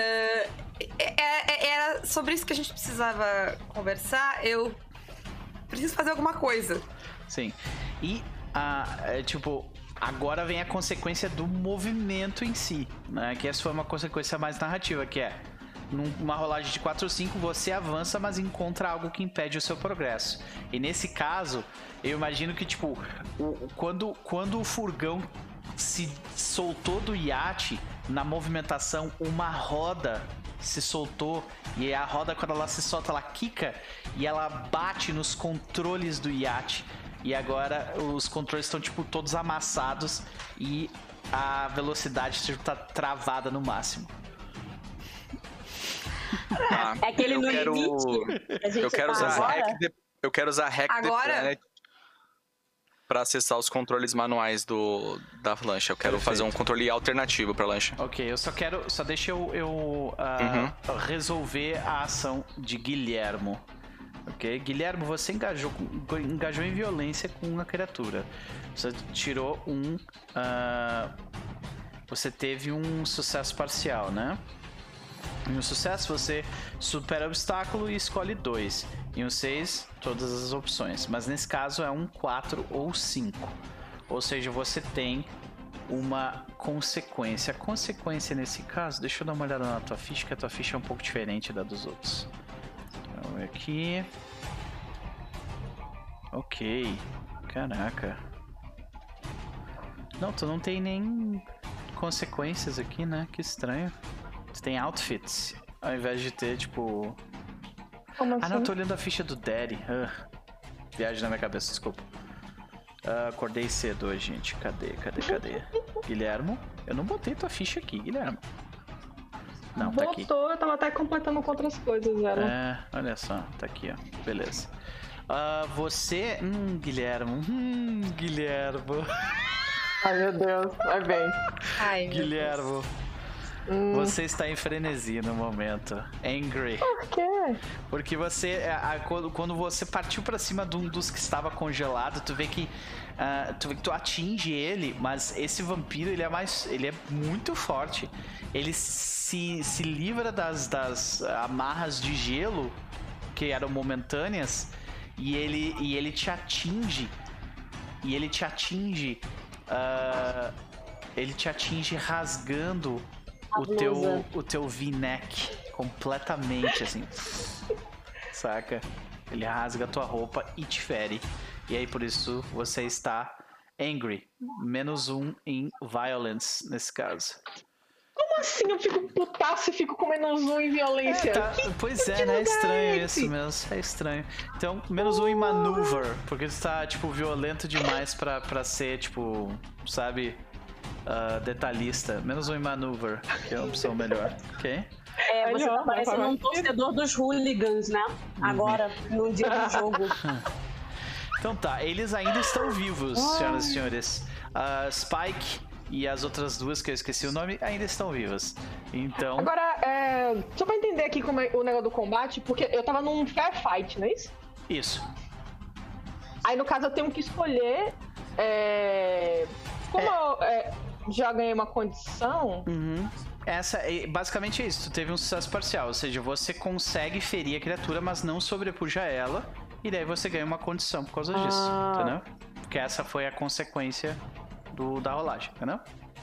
Era sobre isso que a gente precisava conversar. Eu preciso fazer alguma coisa. Sim. E, tipo... Agora vem a consequência do movimento em si, né? Que essa foi uma consequência mais narrativa, que é... Numa rolagem de 4 ou 5, você avança, mas encontra algo que impede o seu progresso. E nesse caso, eu imagino que, tipo, quando o furgão se soltou do iate, na movimentação, uma roda se soltou. E a roda, quando ela se solta, ela quica e ela bate nos controles do iate. E agora os controles estão, tipo, todos amassados e a velocidade, tipo, tá travada no máximo. É aquele no limite. Eu quero usar hack agora? The Planet pra acessar os controles manuais da lancha. Eu quero fazer um controle alternativo pra lancha. Ok, só deixa eu resolver a ação de Guilhermo. Ok? Guilhermo, você engajou em violência com a criatura. Você tirou você teve um sucesso parcial, né? Em um sucesso, você supera o obstáculo e escolhe 2. Em um 6, todas as opções. Mas nesse caso é um 4 ou 5. Ou seja, você tem uma consequência. A consequência nesse caso, deixa eu dar uma olhada na tua ficha, que a tua ficha é um pouco diferente da dos outros. Vamos ver aqui. Ok. Caraca. Não, tu não tem nem consequências aqui, né? Que estranho. Tu tem outfits, ao invés de ter, tipo... Como assim? Não, tô olhando a ficha do Daddy. Viagem na minha cabeça, desculpa. Acordei cedo hoje, gente. Cadê? Guilhermo? Eu não botei tua ficha aqui, Guilhermo. Não, tá aqui. Botou, eu tava até completando com outras coisas, ela. Olha só, tá aqui, ó. Beleza. Você... Guilhermo. Guilhermo. Ai, meu Deus. Vai bem. Ai, Guilhermo. Você está em frenesi no momento. Angry. Por quê? Porque você... Quando você partiu pra cima de um dos que estava congelado, tu vê que tu atinge ele, mas esse vampiro, ele é muito forte. Ele se livra das amarras de gelo, que eram momentâneas, e ele te atinge. E ele te atinge. Ele te atinge rasgando o teu V-neck completamente, assim. Saca? Ele rasga a tua roupa e te fere. E aí, por isso, você está angry. -1 em violence, nesse caso. Como assim eu fico putaço e fico com -1 em violência? Pois é, né? É estranho isso mesmo. É estranho. Então, -1 em maneuver. Porque você tá, tipo, violento demais pra ser, tipo, sabe... detalhista. -1 em maneuver, que é a opção melhor. Ok? Você tá parecendo um torcedor dos hooligans, né? Agora, no dia do jogo. Então tá, eles ainda estão vivos, senhoras e senhores. Spike e as outras duas, que eu esqueci o nome, ainda estão vivas. Então... Agora, só pra entender aqui como é o negócio do combate, porque eu tava num fair fight, não é isso? Isso. Aí, no caso, eu tenho que escolher... Como eu já ganhei uma condição... Basicamente é isso, tu teve um sucesso parcial, ou seja, você consegue ferir a criatura, mas não sobrepuja ela, e daí você ganha uma condição por causa disso, entendeu? Porque essa foi a consequência da rolagem, entendeu?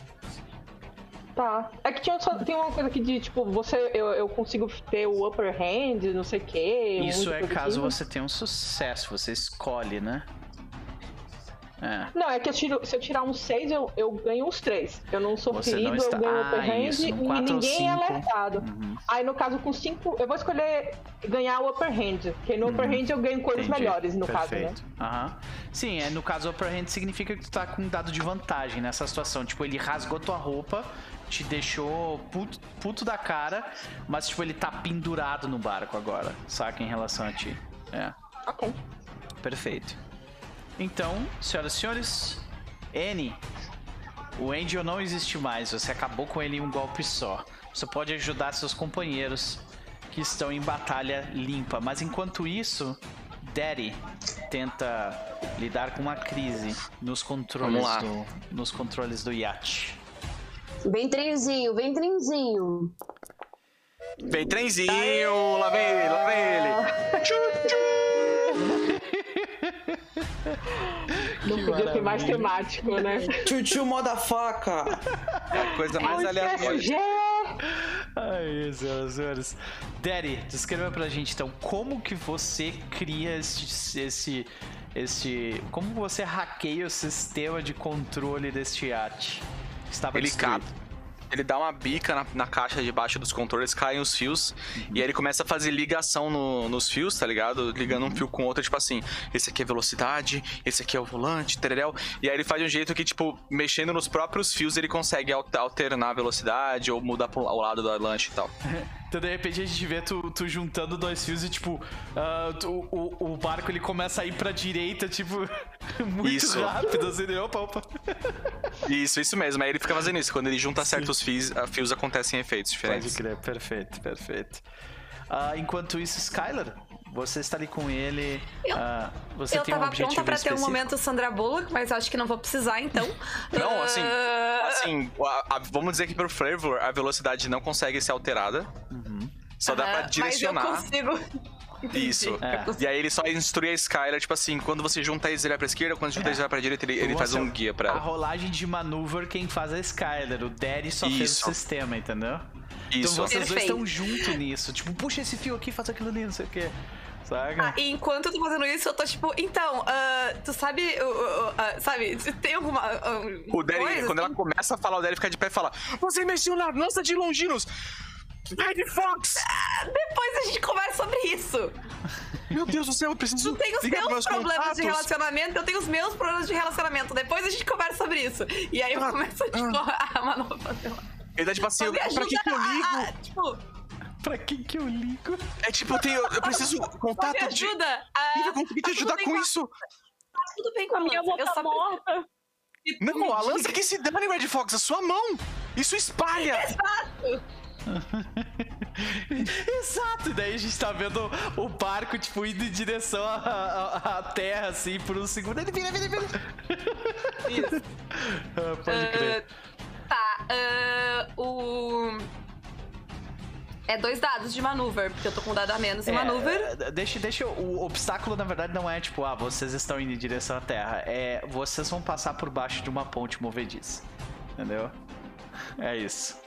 Tá. É que tem uma coisa aqui de, tipo, eu consigo ter o upper hand, não sei o quê. Isso é caso você tenha um sucesso, você escolhe, né? Não, é que se eu tirar um 6, eu ganho uns 3. Eu não sou ferido, eu ganho upper hand e ninguém é alertado. Aí, no caso, com 5, eu vou escolher ganhar o upper hand. Porque no upper hand eu ganho coisas melhores, no caso, né? Sim, no caso, upper hand significa que tu tá com um dado de vantagem nessa situação. Tipo, ele rasgou tua roupa, te deixou puto da cara, mas, tipo, ele tá pendurado no barco agora, saca? Em relação a ti. Ok. Perfeito. Então, senhoras e senhores, Annie, o Angel não existe mais, você acabou com ele em um golpe só. Você pode ajudar seus companheiros que estão em batalha limpa, mas enquanto isso, Daddy tenta lidar com uma crise nos controles do iate. Vem trenzinho, vem trenzinho. Vem trenzinho, lá vem ele. Tchu-tchu. Não podia ser mais temático, né? Tchu-tchu motherfucker. É a coisa mais aleatória. Ai, senhoras. Daddy, descreva pra gente então como que você cria como você hackeia o sistema de controle deste iate? Estava destruído. Ele dá uma bica na caixa debaixo dos controles, caem os fios, e aí ele começa a fazer ligação nos fios, tá ligado? Ligando um fio com o outro, tipo assim, esse aqui é velocidade, esse aqui é o volante, tereréu. E aí ele faz de um jeito que, tipo, mexendo nos próprios fios, ele consegue alternar a velocidade ou mudar pro lado da lancha e tal. Então, de repente, a gente vê tu juntando dois fios e, tipo, o barco, ele começa a ir pra direita, tipo, muito rápido, assim, opa. Isso mesmo. Aí ele fica fazendo isso. Quando ele junta certos fios, acontecem efeitos diferentes. Pode crer, perfeito. Enquanto isso, Skylar, você está ali com ele. Você tem um objetivo tava pronta pra ter um momento Sandra Bullock, mas acho que não vou precisar, então. Não, assim, vamos dizer que pro Flavor a velocidade não consegue ser alterada. Só dá pra direcionar. Mas eu consigo. Isso. E aí ele só instrui a Skylar, tipo assim, quando você junta eles, ele vai pra esquerda, quando junta eles, ele vai pra direita, ele faz um guia pra ela. A rolagem de maneuver, quem faz é a Skylar. O Daddy só fez o sistema, entendeu? Isso. Então vocês dois estão juntos nisso. Tipo, puxa esse fio aqui, faz aquilo ali, não sei o quê. Saca? E enquanto eu tô fazendo isso, eu tô tipo, então, tu sabe, sabe, tem alguma o Daddy, coisa, quando ela começa a falar, o Daddy fica de pé e fala: você mexeu na lança de Longinos! Red Fox! Depois a gente conversa sobre isso. Meu Deus do céu, eu preciso. Tu tem os teus problemas de relacionamento, eu tenho os meus problemas de relacionamento. Depois a gente conversa sobre isso. E aí eu começo a manobra. Ele tá tipo assim, pra que eu ligo? Tipo, pra que eu ligo? É tipo, eu preciso contato me ajuda. Eu consegui te ajudar com isso. Tá tudo bem com a minha avó tá morta. Não, a lança que se dane, Red Fox, a sua mão. Isso espalha. Exato. Exato, e daí a gente tá vendo o barco, tipo, indo em direção à terra, assim, por um segundo. Ele vira. Isso. Pode crer. É 2 dados de maneuver, porque eu tô com um dado a menos em maneuver. O obstáculo, na verdade, não é tipo, vocês estão indo em direção à Terra. É, vocês vão passar por baixo de uma ponte movediça. Entendeu? É isso.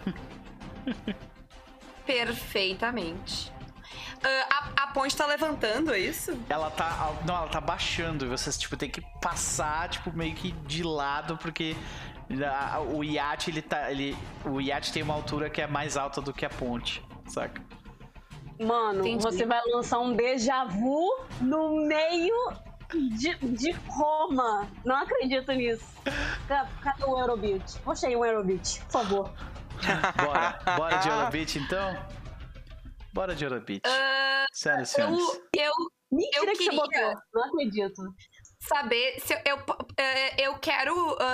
Perfeitamente. A ponte tá levantando, é isso? Ela tá baixando e vocês, tipo, tem que passar, tipo, meio que de lado, porque o iate, o iate tem uma altura que é mais alta do que a ponte, saca? Mano, Entendi. você vai lançar um déjà vu no meio de Roma. Não acredito nisso. Cadê o Eurobeat? Puxa aí um Eurobeat, por favor. Bora de Eurobeat, então? Bora de Eurobeat. Sério, senhores. Mentira Eu que você queria- botou. Não acredito. Saber se eu quero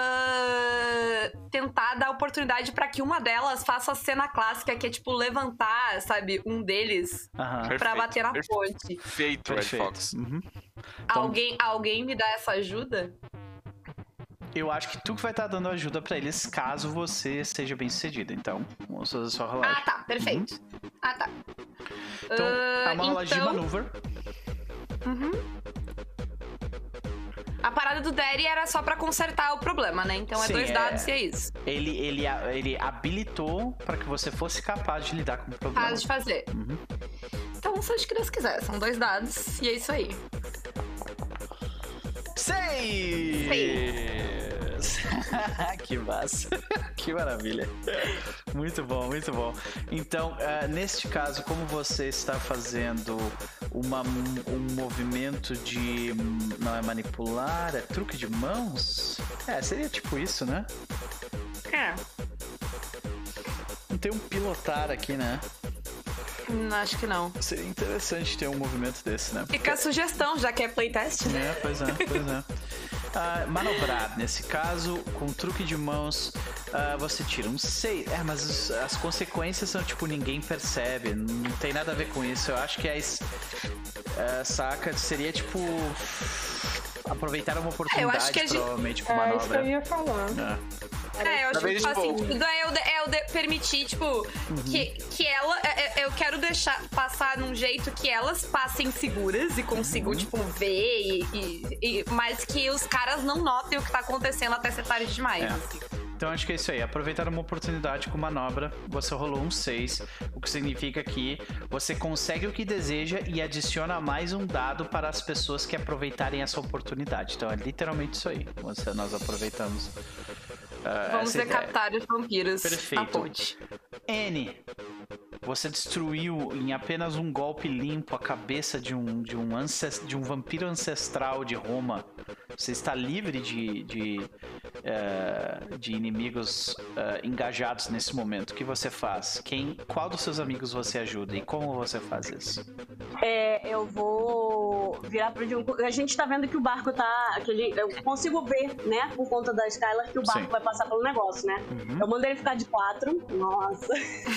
tentar dar oportunidade pra que uma delas faça a cena clássica, que é tipo levantar, sabe, um deles Aham. pra bater na Perfeito. ponte. Feito, Red Fox. Uhum. Então- Alguém me dá essa ajuda? Eu acho que tu que vai estar dando ajuda pra eles caso você seja bem sucedido. Então, vamos fazer sua rolagem. Ah, tá, perfeito. Ah, tá. Então, é uma rolagem de então- maneuver. A parada do Daddy era só pra consertar o problema, né? Então é Sim, 2 dados e é isso. Ele habilitou pra que você fosse capaz de lidar com o problema. Faz de fazer. Então, seja o que Deus quiser. São 2 dados e é isso aí. 6! Que massa. Que maravilha. Muito bom, muito bom. Então, neste caso, como você está fazendo um movimento de... Não é manipular, é truque de mãos? Seria tipo isso, né? Não tem um pilotar aqui, né? Acho que não. Seria interessante ter um movimento desse, né? Fica a sugestão, já que é playtest. Pois é. Manobrar, nesse caso, com truque de mãos, você tira um 6. Mas as consequências são tipo, ninguém percebe. Não tem nada a ver com isso. Eu acho que saca, seria tipo. Aproveitar uma oportunidade, eu acho que a gente- provavelmente, com É isso que manobra. eu ia falar. Eu acho que faz tipo- sentido. Permitir, tipo, que ela. Eu quero deixar passar num jeito que elas passem seguras e consigam, tipo, ver mas que os caras não notem o que tá acontecendo até ser tarde demais. Assim. Então acho que é isso aí. Aproveitar uma oportunidade com manobra. Você rolou um 6, o que significa que você consegue o que deseja e adiciona mais um dado para as pessoas que aproveitarem essa oportunidade. Então é literalmente isso aí. Nós aproveitamos. Vamos essa ideia. decapitar os vampiros na Perfeito. ponte. N. Você destruiu em apenas um golpe limpo a cabeça de um vampiro ancestral de Roma. Você está livre de inimigos engajados nesse momento. O que você faz? Qual dos seus amigos você ajuda e como você faz isso? Eu vou virar pro John. A gente tá vendo que o barco tá. Eu consigo ver, né? Por conta da Skylar, que o barco Sim. vai passar pelo negócio, né? Eu mandei ele ficar de 4. Nossa.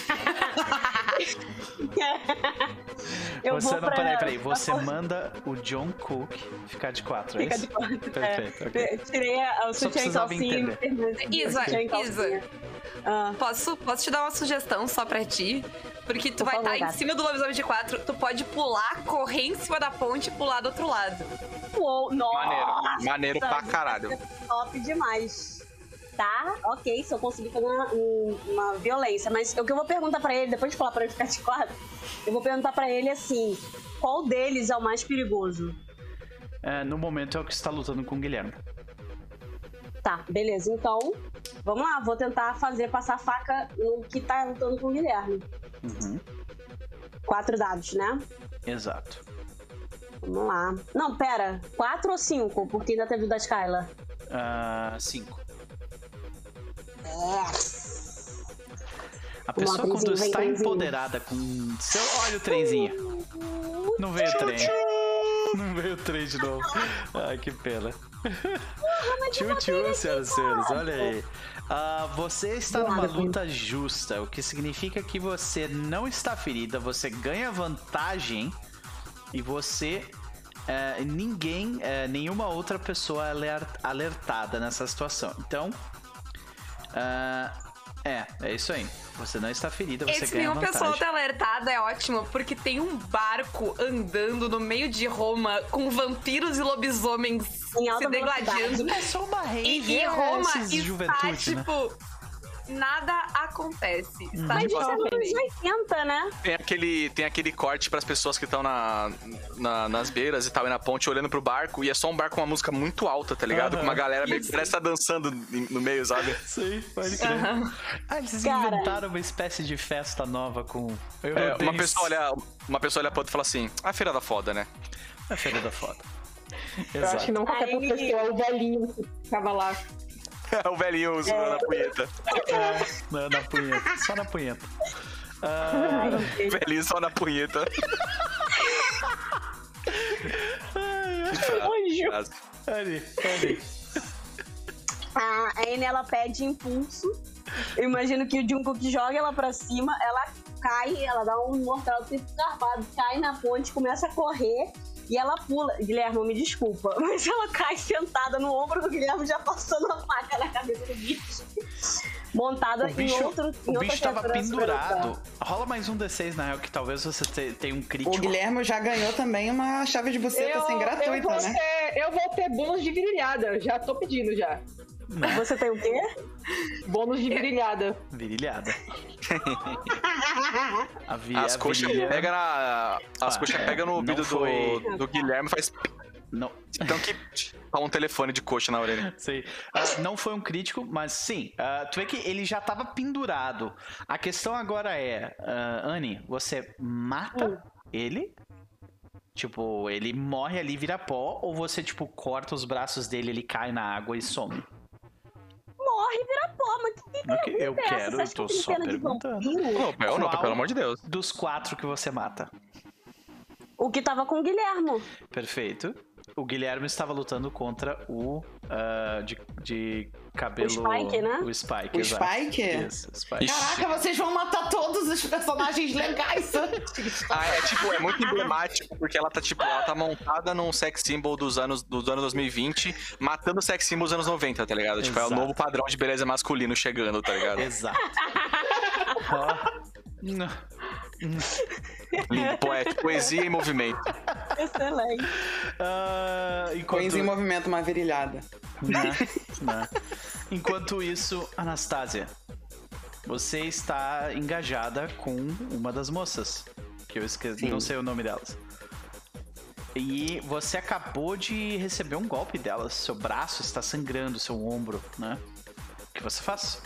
Peraí. Você manda o John Cook ficar de 4, é Fica isso? de 4. Perfeito, ok. Tirei o Só sutiã e precisava calcinha. Isa, Sutiã e calcinha. Posso te dar uma sugestão só pra ti? Porque tu Por vai favor, estar em gata. cima do lobisomem de 4, tu pode pular, correr em cima da ponte e pular do outro lado. Uou, nossa, Maneiro pra caralho. top demais. Tá, ok, se eu conseguir fazer uma violência. Mas o que eu vou perguntar pra ele, depois de falar pra ele ficar de 4, eu vou perguntar pra ele assim: qual deles é o mais perigoso? No momento é o que está lutando com o Guilherme. Tá, beleza. Então, vamos lá. Vou tentar passar a faca no que tá lutando com o Guilherme. 4 dados, né? Exato. Vamos lá. Não, pera. 4 ou 5? Porque ainda teve o da Skylar. 5. A Vamos pessoa lá, quando trenzinho, vem, está trenzinho. empoderada com seu... Olha o trenzinho. Não veio o trem. Não veio o trem de novo. Ai, que pena. Tchu-tchu, senhoras e senhores. Olha aí. Você está numa luta justa, o que significa que você não está ferida, você ganha vantagem e você... nenhuma outra pessoa é alertada nessa situação. Então, É isso aí. Você não está ferida, você Esse ganha nenhuma vantagem. pessoa tá alertada é ótimo, porque tem um barco andando no meio de Roma com vampiros e lobisomens Em alta se degladiando. É só uma rave, E Roma esses está, juventude, né? tipo, nada acontece. Está Mas tipo, isso é nos anos 80, né? Tem aquele corte pras pessoas que estão nas beiras e tal, e na ponte, olhando pro barco, e é só um barco com uma música muito alta, tá ligado? Com uma galera meio que parece tá dançando no meio, sabe? Sim, pode crer. Eles Cara. inventaram uma espécie de festa nova com... Uma pessoa olha pra outra e fala assim, a feira da foda, né? A feira da foda. Eu acho que não qualquer Aí- professor, é o velhinho que ficava lá. O velhinho segurando a punheta. Não, na punheta, só na punheta. O velhinho só na punheta. Anjo. Ali. A Anne, ela pede impulso. Eu imagino que o Jungkook joga ela pra cima, ela cai, ela dá um mortal tipo carpado, cai na ponte, começa a correr e ela pula. Guilherme, me desculpa, mas ela cai sentada no ombro do Guilherme, já passando a faca na cabeça do bicho. Montada em outra O bicho tava criatura pendurado. sobrenatural. Rola mais um D6, na real, que talvez você tenha um O crítico. Guilherme já ganhou também uma chave de buceta assim gratuita, né? Eu vou ter bônus de virilhada, já tô pedindo já. Você tem o quê? Bônus de virilhada. Virilhada. As coxas pegam no ouvido do Guilherme e faz... Não. Então que tá um telefone de coxa na orelha. Sei. Não foi um crítico, mas sim. Tu vê que ele já tava pendurado. A questão agora é, Anne, você mata ele? Tipo, ele morre ali, vira pó, ou você, tipo, corta os braços dele, ele cai na água e some? Morre e vira pó, mas que pergunta Eu é essa? quero, Você eu acha tô que tem só pena de perguntando. vampiro? Não, Qual pelo amor de Deus. Dos 4 que você mata. O que tava com o Guilherme. Perfeito. O Guilherme estava lutando contra o de cabelo... O Spike, né? O Spike, O exato. Spike? Isso, o Spike. Caraca, vocês vão matar todos os personagens legais antes. É muito emblemático, porque ela tá montada num sex symbol dos anos 2020, matando sex symbols dos anos 90, tá ligado? Tipo, é o Exato. novo padrão de beleza masculino chegando, tá ligado? Exato. Ó. Não. Lindo, poético, poesia em movimento. Excelente. Coisa em movimento, uma virilhada. Não. Enquanto isso, Anastácia, você está engajada com uma das moças, que eu esqueci, Sim. não sei o nome delas. E você acabou de receber um golpe delas. Seu braço está sangrando, seu ombro, né? O que você faz?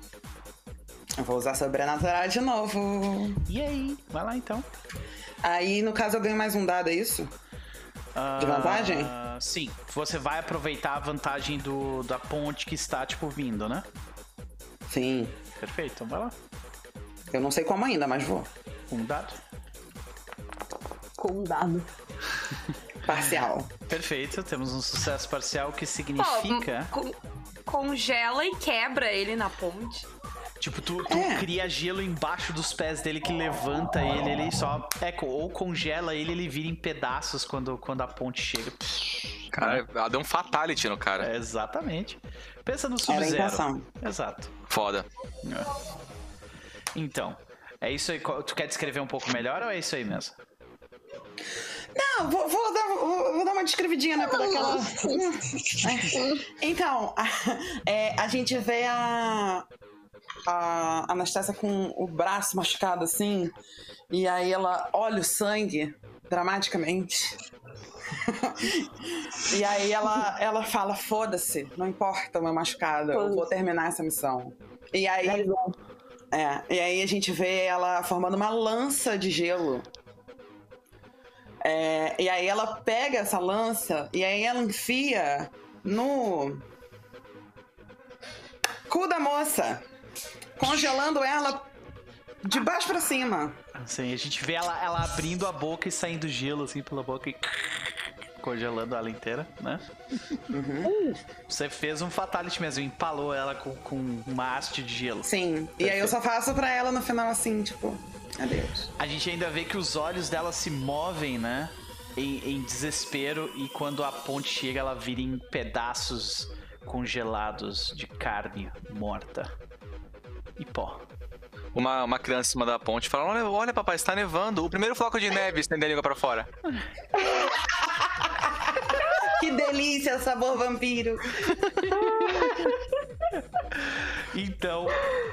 Eu vou usar sobrenatural de novo. E aí? Vai lá então. Aí, no caso, eu ganho mais um dado, é isso? De vantagem? Sim. Você vai aproveitar a vantagem da ponte que está, tipo, vindo, né? Sim. Perfeito, então vai lá. Eu não sei como ainda, mas vou. Um dado. Com um dado. Parcial. Perfeito, temos um sucesso parcial, o que significa... Congela e quebra ele na ponte. Tipo, tu cria gelo embaixo dos pés dele que levanta ele só... ou congela ele vira em pedaços quando a ponte chega. Cara, ela deu um fatality no cara. Exatamente. Pensa no Era a Sub-Zero. intenção. Exato. Foda. Então, é isso aí. Tu quer descrever um pouco melhor ou é isso aí mesmo? Não, vou dar uma descrevidinha, né? Pra dar aquela... Então, a gente vê a Anastácia com o braço machucado assim, e aí ela olha o sangue dramaticamente. E aí ela fala: foda-se, não importa o meu machucado, eu vou terminar essa missão. E aí a gente vê ela formando uma lança de gelo. E aí ela pega essa lança e aí ela enfia no cu da moça, congelando ela de baixo pra cima. Sim, a gente vê ela abrindo a boca e saindo gelo assim pela boca e congelando ela inteira, né? Uhum. Você fez um fatality mesmo, empalou ela com uma haste de gelo. Sim, e aí eu só faço pra ela no final assim, tipo, adeus. A gente ainda vê que os olhos dela se movem, né? Em desespero, e quando a ponte chega, ela vira em pedaços congelados de carne morta. e pó. Uma criança em cima da ponte fala, olha papai, está nevando. O primeiro floco de neve estende a língua pra fora. Que delícia, sabor vampiro. Então,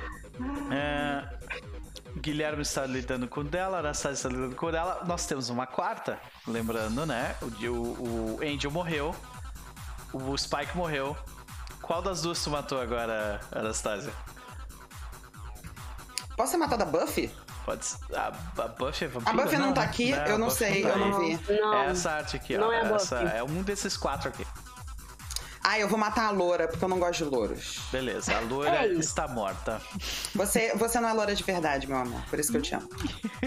Guilherme está lidando com dela, Anastasia está lidando com ela. Nós temos uma quarta, lembrando, né? O Angel morreu, o Spike morreu. Qual das duas tu matou agora, Anastasia? Posso ser matada a Buffy? Pode ser. A Buffy é vampiro? A Buffy não tá aqui? Eu não sei, eu não vi. Não, É essa arte aqui, ó. não é a Essa, Buffy. é um desses 4 aqui. Eu vou matar a loura, porque eu não gosto de louros. Beleza, a loira Ei. está morta. Você não é loura de verdade, meu amor. Por isso que eu te amo.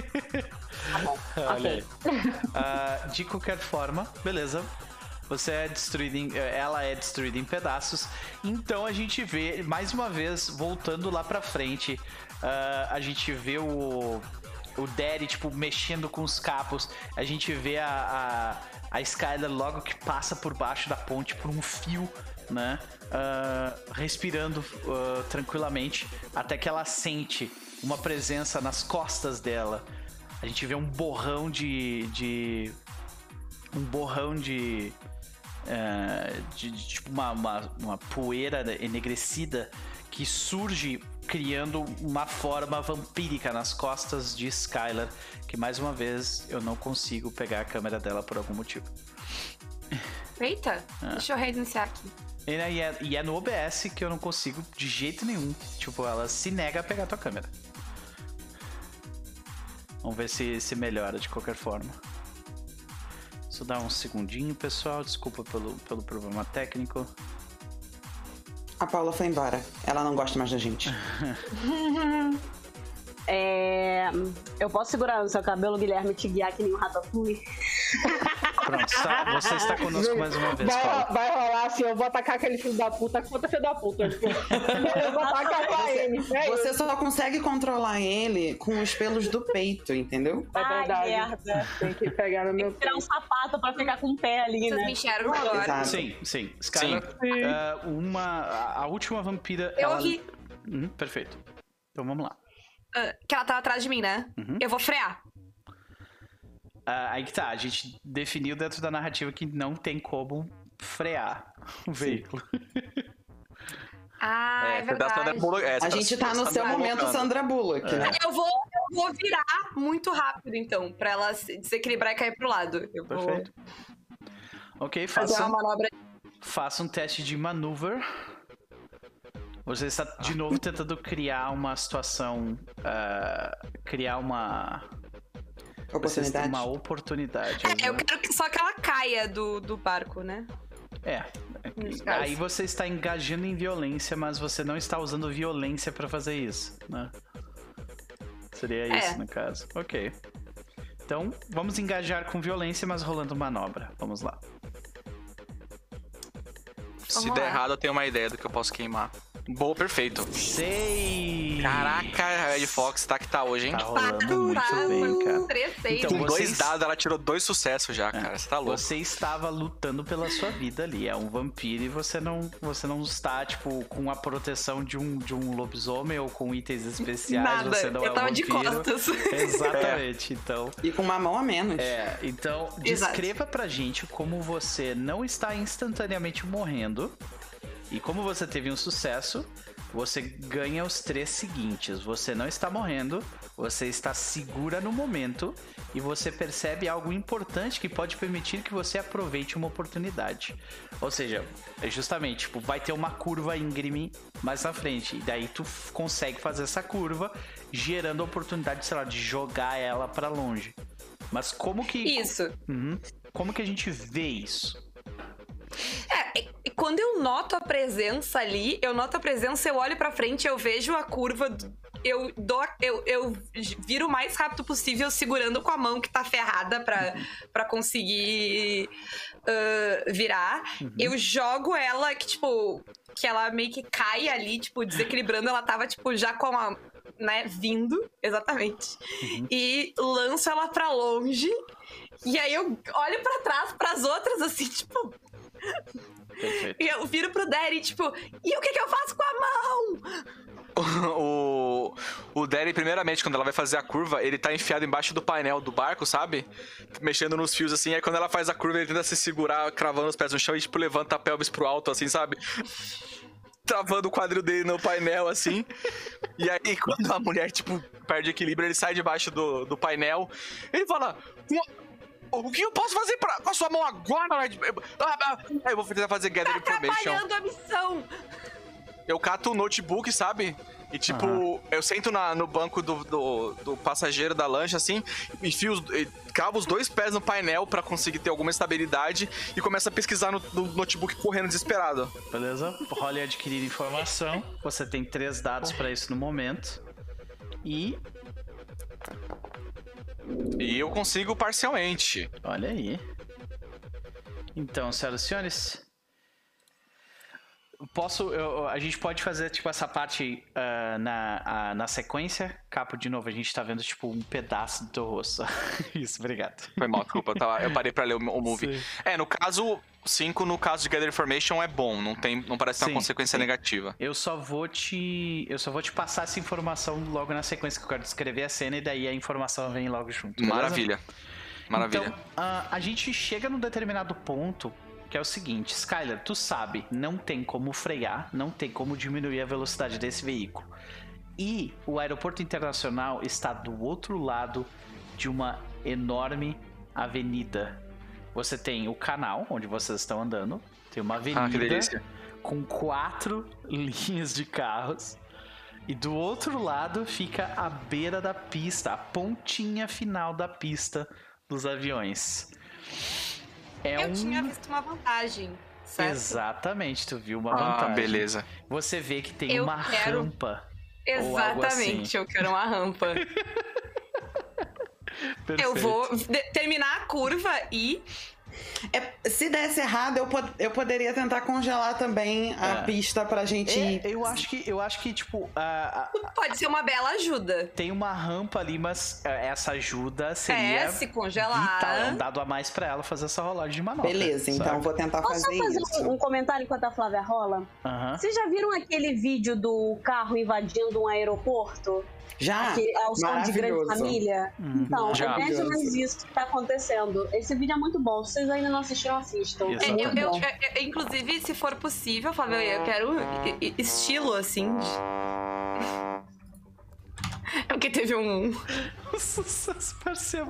Olha aí. De qualquer forma, beleza. Você é destruído ela é destruída em pedaços. Então a gente vê, mais uma vez, voltando lá pra frente, a gente vê o Daddy, tipo, mexendo com os capos. A gente vê a Skylar logo que passa por baixo da ponte por um fio, né? Respirando tranquilamente, até que ela sente uma presença nas costas dela. A gente vê um borrão de tipo uma poeira enegrecida que surge criando uma forma vampírica nas costas de Skylar, que mais uma vez eu não consigo pegar a câmera dela por algum motivo. Eita, deixa eu reiniciar aqui. E é no OBS que eu não consigo de jeito nenhum. Tipo, ela se nega a pegar a tua câmera. Vamos ver se melhora de qualquer forma. Só dar um segundinho, pessoal. Desculpa pelo problema técnico. A Paula foi embora. Ela não gosta mais da gente. Eu posso segurar o seu cabelo, Guilherme, e te guiar que nem um ratatouille? Pronto, você está conosco mais uma vez, Paula. Vai rolar assim, eu vou atacar aquele filho da puta. Quanto filho da puta? Tipo, eu vou atacar ele. Você só consegue controlar ele com os pelos do peito, entendeu? É verdade. Merda. Tem que pegar no meu Tirar um sapato pra ficar com o pé ali, Vocês né? me enxergam agora? Exato. Sim. Skylar, a última vampira... Eu ouvi perfeito. Então vamos lá. que ela tava atrás de mim, né? Uhum. Eu vou frear. Aí que tá, a gente definiu dentro da narrativa que não tem como frear o veículo. É verdade. A gente tá no seu momento Sandra Bullock, né? Eu vou virar muito rápido, então, pra ela se desequilibrar e cair pro lado. Eu vou Perfeito. Ok, fazer uma manobra. faça um teste de maneuver. Você está de novo tentando criar uma situação, criar uma Oportunidade. Uma oportunidade. Eu quero só que ela caia do barco, né? Nesse caso. Aí você está engajando em violência, mas você não está usando violência pra fazer isso, né? Seria isso, no caso. Ok. Então, vamos engajar com violência, mas rolando manobra. Vamos lá. Se der errado, eu tenho uma ideia do que eu posso queimar. Boa, perfeito. Sei! Caraca, a Red Fox tá que tá hoje, hein? Tá rolando muito bem, cara. Então, com 2 dados, ela tirou 2 sucessos já, cara. Você tá louco. Você estava lutando pela sua vida ali. É um vampiro e você não está, tipo, com a proteção de um lobisomem ou com itens especiais. Nada, você não eu é tava um de vampiro. costas. Exatamente, então... E com uma mão a menos. Então, descreva pra gente como você não está instantaneamente morrendo. E como você teve um sucesso, você ganha os 3 seguintes. Você não está morrendo, você está segura no momento e você percebe algo importante que pode permitir que você aproveite uma oportunidade. Ou seja, justamente, tipo, vai ter uma curva íngreme mais na frente. E daí tu consegue fazer essa curva, gerando a oportunidade, sei lá, de jogar ela pra longe. Mas como que... Isso. Como que a gente vê isso? Quando eu noto a presença ali, eu olho pra frente, eu vejo a curva, eu viro o mais rápido possível, segurando com a mão que tá ferrada pra conseguir virar. Eu jogo ela, que ela meio que cai ali, tipo, desequilibrando, ela tava, tipo, já com a... né, vindo, exatamente. E lanço ela pra longe, e aí eu olho pra trás, pras outras, assim, tipo... Perfeito. E eu viro pro Daddy, tipo, e o que eu faço com a mão? O Derry, primeiramente, quando ela vai fazer a curva, ele tá enfiado embaixo do painel do barco, sabe? Mexendo nos fios, assim. Aí quando ela faz a curva, ele tenta se segurar, cravando os pés no chão e, tipo, levanta a pelvis pro alto, assim, sabe? Travando o quadril dele no painel, assim. E aí, quando a mulher, tipo, perde equilíbrio, ele sai debaixo do painel. Ele fala... O que eu posso fazer com a sua mão agora? Aí eu vou tentar fazer Gather Information. Tá atrapalhando a missão. Eu cato o notebook, sabe? E tipo, eu sento no banco do passageiro da lancha, assim, e cravo os 2 pés no painel pra conseguir ter alguma estabilidade e começo a pesquisar no notebook correndo desesperado. Beleza? Role adquirir informação. Você tem 3 dados pra isso no momento. E eu consigo parcialmente. olha aí. Então, senhoras e senhores, a gente pode fazer tipo essa parte na sequência. Capo, de novo, a gente tá vendo tipo um pedaço do teu rosto. Isso, obrigado. Foi mal, desculpa, eu parei pra ler o movie. Sim. No caso 5, no caso de Gather Information é bom, não parece ter uma consequência negativa. Eu só vou te passar essa informação logo na sequência, que eu quero descrever a cena e daí a informação vem logo junto. Beleza? Maravilha. Então, a gente chega num determinado ponto que é o seguinte: Skylar, tu sabe, não tem como frear, não tem como diminuir a velocidade desse veículo. E o aeroporto internacional está do outro lado de uma enorme avenida. Você tem o canal onde vocês estão andando, tem uma avenida com 4 linhas de carros. E do outro lado fica a beira da pista, a pontinha final da pista dos aviões. Eu tinha visto uma vantagem, certo? Exatamente, tu viu uma vantagem. Beleza. Você vê que tem uma rampa. Exatamente, eu quero uma rampa. Eu vou terminar a curva e... se desse errado, eu poderia tentar congelar também a pista pra gente ir. Eu acho que tipo... pode ser uma bela ajuda. Tem uma rampa ali, mas essa ajuda seria... se congelar. Vital, é um dado a mais pra ela fazer essa rolagem de manobra. Beleza, então eu vou tentar fazer isso. Posso fazer um comentário enquanto a Flávia rola? Vocês já viram aquele vídeo do carro invadindo um aeroporto? Já? Ao som de Grande Família? Então, já. é mais ou menos isso que tá acontecendo. Esse vídeo é muito bom. Se vocês ainda não assistiram, assistam. Inclusive, se for possível, Flávia, eu quero estilo, assim. É porque teve um... Sucesso parcial.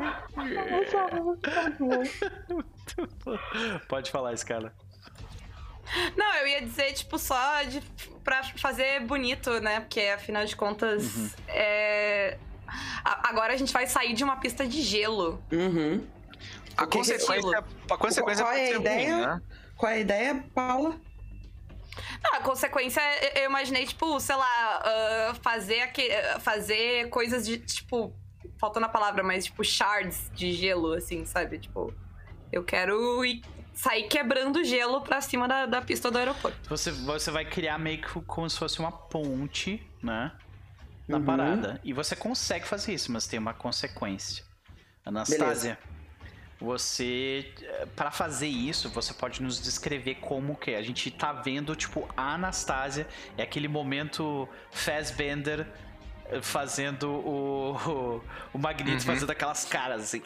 Pode falar, Skylar. Não, eu ia dizer, tipo, só pra fazer bonito, né? Porque, afinal de contas, agora a gente vai sair de uma pista de gelo. A consequência qual é a ideia? Ruim, né? Qual é a ideia, Paula? Não, a consequência, eu imaginei, tipo, sei lá, fazer coisas de, tipo, faltando a palavra, mas, tipo, shards de gelo, assim, sabe? Tipo, eu quero sair quebrando gelo pra cima da pista do aeroporto. Você vai criar meio que como se fosse uma ponte, né? Na parada. E você consegue fazer isso, mas tem uma consequência. Anastasia, você... Pra fazer isso, você pode nos descrever como que é. A gente tá vendo, tipo, a Anastasia. É aquele momento Fassbender fazendo o Magneto fazendo aquelas caras, assim.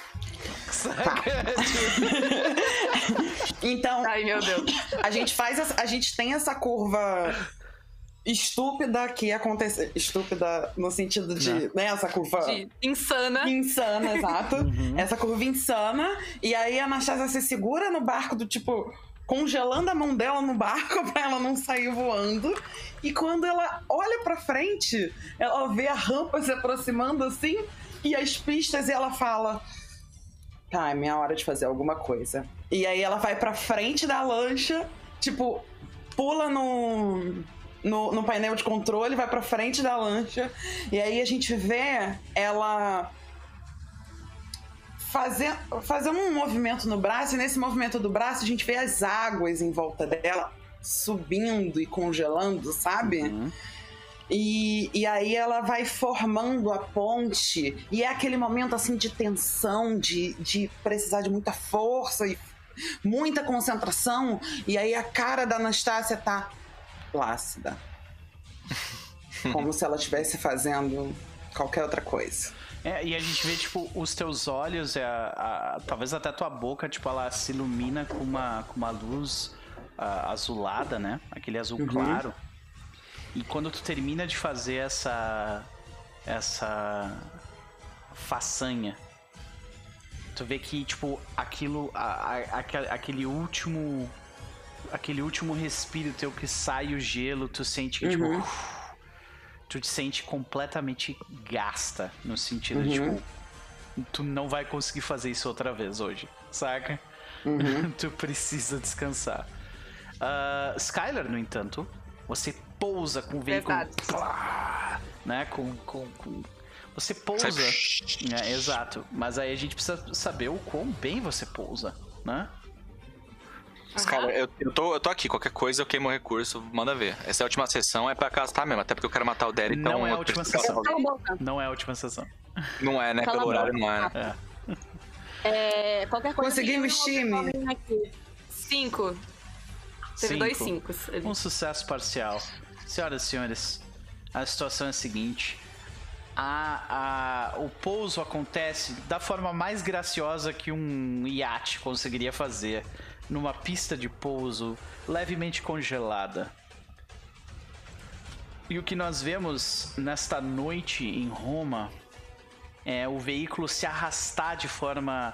Então, ai, meu Deus. A gente tem essa curva estúpida que acontece. Estúpida no sentido de, né, essa curva insana. Insana, exato. Essa curva insana. E aí a Anastasia se segura no barco do tipo, congelando a mão dela no barco pra ela não sair voando. E quando ela olha pra frente, ela vê a rampa se aproximando assim e as pistas, e ela fala: tá, é minha hora de fazer alguma coisa. E aí ela vai pra frente da lancha, tipo, pula no painel de controle, vai pra frente da lancha, e aí a gente vê ela fazendo um movimento no braço, e nesse movimento do braço a gente vê as águas em volta dela subindo e congelando, sabe? E aí ela vai formando a ponte, e é aquele momento assim de tensão, de precisar de muita força e muita concentração, e aí a cara da Anastasia tá plácida. Como se ela estivesse fazendo qualquer outra coisa. E a gente vê, tipo, os teus olhos, talvez até a tua boca, tipo, ela se ilumina com uma luz azulada, né? Aquele azul claro. E quando tu termina de fazer essa façanha, tu vê que, tipo, aquele último respiro teu que sai o gelo, tu sente que, tipo, tu te sente completamente gasta, no sentido de, tipo, tu não vai conseguir fazer isso outra vez hoje, saca? Tu precisa descansar. Skylar, no entanto, você pousa com o veículo, né? Você pousa, exato. Mas aí a gente precisa saber o quão bem você pousa, né? Cara, eu tô aqui, qualquer coisa eu queimo o recurso, manda ver. Essa é a última sessão, é pra castar mesmo, até porque eu quero matar o Derek, então... Não é a última sessão. Não é a última sessão. Não é, né? Pelo horário não é, né? Qualquer coisa... Conseguimos, time. 5. Teve 2 5. Um sucesso parcial. Senhoras e senhores, a situação é a seguinte. O pouso acontece da forma mais graciosa que um iate conseguiria fazer, numa pista de pouso levemente congelada. E o que nós vemos nesta noite em Roma é o veículo se arrastar de forma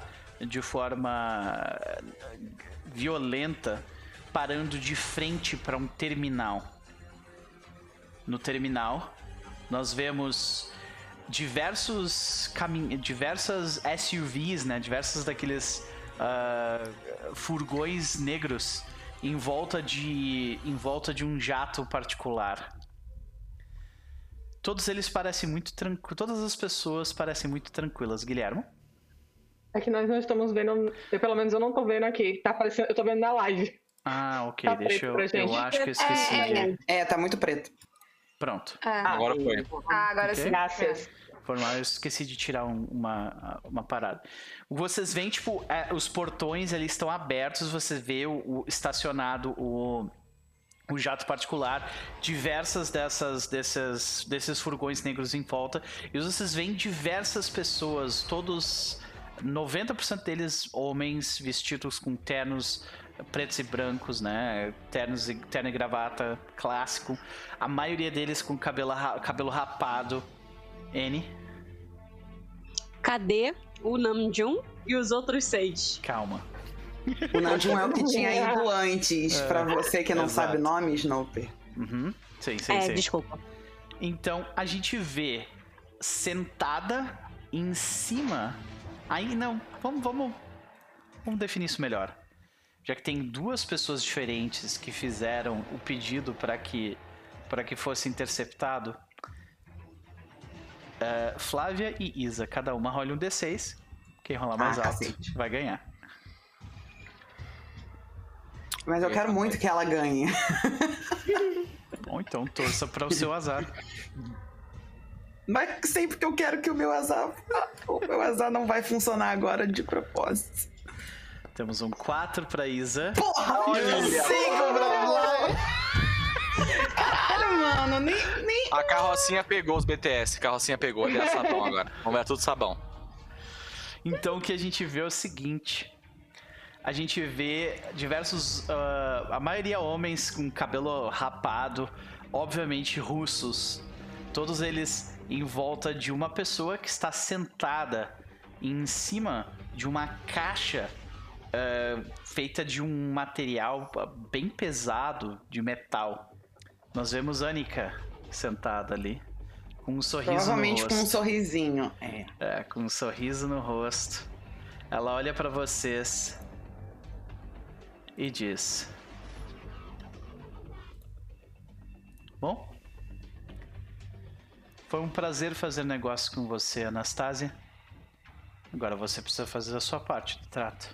violenta, parando de frente para um terminal. No terminal, nós vemos diversas SUVs, né? Diversos daqueles furgões negros em volta de um jato particular. Todos eles parecem muito tranquilos. Todas as pessoas parecem muito tranquilas. Guilherme? É que nós não estamos vendo. Pelo menos eu não tô vendo aqui. Tá aparecendo. Eu tô vendo na live. Ok. Tá Deixa eu acho que eu esqueci. Tá muito preto. Pronto. Agora foi. Agora sim. Graças. Eu esqueci de tirar uma parada. Vocês veem, tipo, os portões ali estão abertos, você vê estacionado o jato particular, diversas desses furgões negros em volta, e vocês veem diversas pessoas, todos, 90% deles homens, vestidos com ternos pretos e brancos, né? Terno e gravata clássico, a maioria deles com cabelo rapado. N. Cadê o Namjoon e os outros 6? Calma. O Namjoon é o que tinha ido antes, pra você que não sabe o nome, Snooper. Sim. Desculpa. Então, a gente vê sentada em cima... Aí, não, vamos definir isso melhor. Já que tem duas pessoas diferentes que fizeram o pedido para que fosse interceptado... Flávia e Isa, cada uma rola um D6. Quem rolar mais alto vai ganhar. Mas eu quero muito que ela ganhe. Bom, então torça para o seu azar. Mas sempre que eu quero que o meu azar não vai funcionar agora de propósito. Temos um 4 pra Isa. Porra, olha, 5 pra Flávia. Caralho, mano, nem... A carrocinha pegou os BTS, a carrocinha pegou, ali é sabão agora. Vamos ver tudo sabão. Então o que a gente vê é o seguinte. A gente vê diversos... a maioria homens com cabelo rapado, obviamente russos. Todos eles em volta de uma pessoa que está sentada em cima de uma caixa feita de um material bem pesado, de metal. Nós vemos Annika sentada ali, com um sorriso no rosto. Provavelmente com um sorrisinho. Com um sorriso no rosto. Ela olha pra vocês e diz: Bom, foi um prazer fazer negócio com você, Anastasia. Agora você precisa fazer a sua parte do trato.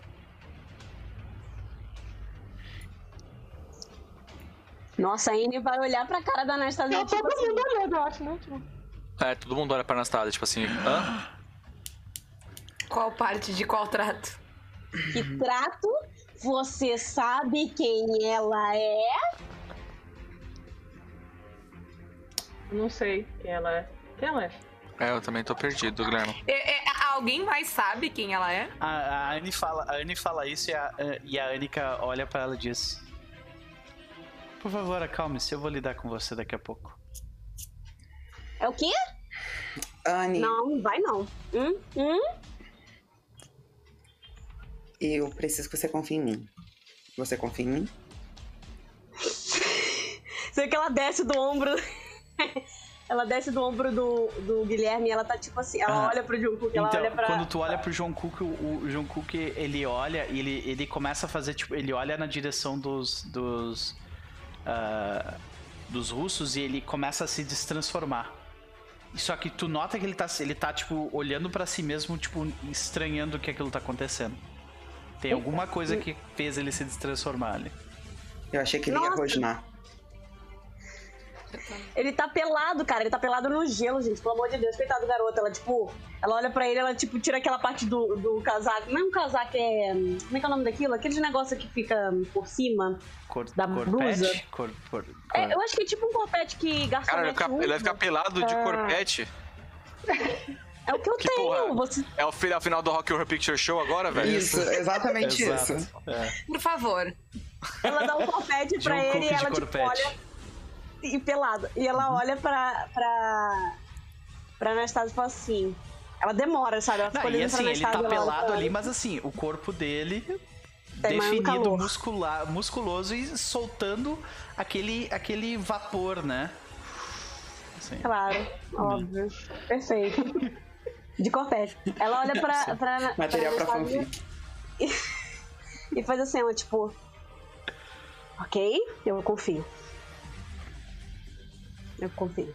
Nossa, a Annie vai olhar pra cara da Anastasia. Todo mundo olhando, eu acho, né? Todo mundo olha pra Anastasia, tipo assim, hã? Qual parte de qual trato? Que trato? Você sabe quem ela é? Não sei quem ela é. Quem ela é? Eu também tô perdido, Guilherme. Alguém mais sabe quem ela é? A Anne fala isso e a Annika olha pra ela e diz: por favor, acalme-se, eu vou lidar com você daqui a pouco. É o quê? Anne, Não, vai não. eu preciso que você confie em mim. Você confia em mim? Você vê que ela desce do ombro. Ela desce do ombro do Guilherme e ela tá tipo assim, ela olha pro Jungkook, ela então, olha pra... quando tu olha pro Jungkook, o Jungkook, ele olha e ele começa a fazer, tipo, ele olha na direção dos russos e ele começa a se destransformar. Só que tu nota que ele tá tipo, olhando pra si mesmo, tipo, estranhando que aquilo tá acontecendo. Tem alguma coisa que fez ele se destransformar ali. Eu achei que ele ia rosnar. Ele tá pelado, cara. Ele tá pelado no gelo, gente. Pelo amor de Deus. Coitado do garoto. Ela, tipo... Ela olha pra ele, ela, tipo, tira aquela parte do casaco. Não é um casaco, é... Como é que é o nome daquilo? Aqueles negócios que fica por cima da blusa. Eu acho que é tipo um corpete que garçonete usa. Ele vai ficar pelado de corpete? É o que eu tenho. Você... É o final do Rock Horror Picture Show agora, velho? Isso, exatamente isso. Por favor. Ela dá um corpete pra ele e ela, tipo, olha... E pelado. E ela olha pra Anastasia e fala assim... Ela demora, sabe? Ela e assim, ele tá pelado ali, mas assim, o corpo dele definido, musculoso e soltando aquele vapor, né? Assim. Claro, óbvio. Perfeito. De corpete. Ela olha pra material pra fanfic. E faz assim, ela tipo... Ok, eu confio. Eu confio.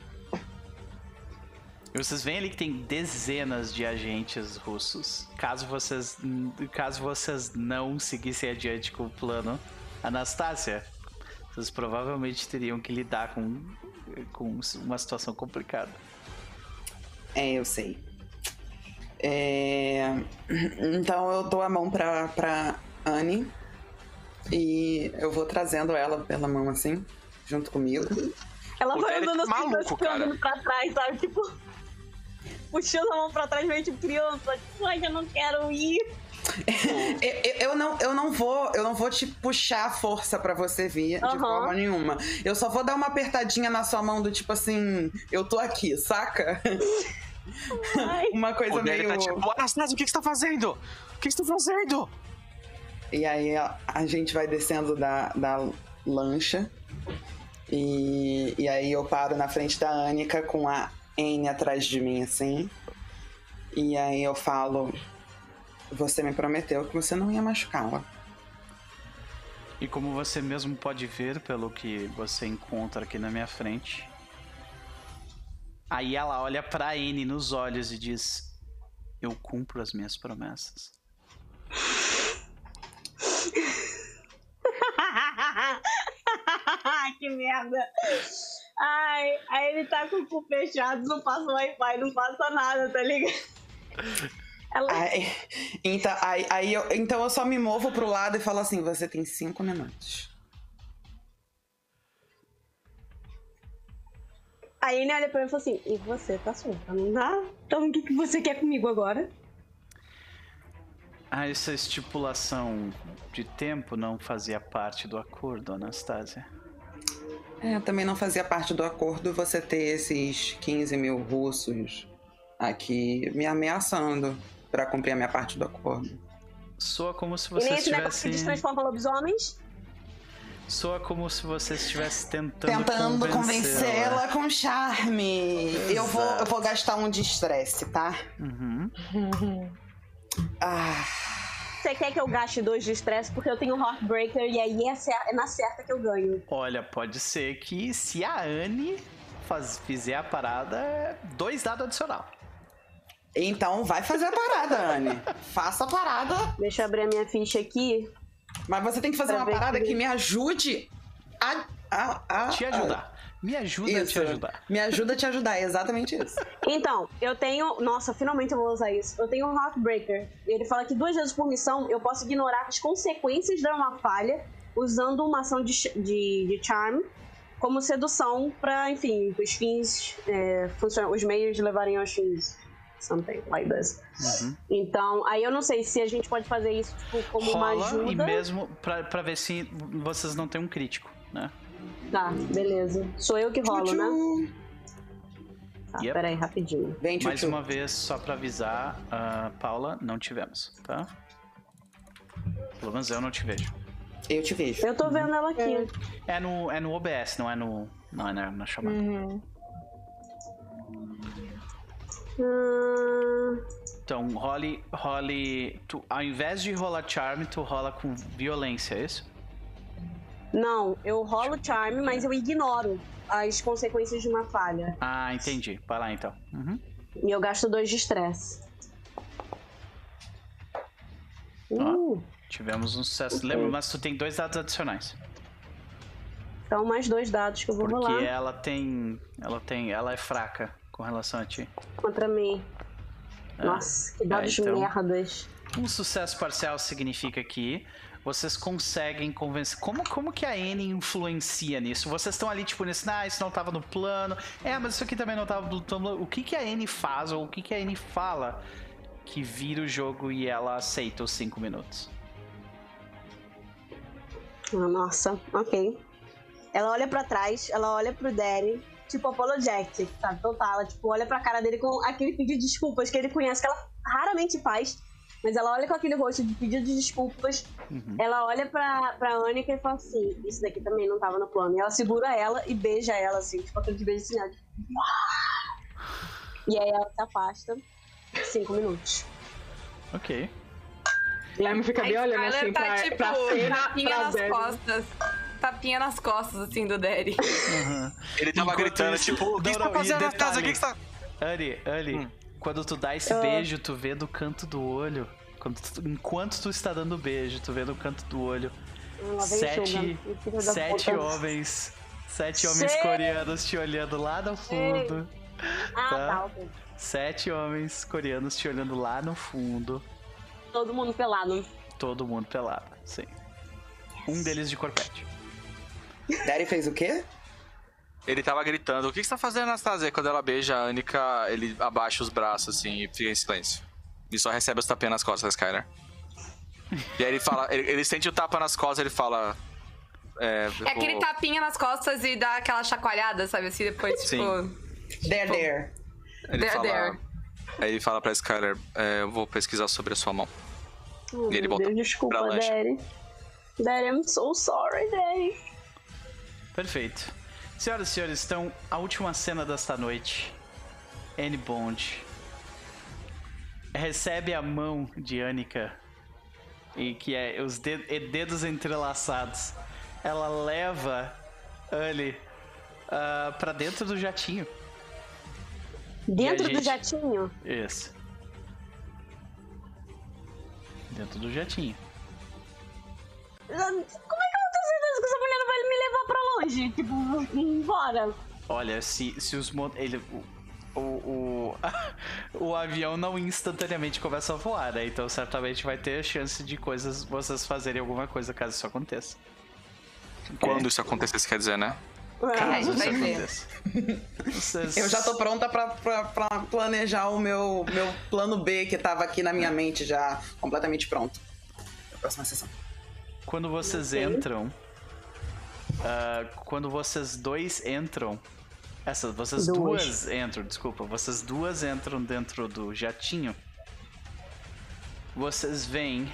E vocês veem ali que tem dezenas de agentes russos. Caso vocês não seguissem adiante com o plano Anastasia, vocês provavelmente teriam que lidar com uma situação complicada. Eu sei. Então eu dou a mão pra Anne e eu vou trazendo ela pela mão assim, junto comigo. Ela vai andando assim, maluco, pra trás, sabe? Tipo, puxando a mão pra trás, meio tipo criança. Tipo, ai, eu não quero ir. Eu não vou te puxar a força pra você vir de forma nenhuma. Eu só vou dar uma apertadinha na sua mão do tipo assim, eu tô aqui, saca? Uma coisa meio... Tá tipo, Anastasia, o que você tá fazendo? O que você tá fazendo? E aí a gente vai descendo da lancha. E aí eu paro na frente da Annika com a Anne atrás de mim, assim. E aí eu falo... Você me prometeu que você não ia machucá-la. E como você mesmo pode ver, pelo que você encontra aqui na minha frente... Aí ela olha pra Anne nos olhos e diz... Eu cumpro as minhas promessas. Que merda. Ai, aí ele tá com o cu fechado, não passa o Wi-Fi, não passa nada, tá ligado? Então eu só me movo pro lado e falo assim, você tem 5 minutos. Aí ele olha pra mim e fala assim, e você tá solta, não dá? Então o que você quer comigo agora? Essa estipulação de tempo não fazia parte do acordo, Anastasia. Também não fazia parte do acordo você ter esses 15 mil russos aqui me ameaçando pra cumprir a minha parte do acordo. Soa como se você estivesse... E nem esse negócio que transforma lobisomens? Soa como se você estivesse tentando convencê-la com charme. Eu vou gastar um de estresse, tá? Você quer que eu gaste 2 de estresse porque eu tenho Heartbreaker e aí é na certa que eu ganho. Olha, pode ser que se a Anne fizer a parada, 2 dados adicional. Então vai fazer a parada, Anne. Faça a parada. Deixa eu abrir a minha ficha aqui. Mas você tem que fazer uma parada que me ajude a te ajudar. Me ajuda a te ajudar. Me ajuda a te ajudar, é exatamente isso. Então, eu tenho... Nossa, finalmente eu vou usar isso. Eu tenho um Heartbreaker. Ele fala que 2 vezes por missão eu posso ignorar as consequências de uma falha usando uma ação de Charm como sedução pra, enfim, os fins os meios levarem aos fins. Something like this. Então, aí eu não sei se a gente pode fazer isso tipo, como uma ajuda. E mesmo pra ver se vocês não têm um crítico, né? Tá, beleza. Sou eu que rolo, né? Tá, peraí, rapidinho. Mais uma vez, só pra avisar, Paula, não tivemos, tá? Pelo menos eu não te vejo. Eu te vejo. Eu tô vendo ela aqui. É no OBS, não é na chamada. Então, role ao invés de rolar charme, tu rola com violência, é isso? Não, eu rolo charme, mas eu ignoro as consequências de uma falha. Ah, entendi. Vai lá, então. E eu gasto 2 de estresse. Tivemos um sucesso. Lembra, mas tu tem 2 dados adicionais. Então, mais 2 dados que eu vou rolar. Porque ela é fraca com relação a ti. Contra mim. Nossa, que dados merdas. Um sucesso parcial significa que vocês conseguem convencer. Como que a Annie influencia nisso? Vocês estão ali, tipo, isso não tava no plano. Mas isso aqui também não tava no plano. O que a Annie faz, ou o que a Annie fala que vira o jogo e ela aceita os 5 minutos? Nossa, ok. Ela olha pra trás, ela olha pro Daddy, tipo, apologetic, sabe? Total, ela, tipo, olha pra cara dele com aquele pedido de desculpas que ele conhece, que ela raramente faz. Mas ela olha com aquele rosto de pedido de desculpas. Ela olha pra Annika e fala assim, isso daqui também não tava no plano. E ela segura ela e beija ela, assim, tipo, aquele beijo assim, tipo... E aí ela se afasta. 5 minutos. Ok. Guilherme fica bem olhando assim tá, pra tipo, cena, tapinha pra nas Daddy. costas. Tapinha nas costas, assim, do Daddy. Ele tava gritando, tipo, o que você tá fazendo na casa? O que você tá... Annie, quando tu dá esse beijo, tu vê do canto do olho. Enquanto tu está dando o beijo, tu vê no canto do olho 7 homens. 7 homens coreanos te olhando lá no fundo. Tá, ok. 7 homens coreanos te olhando lá no fundo. Todo mundo pelado. Todo mundo pelado, sim. Um deles de corpete. Daddy fez o quê? Ele tava gritando, o que você tá fazendo, Anastasia? Quando ela beija a Annika, ele abaixa os braços, assim, e fica em silêncio. E só recebe os tapinhas nas costas da Skylar. E aí ele fala, ele sente o tapa nas costas, ele fala... É aquele tapinha nas costas e dá aquela chacoalhada, sabe? Assim, depois, tipo... There. Ele fala... Aí ele fala pra Skylar, eu vou pesquisar sobre a sua mão. E ele volta desculpa, pra lancha. Daddy. Daddy, I'm so sorry, Daddy. Perfeito. Senhoras e senhores, então, a última cena desta noite. Annie Bond recebe a mão de Annika, e que é os dedos entrelaçados. Ela leva Annie pra dentro do jatinho. Dentro do jatinho? Isso. Dentro do jatinho. Como é que eu tô certeza que essa mulher não vai me levar pra longe? Tipo, embora. Olha, se os... O avião não instantaneamente começa a voar, né? Então certamente vai ter chance de vocês fazerem alguma coisa caso isso aconteça. Quando isso acontecer, você quer dizer, né? Caso isso aconteça. Eu já tô pronta pra planejar o meu plano B, que tava aqui na minha mente já completamente pronto. Próxima sessão. Quando vocês entram... quando vocês dois entram... Vocês duas entram dentro do jatinho. Vocês veem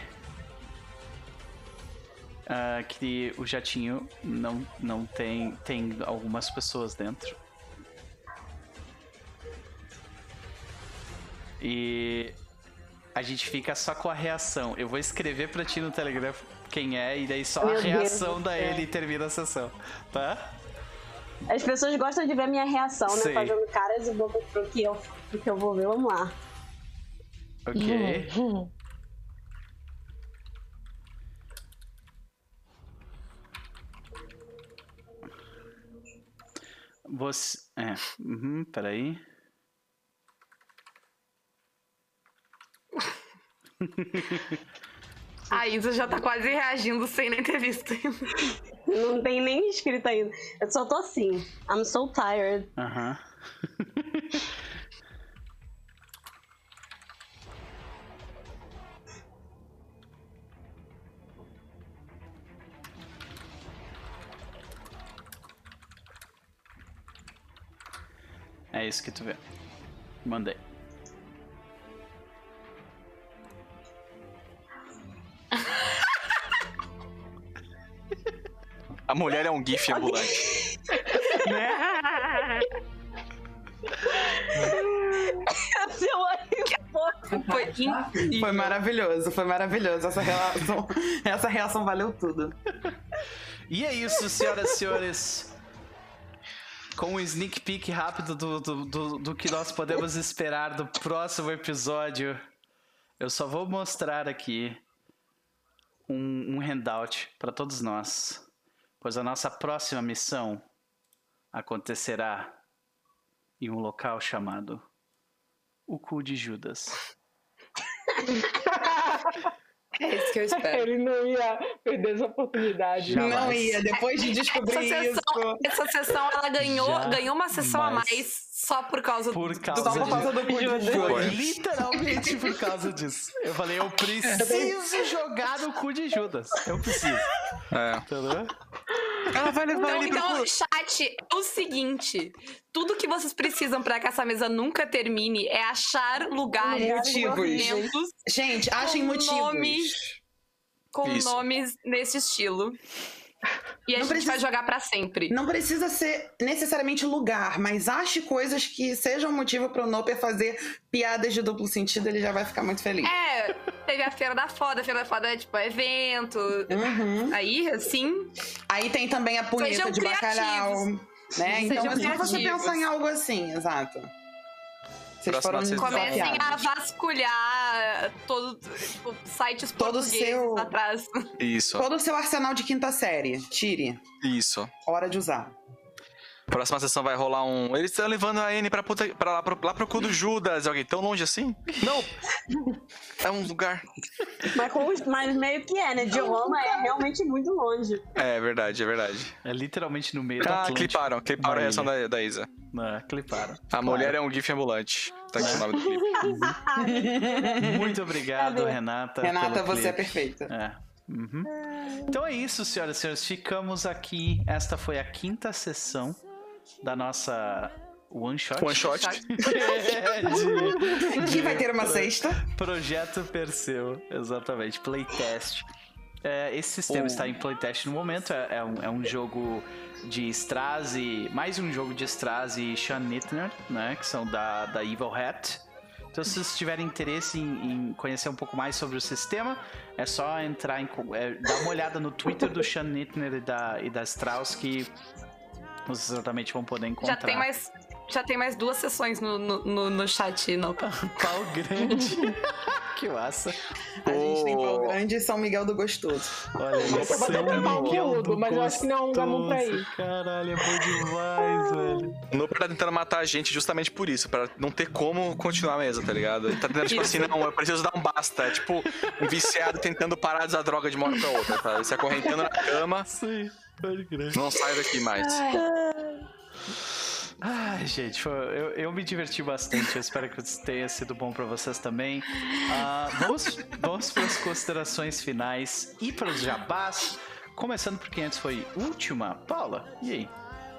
que o jatinho não tem algumas pessoas dentro. E a gente fica só com a reação. Eu vou escrever pra ti no Telegram quem é, e daí só a reação da ele termina a sessão, tá? As pessoas gostam de ver a minha reação, né? Sim. Fazendo caras e bocas pro que eu vou ver. Vamos lá. Ok. Você... peraí. A Isa já tá quase reagindo sem nem ter visto. Não tem nem escrito ainda. Eu só tô assim. I'm so tired. Aham. É isso que tu vê. Mandei. A mulher é um gif ambulante. Foi maravilhoso, foi maravilhoso. Essa reação valeu tudo. E é isso, senhoras e senhores. Com um sneak peek rápido do que nós podemos esperar do próximo episódio, eu só vou mostrar aqui um handout para todos nós, pois a nossa próxima missão acontecerá em um local chamado o Cu de Judas. É isso que eu espero. Ele não ia perder essa oportunidade. Jamais. Não ia, depois de descobrir isso. Essa sessão, ela ganhou uma sessão a mais só por causa Por do causa Só por causa do cu de Foi Judas. literalmente por causa disso. Eu falei, eu preciso jogar no Cu de Judas. Eu preciso. É. Entendeu? Ela vai levar ele pro Então, cu. chat, é o seguinte: tudo que vocês precisam pra que essa mesa nunca termine é achar lugares, Motivos. movimentos Gente, achem com motivos. com Isso. nomes nesse estilo. E a Não gente precisa- vai jogar pra sempre. Não precisa ser necessariamente lugar, mas ache coisas que sejam motivo pro Noper fazer piadas de duplo sentido, ele já vai ficar muito feliz. É, teve a Feira da Foda. A Feira da Foda é tipo evento. Uhum. Aí, assim. Aí tem também a punheta Sejam de bacalhau, né? Então Sejam é só você criativos. pensar em algo assim, exato. Vocês Próxima foram sessão. Comecem a desafiados. vasculhar tipo, sites Todo portugueses seu- atrás. Isso, Todo o seu arsenal de quinta série, tire. isso. Hora de usar. Próxima sessão vai rolar um. Eles estão levando a Anne lá pro cu do Judas. Alguém tão longe assim? Não! É um lugar. Mas meio que é, né? De Roma é realmente muito longe. É verdade, é verdade. É literalmente no meio do Ah, Atlântico. cliparam a Uma reação ilha. da Isa. Cliparam. A mulher é um gif ambulante. Tá aqui o nome do gif. Muito obrigado, Cadê? Renata. Renata, pelo você é clipe. perfeita. É. Uhum. Então é isso, senhoras e senhores. Ficamos aqui. Esta foi a quinta sessão da nossa One Shot. One shot. Que vai ter uma sexta. Projeto Perseu, exatamente, playtest. Esse sistema está em playtest no momento, é um jogo de Strazi, mais um jogo de Strazi e Sean Nittner, né, que são da Evil Hat. Então, se vocês tiverem interesse em conhecer um pouco mais sobre o sistema, é só entrar dar uma olhada no Twitter do Sean Nittner e da Strauss, que vocês exatamente vão poder encontrar. Já tem mais 2 sessões no chat, não. Qual grande? Que massa. A gente tem Pau Grande e São Miguel do Gostoso. Olha aí, Eu vou até tentar um boludo, mas eu acho que não é um lugar bom pra ir. Caralho, é bom demais, velho. O Noper tá tentando matar a gente justamente por isso, pra não ter como continuar a mesa, tá ligado? Ele tá tentando, tipo assim, não, eu preciso dar um basta. É tipo um viciado tentando parar de usar droga de uma hora pra outra, tá? Se acorrentando na cama, Sim, pode crer. não sai daqui mais. Ai, gente, eu me diverti bastante. Eu espero que tenha sido bom pra vocês também. Vamos para as considerações finais e para os jabás. Começando por quem antes foi última. Paula, e aí?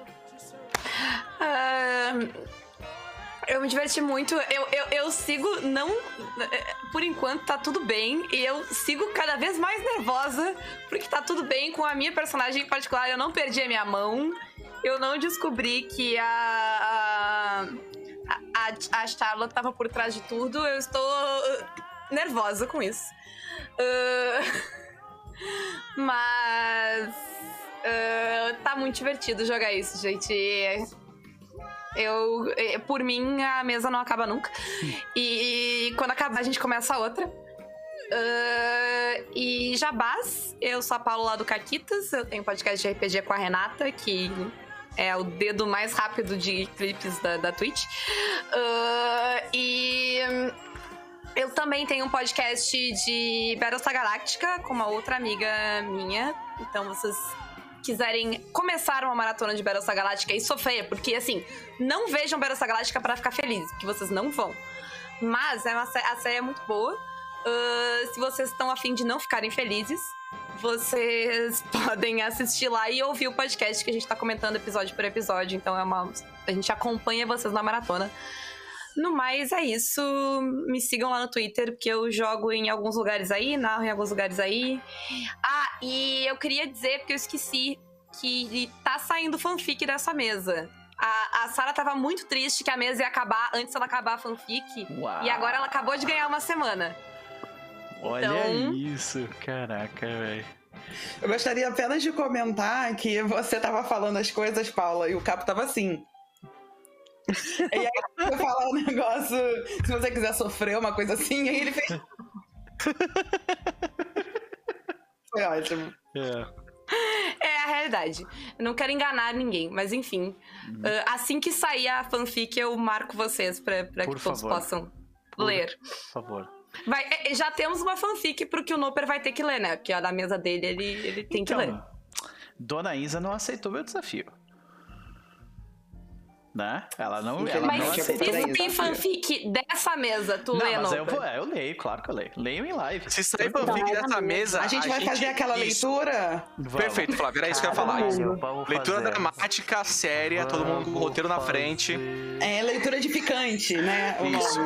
Eu me diverti muito. Eu sigo, não. Por enquanto tá tudo bem. E eu sigo cada vez mais nervosa. Porque tá tudo bem com a minha personagem em particular. Eu não perdi a minha mão. Eu não descobri que a Charlotte tava por trás de tudo. Eu estou nervosa com isso. Mas. Tá muito divertido jogar isso, gente. Por mim, a mesa não acaba nunca. E quando acabar, a gente começa a outra. E jabás, eu sou a Paula lá do Caquitas. Eu tenho um podcast de RPG com a Renata, que é o dedo mais rápido de clipes da Twitch. Eu também tenho um podcast de Battlestar Galactica com uma outra amiga minha. Então, vocês quiserem começar uma maratona de Battlestar Galactica e sofrer, porque, assim, não vejam Battlestar Galactica pra ficar felizes, porque vocês não vão. Mas a série é muito boa. Se vocês estão a fim de não ficarem felizes, vocês podem assistir lá e ouvir o podcast que a gente tá comentando episódio por episódio. Então, a gente acompanha vocês na maratona. No mais, é isso. Me sigam lá no Twitter, porque eu jogo em alguns lugares aí, narro em alguns lugares aí. E eu queria dizer, porque eu esqueci, que tá saindo fanfic dessa mesa. A Sarah tava muito triste que a mesa ia acabar antes dela acabar a fanfic. Uau. E agora ela acabou de ganhar uma semana. Olha Então... isso, caraca, velho. Eu gostaria apenas de comentar que você tava falando as coisas, Paula, e o Capo tava assim. E aí você falar um negócio, se você quiser sofrer, uma coisa assim, aí ele fez. Foi ótimo. É a realidade. Eu não quero enganar ninguém, mas enfim. Assim que sair a fanfic, eu marco vocês pra que todos possam ler. Por favor. Já temos uma fanfic pro que o Noper vai ter que ler, né? Porque a da mesa dele, ele tem que ler. Dona Isa não aceitou meu desafio. Né? Ela não Mas se aceitou. tem fanfic dessa mesa, tu lê, Mas Noper? eu leio, claro que eu leio. Leio em live. Se sair fanfic dessa mesa... A gente vai fazer aquela leitura? Perfeito, Flávio, era isso que eu ia falar. Leitura dramática, séria, todo mundo com o roteiro na frente. É leitura edificante, né? Isso.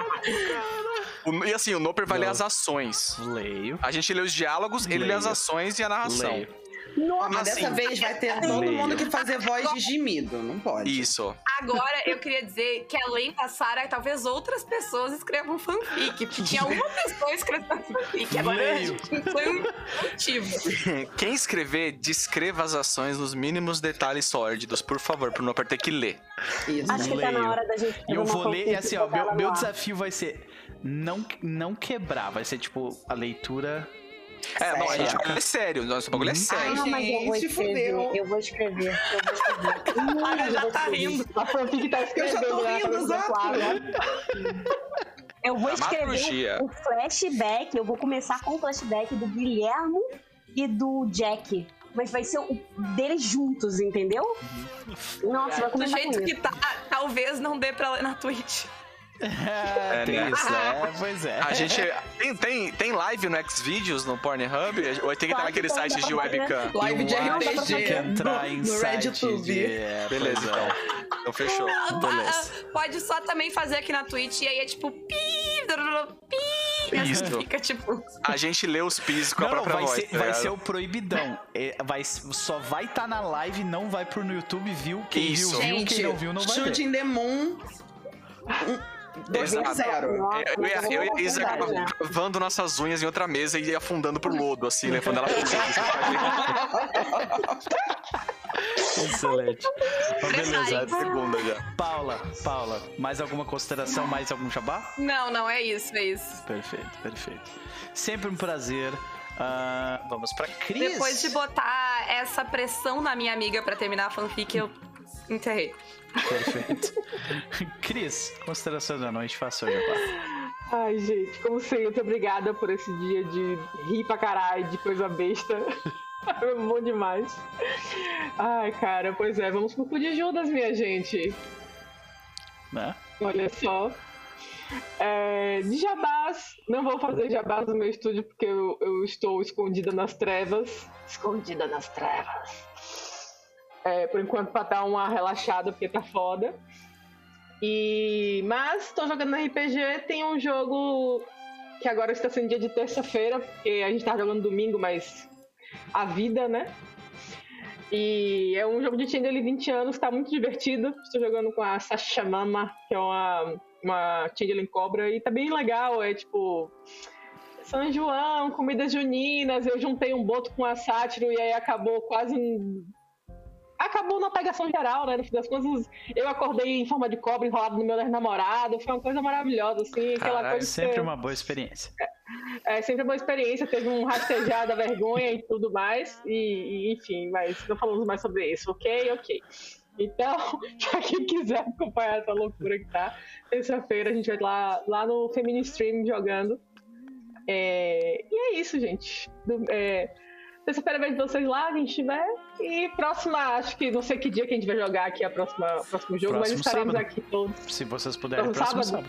E assim, o Noper vai ler as ações. Leio. A gente lê os diálogos, ele lê as ações e a narração. Leio. Mas dessa vez vai ter todo mundo que fazer voz de gemido, não pode. Isso. Agora, eu queria dizer que além da Sarah, talvez outras pessoas escrevam fanfic. Porque tinha uma pessoa escrevendo fanfic. Agora a gente foi um motivo. Quem escrever, descreva as ações nos mínimos detalhes sórdidos, por favor, pro Noper ter que ler. Isso. Acho que tá na hora da gente... E eu vou ler, e assim, ó, meu desafio vai ser não quebrar, vai ser tipo a leitura... Não, a gente vai ler sério, nosso bagulho é sério. Ah, mas eu vou escrever, eu vou escrever. Ela já tá rindo. A fanfic tá escrevendo. Eu já tô rindo, exato. Eu vou escrever o flashback, eu vou começar com o flashback do Guilherme e do Jack. Mas vai ser o deles juntos, entendeu? Nossa, vai Do começar jeito com que isso. tá, talvez não dê pra ler na Twitch. Tem isso, né? Pois é. A gente tem live no Xvideos, no Pornhub? Ou tem que estar naquele site de webcam? Live de RPG. Tem que entrar em no site RedTube. Beleza, então fechou. Pode só também fazer aqui na Twitch e aí é tipo pi. Isso. Fica tipo... A gente lê os pis com a própria voz. Vai ser o proibidão. Só vai estar na live, não vai pro no YouTube, viu? Quem Isso. viu, quem não viu, não vai ver. Shooting the Moon 2.0. Eu e a Isa cavando nossas unhas em outra mesa e afundando pro lodo, assim, levando ela pro Excelente. Beleza. Segunda já. Paula, mais alguma consideração, mais algum jabá? Não, é isso. Perfeito. Sempre um prazer. Vamos pra Cris. Depois de botar essa pressão na minha amiga pra terminar a fanfic, eu enterrei. Perfeito. Cris, consideração da noite, faça o jabá. Ai, gente, como sempre, muito obrigada por esse dia de rir pra caralho, de coisa besta. Foi bom demais. Ai, cara, pois é, vamos pro cu de Judas, minha gente. Né? Olha só. De jabás, não vou fazer jabás no meu estúdio porque eu estou escondida nas trevas. Escondida nas trevas. Por enquanto, pra dar uma relaxada, porque tá foda. Mas tô jogando no RPG, tem um jogo que agora está sendo dia de terça-feira, porque a gente tá jogando domingo, mas a vida, né? E é um jogo de Changeling 20 anos, tá muito divertido. Estou jogando com a Sasha Mama, que é uma Changeling cobra, e tá bem legal, é tipo... São João, comidas juninas, eu juntei um boto com a sátiro e aí acabou na pegação geral, né? No fim das contas, eu acordei em forma de cobra enrolado no meu namorado. Foi uma coisa maravilhosa, assim. Aquela coisa sempre uma boa experiência. Sempre uma boa experiência. Teve um rastejar da vergonha e tudo mais. Enfim, mas não falamos mais sobre isso, ok? Então, pra quem quiser acompanhar essa loucura que tá, terça-feira a gente vai lá no Femini Stream jogando. E é isso, gente. Terça-feira vejo vocês lá, a gente tiver. E próxima, acho que não sei que dia que a gente vai jogar aqui próximo jogo, mas estaremos sábado. Aqui todos. Se vocês puderem, próximo sábado.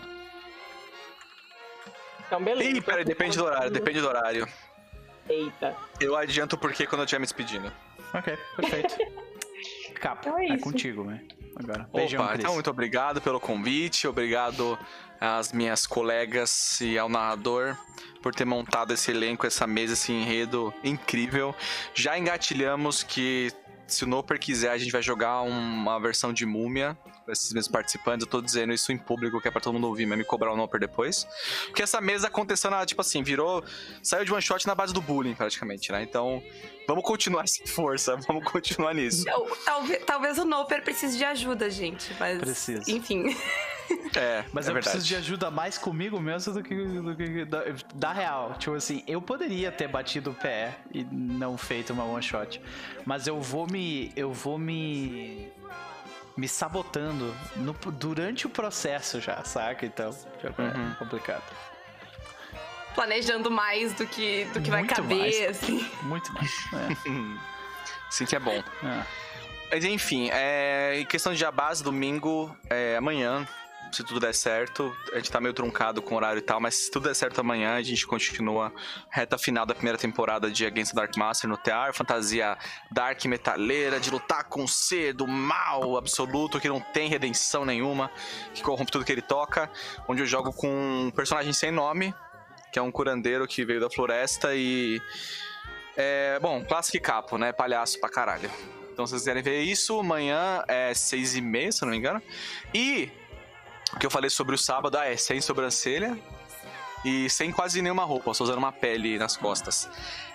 Então, beleza. Ih, peraí, depende do horário. Eita. Eu adianto porque quando eu estiver me despedindo. Ok, perfeito. Capo, Então é isso. contigo, né? Agora. Beijão, Opa, Cris. então muito obrigado pelo convite, obrigado às minhas colegas e ao narrador por ter montado esse elenco, essa mesa, esse enredo incrível. Já engatilhamos que se o Noper quiser, a gente vai jogar uma versão de Múmia com esses mesmos participantes. Eu tô dizendo isso em público, que é pra todo mundo ouvir, mas me cobrar o Noper depois. Porque essa mesa aconteceu tipo assim, saiu de one shot na base do bullying, praticamente, né? Então, vamos continuar essa força, vamos continuar nisso. Talvez o Noper precise de ajuda, gente, mas... Precisa. Enfim. Mas eu preciso de ajuda mais comigo mesmo do que da real. Tipo assim, eu poderia ter batido o pé e não feito uma one shot, mas eu vou me sabotando durante o processo já, saca? Então, já é complicado. Planejando mais do que vai caber, mais. assim. Muito mais. Sim que é bom. Mas enfim, em questão de jabás, domingo, amanhã, se tudo der certo, a gente tá meio truncado com o horário e tal, mas se tudo der certo amanhã, a gente continua reta final da primeira temporada de Against the Dark Master no TR, fantasia dark metaleira, de lutar com o ser do mal absoluto, que não tem redenção nenhuma, que corrompe tudo que ele toca, onde eu jogo com um personagem sem nome, que é um curandeiro que veio da floresta e... bom, clássico e capo, né? Palhaço pra caralho. Então, se vocês quiserem ver isso, amanhã é 6h30, se eu não me engano. E o que eu falei sobre o sábado, sem sobrancelha e sem quase nenhuma roupa, só usando uma pele nas costas.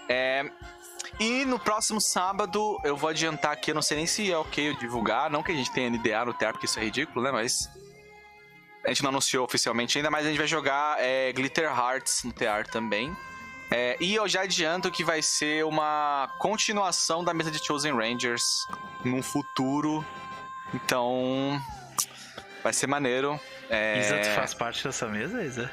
E no próximo sábado, eu vou adiantar aqui, eu não sei nem se é ok eu divulgar, não que a gente tenha NDA no TR, porque isso é ridículo, né, mas... A gente não anunciou oficialmente ainda, mas a gente vai jogar Glitter Hearts no TR também. E eu já adianto que vai ser uma continuação da mesa de Chosen Rangers num futuro. Então, vai ser maneiro. Isa, tu faz parte dessa mesa, Isa?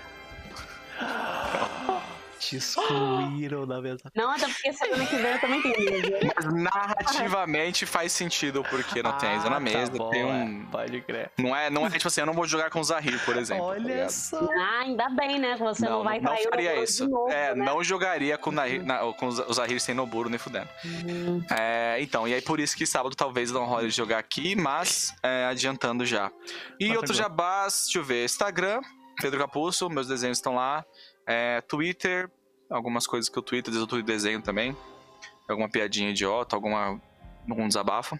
Te excluíram da mesa. Não, até porque semana que vem eu também tenho mesa. Mas narrativamente faz sentido, porque não tem a Isa na mesa. Tá bom, tem pode crer. Não é tipo assim, eu não vou jogar com o Zahir, por exemplo. Olha tá só. Ainda bem, né? Que você não vai trair faria o isso. de novo, né? Não jogaria com o Zahir sem Noburo nem fudendo. Então, e aí por isso que sábado talvez não role de jogar aqui, mas adiantando já. E outros jabás, deixa eu ver, Instagram, Pedro Capuzzo, meus desenhos estão lá. Twitter, algumas coisas que eu tweeto, às vezes eu tweeto desenho também. Alguma piadinha idiota, algum desabafo.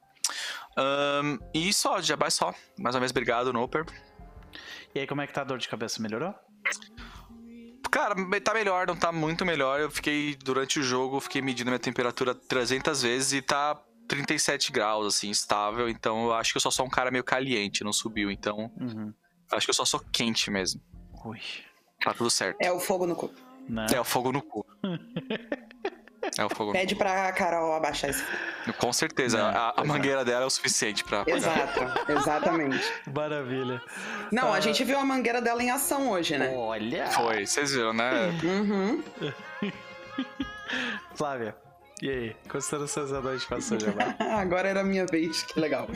E só, jabá é só. Mais uma vez, obrigado, Noper. E aí, como é que tá a dor de cabeça? Melhorou? Cara, tá melhor, não tá muito melhor. Durante o jogo, fiquei medindo minha temperatura 300 vezes e tá 37 graus, assim, estável. Então, eu acho que eu só sou um cara meio caliente, não subiu. Então, acho que eu só sou quente mesmo. Ui. Tá tudo certo. É o fogo no cu. Não. É o fogo no cu. Pede pra Carol abaixar esse fogo. Com certeza. A mangueira dela é o suficiente pra... Exato, exatamente. Maravilha. Não, a gente viu a mangueira dela em ação hoje, né? Olha! Foi, vocês viram, né? Uhum. Flávia, e aí? Considerações da noite passou já, vai? Agora era a minha vez, que legal.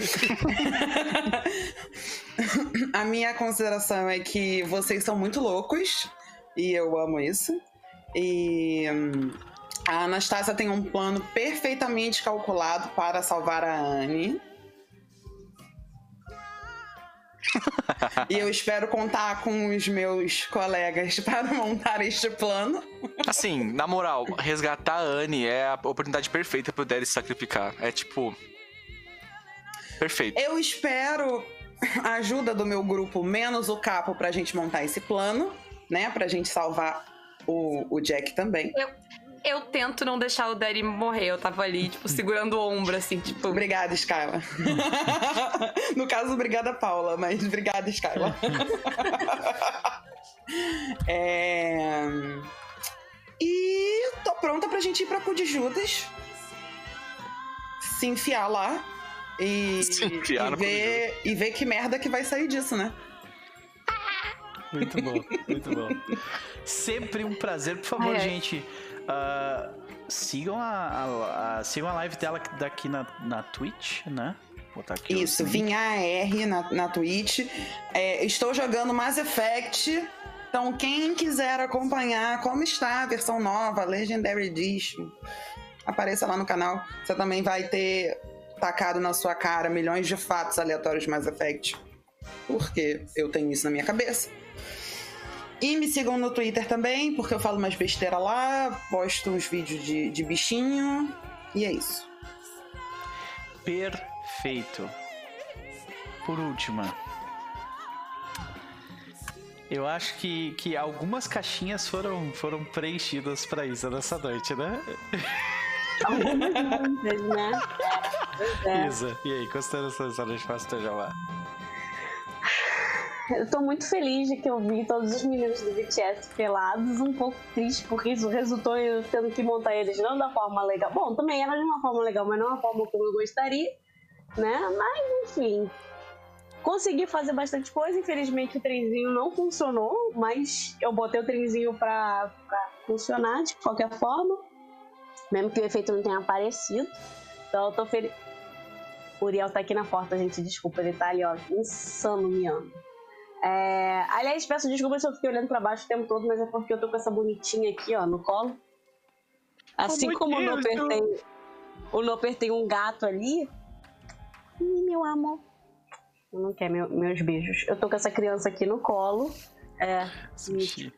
A minha consideração é que vocês são muito loucos, e eu amo isso. E a Anastácia tem um plano perfeitamente calculado para salvar a Anne. E eu espero contar com os meus colegas para montar este plano. Assim, na moral, resgatar a Anne é a oportunidade perfeita pro Derry se sacrificar. É tipo... perfeito. Eu espero a ajuda do meu grupo, menos o Capo, pra gente montar esse plano, né? Pra gente salvar o Jack também. Eu tento não deixar o Derry morrer. Eu tava ali, tipo, segurando o ombro, assim, tipo... Obrigada, Skyla. No caso, obrigada, Paula, mas obrigada, Skyla. E tô pronta pra gente ir pra Cu de Judas. Se enfiar lá. E, enfiar no e ver que merda que vai sair disso, né? Muito bom, muito bom. Sempre um prazer. Por favor, gente, sigam sigam a live dela daqui na Twitch, né? Vou botar aqui isso, VinAR na Twitch. Estou jogando Mass Effect. Então, quem quiser acompanhar como está a versão nova, Legendary Edition, apareça lá no canal. Você também vai ter tacado na sua cara milhões de fatos aleatórios de Mass Effect. Porque eu tenho isso na minha cabeça. E me sigam no Twitter também, porque eu falo umas besteira lá, posto uns vídeos de bichinho. E é isso. Perfeito. Por última, eu acho que algumas caixinhas foram preenchidas pra Isa nessa noite, né? Algumas vezes, né? Isa, e aí, considerações da noite para o Jabá? Eu tô muito feliz de que eu vi todos os meninos do BTS pelados, um pouco triste, porque isso resultou em eu tendo que montar eles não da forma legal. Bom, também era de uma forma legal, mas não a forma como eu gostaria, né? Mas, enfim, consegui fazer bastante coisa. Infelizmente o trenzinho não funcionou, mas eu botei o trenzinho pra funcionar de qualquer forma, mesmo que o efeito não tenha aparecido. Então eu tô feliz. O Uriel tá aqui na porta, gente, desculpa, ele tá ali, ó, insano miando. Aliás, peço desculpa se eu fiquei olhando pra baixo o tempo todo, mas é porque eu tô com essa bonitinha aqui, ó, no colo. Assim como o Noper tem um gato ali. Ih, meu amor. Não quer meus beijos. Eu tô com essa criança aqui no colo. Sushi.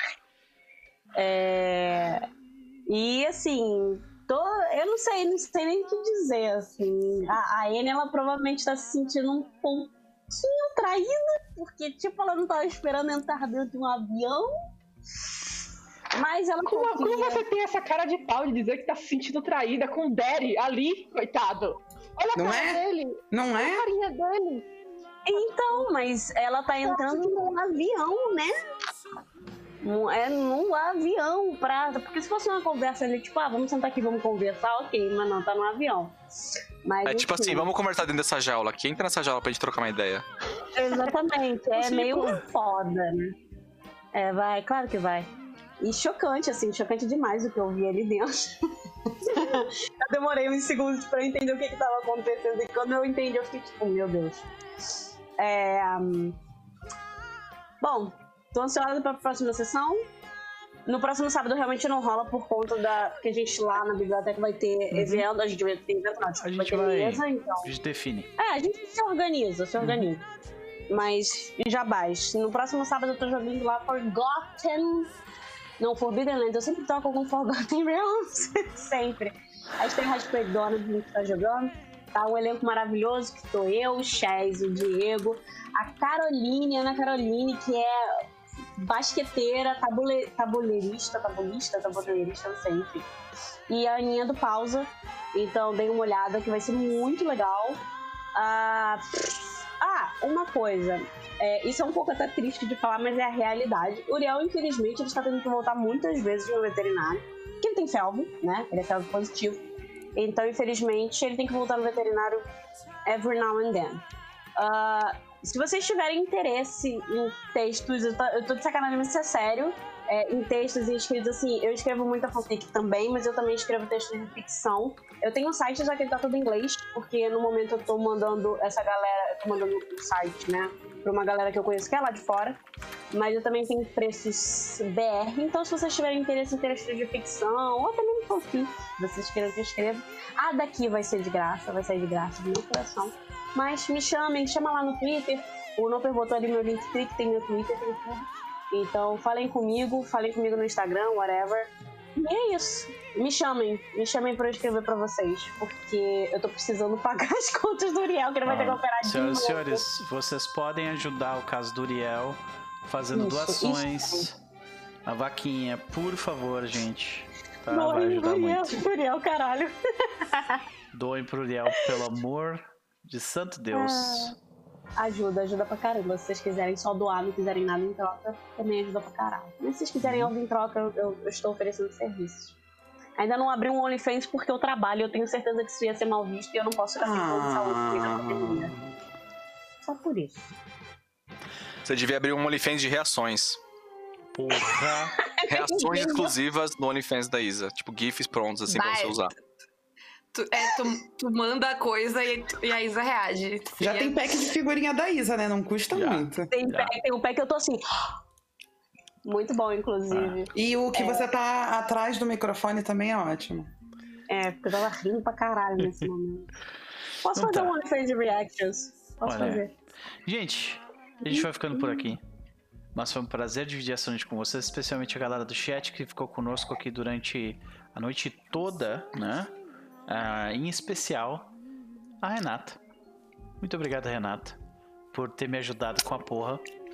E assim, eu não sei nem o que dizer, assim. A Anne, ela provavelmente tá se sentindo um pouquinho traída, porque, tipo, ela não tava esperando entrar dentro de um avião. Mas ela Como você tem essa cara de pau de dizer que tá se sentindo traída com o Daddy ali, coitado? Olha a cara dele. Não é? Olha a carinha dele. Então, mas ela tá entrando num avião, né? É num avião, porque se fosse uma conversa ali, tipo, vamos sentar aqui, vamos conversar, ok, mas não, tá no avião. Mas, tipo assim, vamos conversar dentro dessa jaula aqui, entra nessa jaula pra gente trocar uma ideia. Exatamente, meio foda, né? Vai, claro que vai. E chocante, assim, chocante demais o que eu vi ali dentro. Eu demorei uns segundos pra entender o que tava acontecendo, e quando eu entendi, eu fiquei tipo, meu Deus. Bom, tô ansiosa pra próxima sessão. No próximo sábado realmente não rola por conta que a gente lá na biblioteca vai ter evento. A gente vai ter evento, não, vai ter mesa, então. A gente define. A gente se organiza. Mas já baixa. No próximo sábado eu tô jogando lá Forgotten. Não, Forbidden Lands. Eu sempre toco algum Forgotten Realms. Sempre. A gente tem o Raspberry Donald que tá jogando. Tá um elenco maravilhoso, que sou eu, o Chaz, o Diego, a Caroline, Ana Caroline, que é basqueteira, tabuleirista, não sei, enfim. E a Aninha do Pausa. Então, dei uma olhada que vai ser muito legal. Uma coisa. Isso é um pouco até triste de falar, mas é a realidade. O Uriel, infelizmente, ele está tendo que voltar muitas vezes no veterinário. Porque ele tem felvo, né? Ele é felvo positivo. Então, infelizmente, ele tem que voltar no veterinário every now and then. Se vocês tiverem interesse em textos, eu tô de sacanagem, mas isso é sério. Em textos e escritos, assim, eu escrevo muita fanfic também, mas eu também escrevo textos de ficção. Eu tenho um site, só que ele tá todo em inglês, porque no momento eu tô mandando o site, né, pra uma galera que eu conheço que é lá de fora. Mas eu também tenho preços BR, então se vocês tiverem interesse em textos de ficção, ou até mesmo fanfic, vocês queiram que eu escreva, daqui vai sair de graça do meu coração. Mas me chama lá no Twitter. O Noper botou ali meu Linktree, que tem meu Twitter, tem tudo. Então falem comigo no Instagram, whatever. E é isso. Me chamem pra eu escrever pra vocês, porque eu tô precisando pagar as contas do Uriel, que ele vai ter que operar de novo. Senhores, vocês podem ajudar o caso do Uriel fazendo doações. A vaquinha, por favor, gente. Tá? Vai ajudar muito. Uriel, caralho. Doem pro Uriel, pelo amor de santo Deus. Ajuda pra caramba. Se vocês quiserem só doar, não quiserem nada em troca, também ajuda pra caralho. Mas se vocês quiserem algo em troca, eu estou oferecendo serviços. Ainda não abri um OnlyFans porque eu trabalho, eu tenho certeza que isso ia ser mal visto e eu não posso ficar sem plano de saúde no meio da pandemia. Só por isso. Você devia abrir um OnlyFans de reações. Porra. Reações exclusivas no OnlyFans da Isa. Tipo, GIFs prontos, assim, pra você usar. Tu manda a coisa e a Isa reage. Já tem pack de figurinha da Isa, né? Não custa muito. Tem um pack que eu tô assim... Muito bom, inclusive. E o que você tá atrás do microfone também é ótimo. Porque eu tava rindo pra caralho nesse momento. Posso fazer um OnlyFans de reactions? Posso fazer. Gente, a gente vai ficando por aqui. Mas foi um prazer dividir essa noite com vocês, especialmente a galera do chat que ficou conosco aqui durante a noite toda, né? Em especial, a Renata. Muito obrigado, Renata, por ter me ajudado com a porra.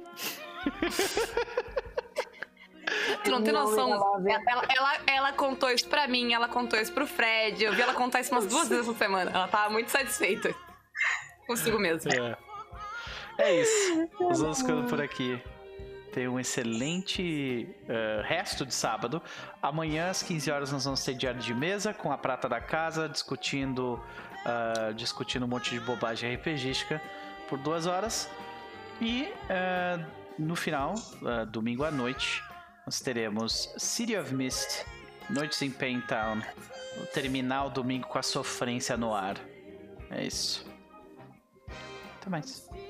Tu não tem noção. Ela contou isso pra mim, ela contou isso pro Fred. Eu vi ela contar isso umas 2 vezes por semana. Ela tava muito satisfeita consigo mesmo. É isso. Nós vamos ficando por aqui. Tenha um excelente resto de sábado. Amanhã, às 15 horas, nós vamos ter diário de mesa com a prata da casa, discutindo um monte de bobagem RPGística por 2 horas. E no final, domingo à noite, nós teremos City of Mist, Noites em Paintown. Terminar o domingo com a sofrência no ar. É isso. Até mais.